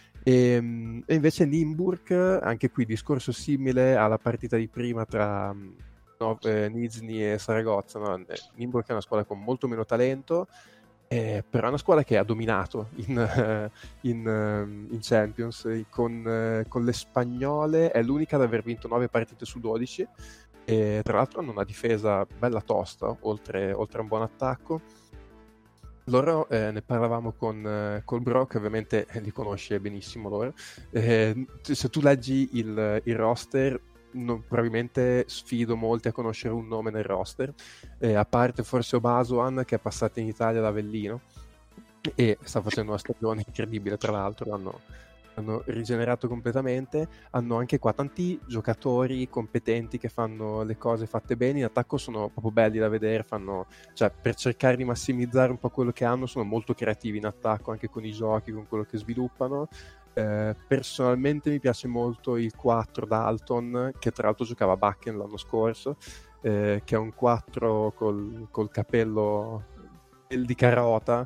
E, e invece Nymburk, anche qui discorso simile alla partita di prima tra no, eh, Nizhny e Saragozza, no? Nymburk è una squadra con molto meno talento, Eh, però è una squadra che ha dominato in, uh, in, uh, in Champions con, uh, con le spagnole. È l'unica ad aver vinto nove partite su dodici, e tra l'altro hanno una difesa bella tosta, oltre, oltre a un buon attacco. Loro eh, ne parlavamo con uh, col Bro, che ovviamente eh, li conosce benissimo loro. Eh, se tu leggi il, il roster, non, probabilmente sfido molti a conoscere un nome nel roster, eh, a parte forse Obasuan, che è passato in Italia da Avellino e sta facendo una stagione incredibile, tra l'altro hanno, hanno rigenerato completamente. Hanno anche qua tanti giocatori competenti che fanno le cose fatte bene in attacco, sono proprio belli da vedere, fanno, cioè, per cercare di massimizzare un po' quello che hanno, sono molto creativi in attacco, anche con i giochi, con quello che sviluppano. Eh, personalmente mi piace molto il quattro Dalton, che tra l'altro giocava a Bakken l'anno scorso, eh, che è un quattro col, col capello di carota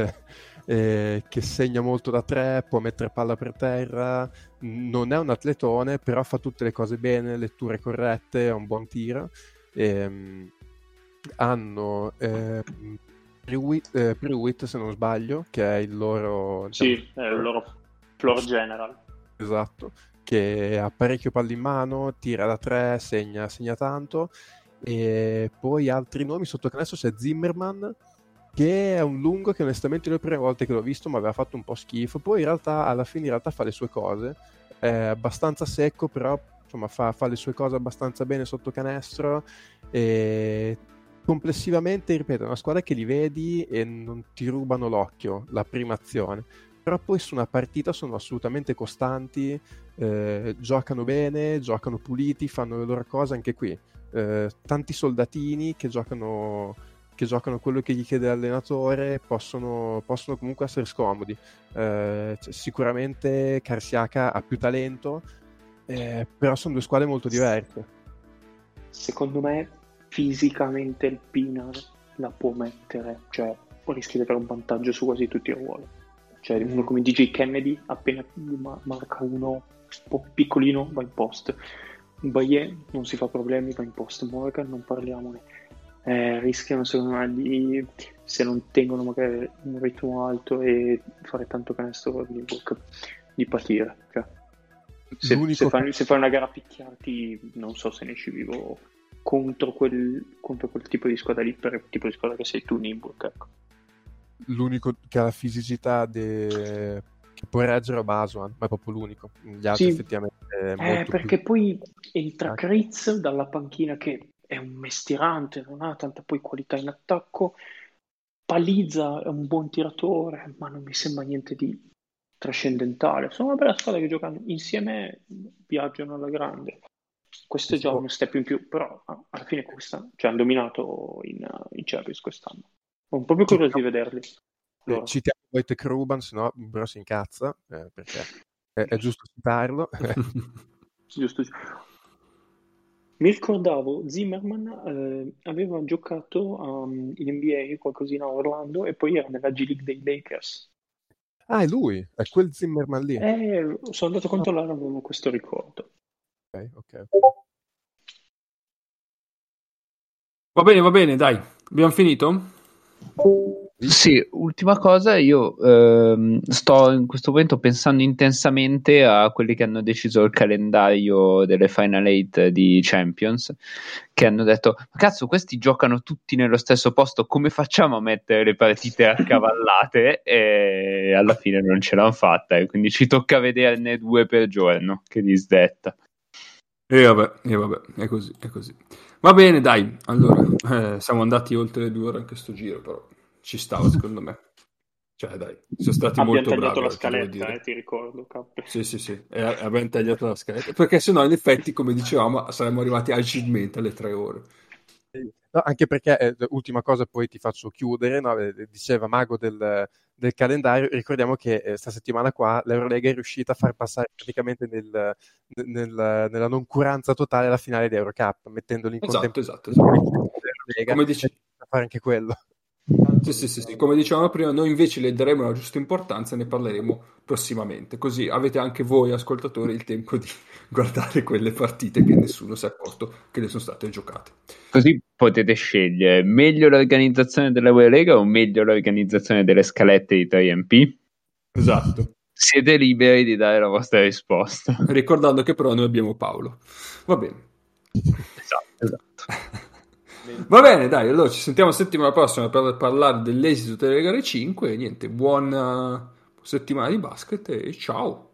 eh, che segna molto da tre, può mettere palla per terra, non è un atletone, però fa tutte le cose bene, letture corrette, ha un buon tiro. E, hanno eh, Pruitt, eh, Pruitt, se non sbaglio, che è il loro, diciamo, sì, è il loro floor general, esatto, che ha parecchio palle in mano, tira da tre, segna, segna tanto. E poi altri nomi sotto canestro c'è Zimmerman, che è un lungo che onestamente le prime volte che l'ho visto mi aveva fatto un po' schifo, poi in realtà alla fine in realtà fa le sue cose, è abbastanza secco, però insomma fa, fa le sue cose abbastanza bene sotto canestro. E complessivamente, ripeto, è una squadra che li vedi e non ti rubano l'occhio la prima azione, però poi su una partita sono assolutamente costanti, eh, giocano bene, giocano puliti, fanno le loro cose. Anche qui eh, tanti soldatini che giocano, che giocano quello che gli chiede l'allenatore, possono, possono comunque essere scomodi. Eh, cioè, sicuramente Karsiaka ha più talento, eh, però sono due squadre molto diverse. Secondo me fisicamente il Pinar la può mettere, cioè rischia di avere un vantaggio su quasi tutti i ruoli. Cioè uno come D J Kennedy, appena marca uno un po' piccolino va in post, Mbaye non si fa problemi, va in post. Morgan non parliamone, eh, rischiano secondo me di, se non tengono magari un ritmo alto e fare tanto canestro di, di patire, cioè, se, se, fai, se fai una gara a picchiati non so se ne esci vivo contro quel, contro quel tipo di squadra lì, per il tipo di squadra che sei tu, Nymburk, ecco. L'unico che ha la fisicità de... che può reggere Obasuan, ma è proprio l'unico. Gli altri sì, effettivamente eh, perché più... poi entra Kritz dalla panchina che è un mestierante, non ha tanta poi qualità in attacco. Palizza è un buon tiratore, ma non mi sembra niente di trascendentale. Sono una bella squadra che giocano insieme, viaggiano alla grande. Questo è già uno step in più, però alla fine quest'anno, cioè, hanno dominato in, in Champions quest'anno. Sono proprio curioso di vederli. Eh, citiamo Wojtek Ruban, se no Bro si incazza, eh, perché è, è giusto citarlo. Giusto. Mi ricordavo, Zimmerman eh, aveva giocato um, in N B A qualcosina a Orlando e poi era nella G League dei Lakers. Ah, è lui, è quel Zimmerman lì. Eh, sono andato a controllare, avevo questo ricordo. Ok, ok. Va bene, va bene, dai. Abbiamo finito? Sì, ultima cosa, io ehm, sto in questo momento pensando intensamente a quelli che hanno deciso il calendario delle Final Eight di Champions, che hanno detto, ma cazzo, questi giocano tutti nello stesso posto, come facciamo a mettere le partite accavallate? E alla fine non ce l'hanno fatta, e quindi ci tocca vederne due per giorno, che disdetta. E vabbè, e vabbè, è così, è così. Va bene, dai, allora, eh, siamo andati oltre le due ore anche sto giro, però ci stava secondo me. Cioè, dai, sono stati abbiamo molto tagliato bravi. la scaletta, eh, ti ricordo. Cap. Sì, sì, sì, e abbiamo tagliato la scaletta, perché sennò in effetti, come dicevamo, saremmo arrivati agilmente alle tre ore. No, anche perché, eh, ultima cosa, poi ti faccio chiudere, no? eh, diceva Mago del, del calendario, ricordiamo che eh, sta settimana qua l'Eurolega è riuscita a far passare praticamente nel, nel, nella noncuranza totale la finale di Eurocup, mettendoli in Esatto, contemporanea. esatto, esatto. Come dici... fare anche quello. Sì, sì, sì, sì, come dicevamo prima, noi invece le daremo la giusta importanza e ne parleremo prossimamente, così avete anche voi ascoltatori il tempo di guardare quelle partite che nessuno si è accorto che ne sono state giocate. Così potete scegliere meglio l'organizzazione della Eurolega o meglio l'organizzazione delle scalette di tre M P. Esatto. Siete liberi di dare la vostra risposta. Ricordando che però noi abbiamo Paolo. Va bene. Esatto, esatto. Va bene, dai, allora ci sentiamo settimana prossima per parlare dell'esito delle gare cinque e niente, buona settimana di basket e ciao.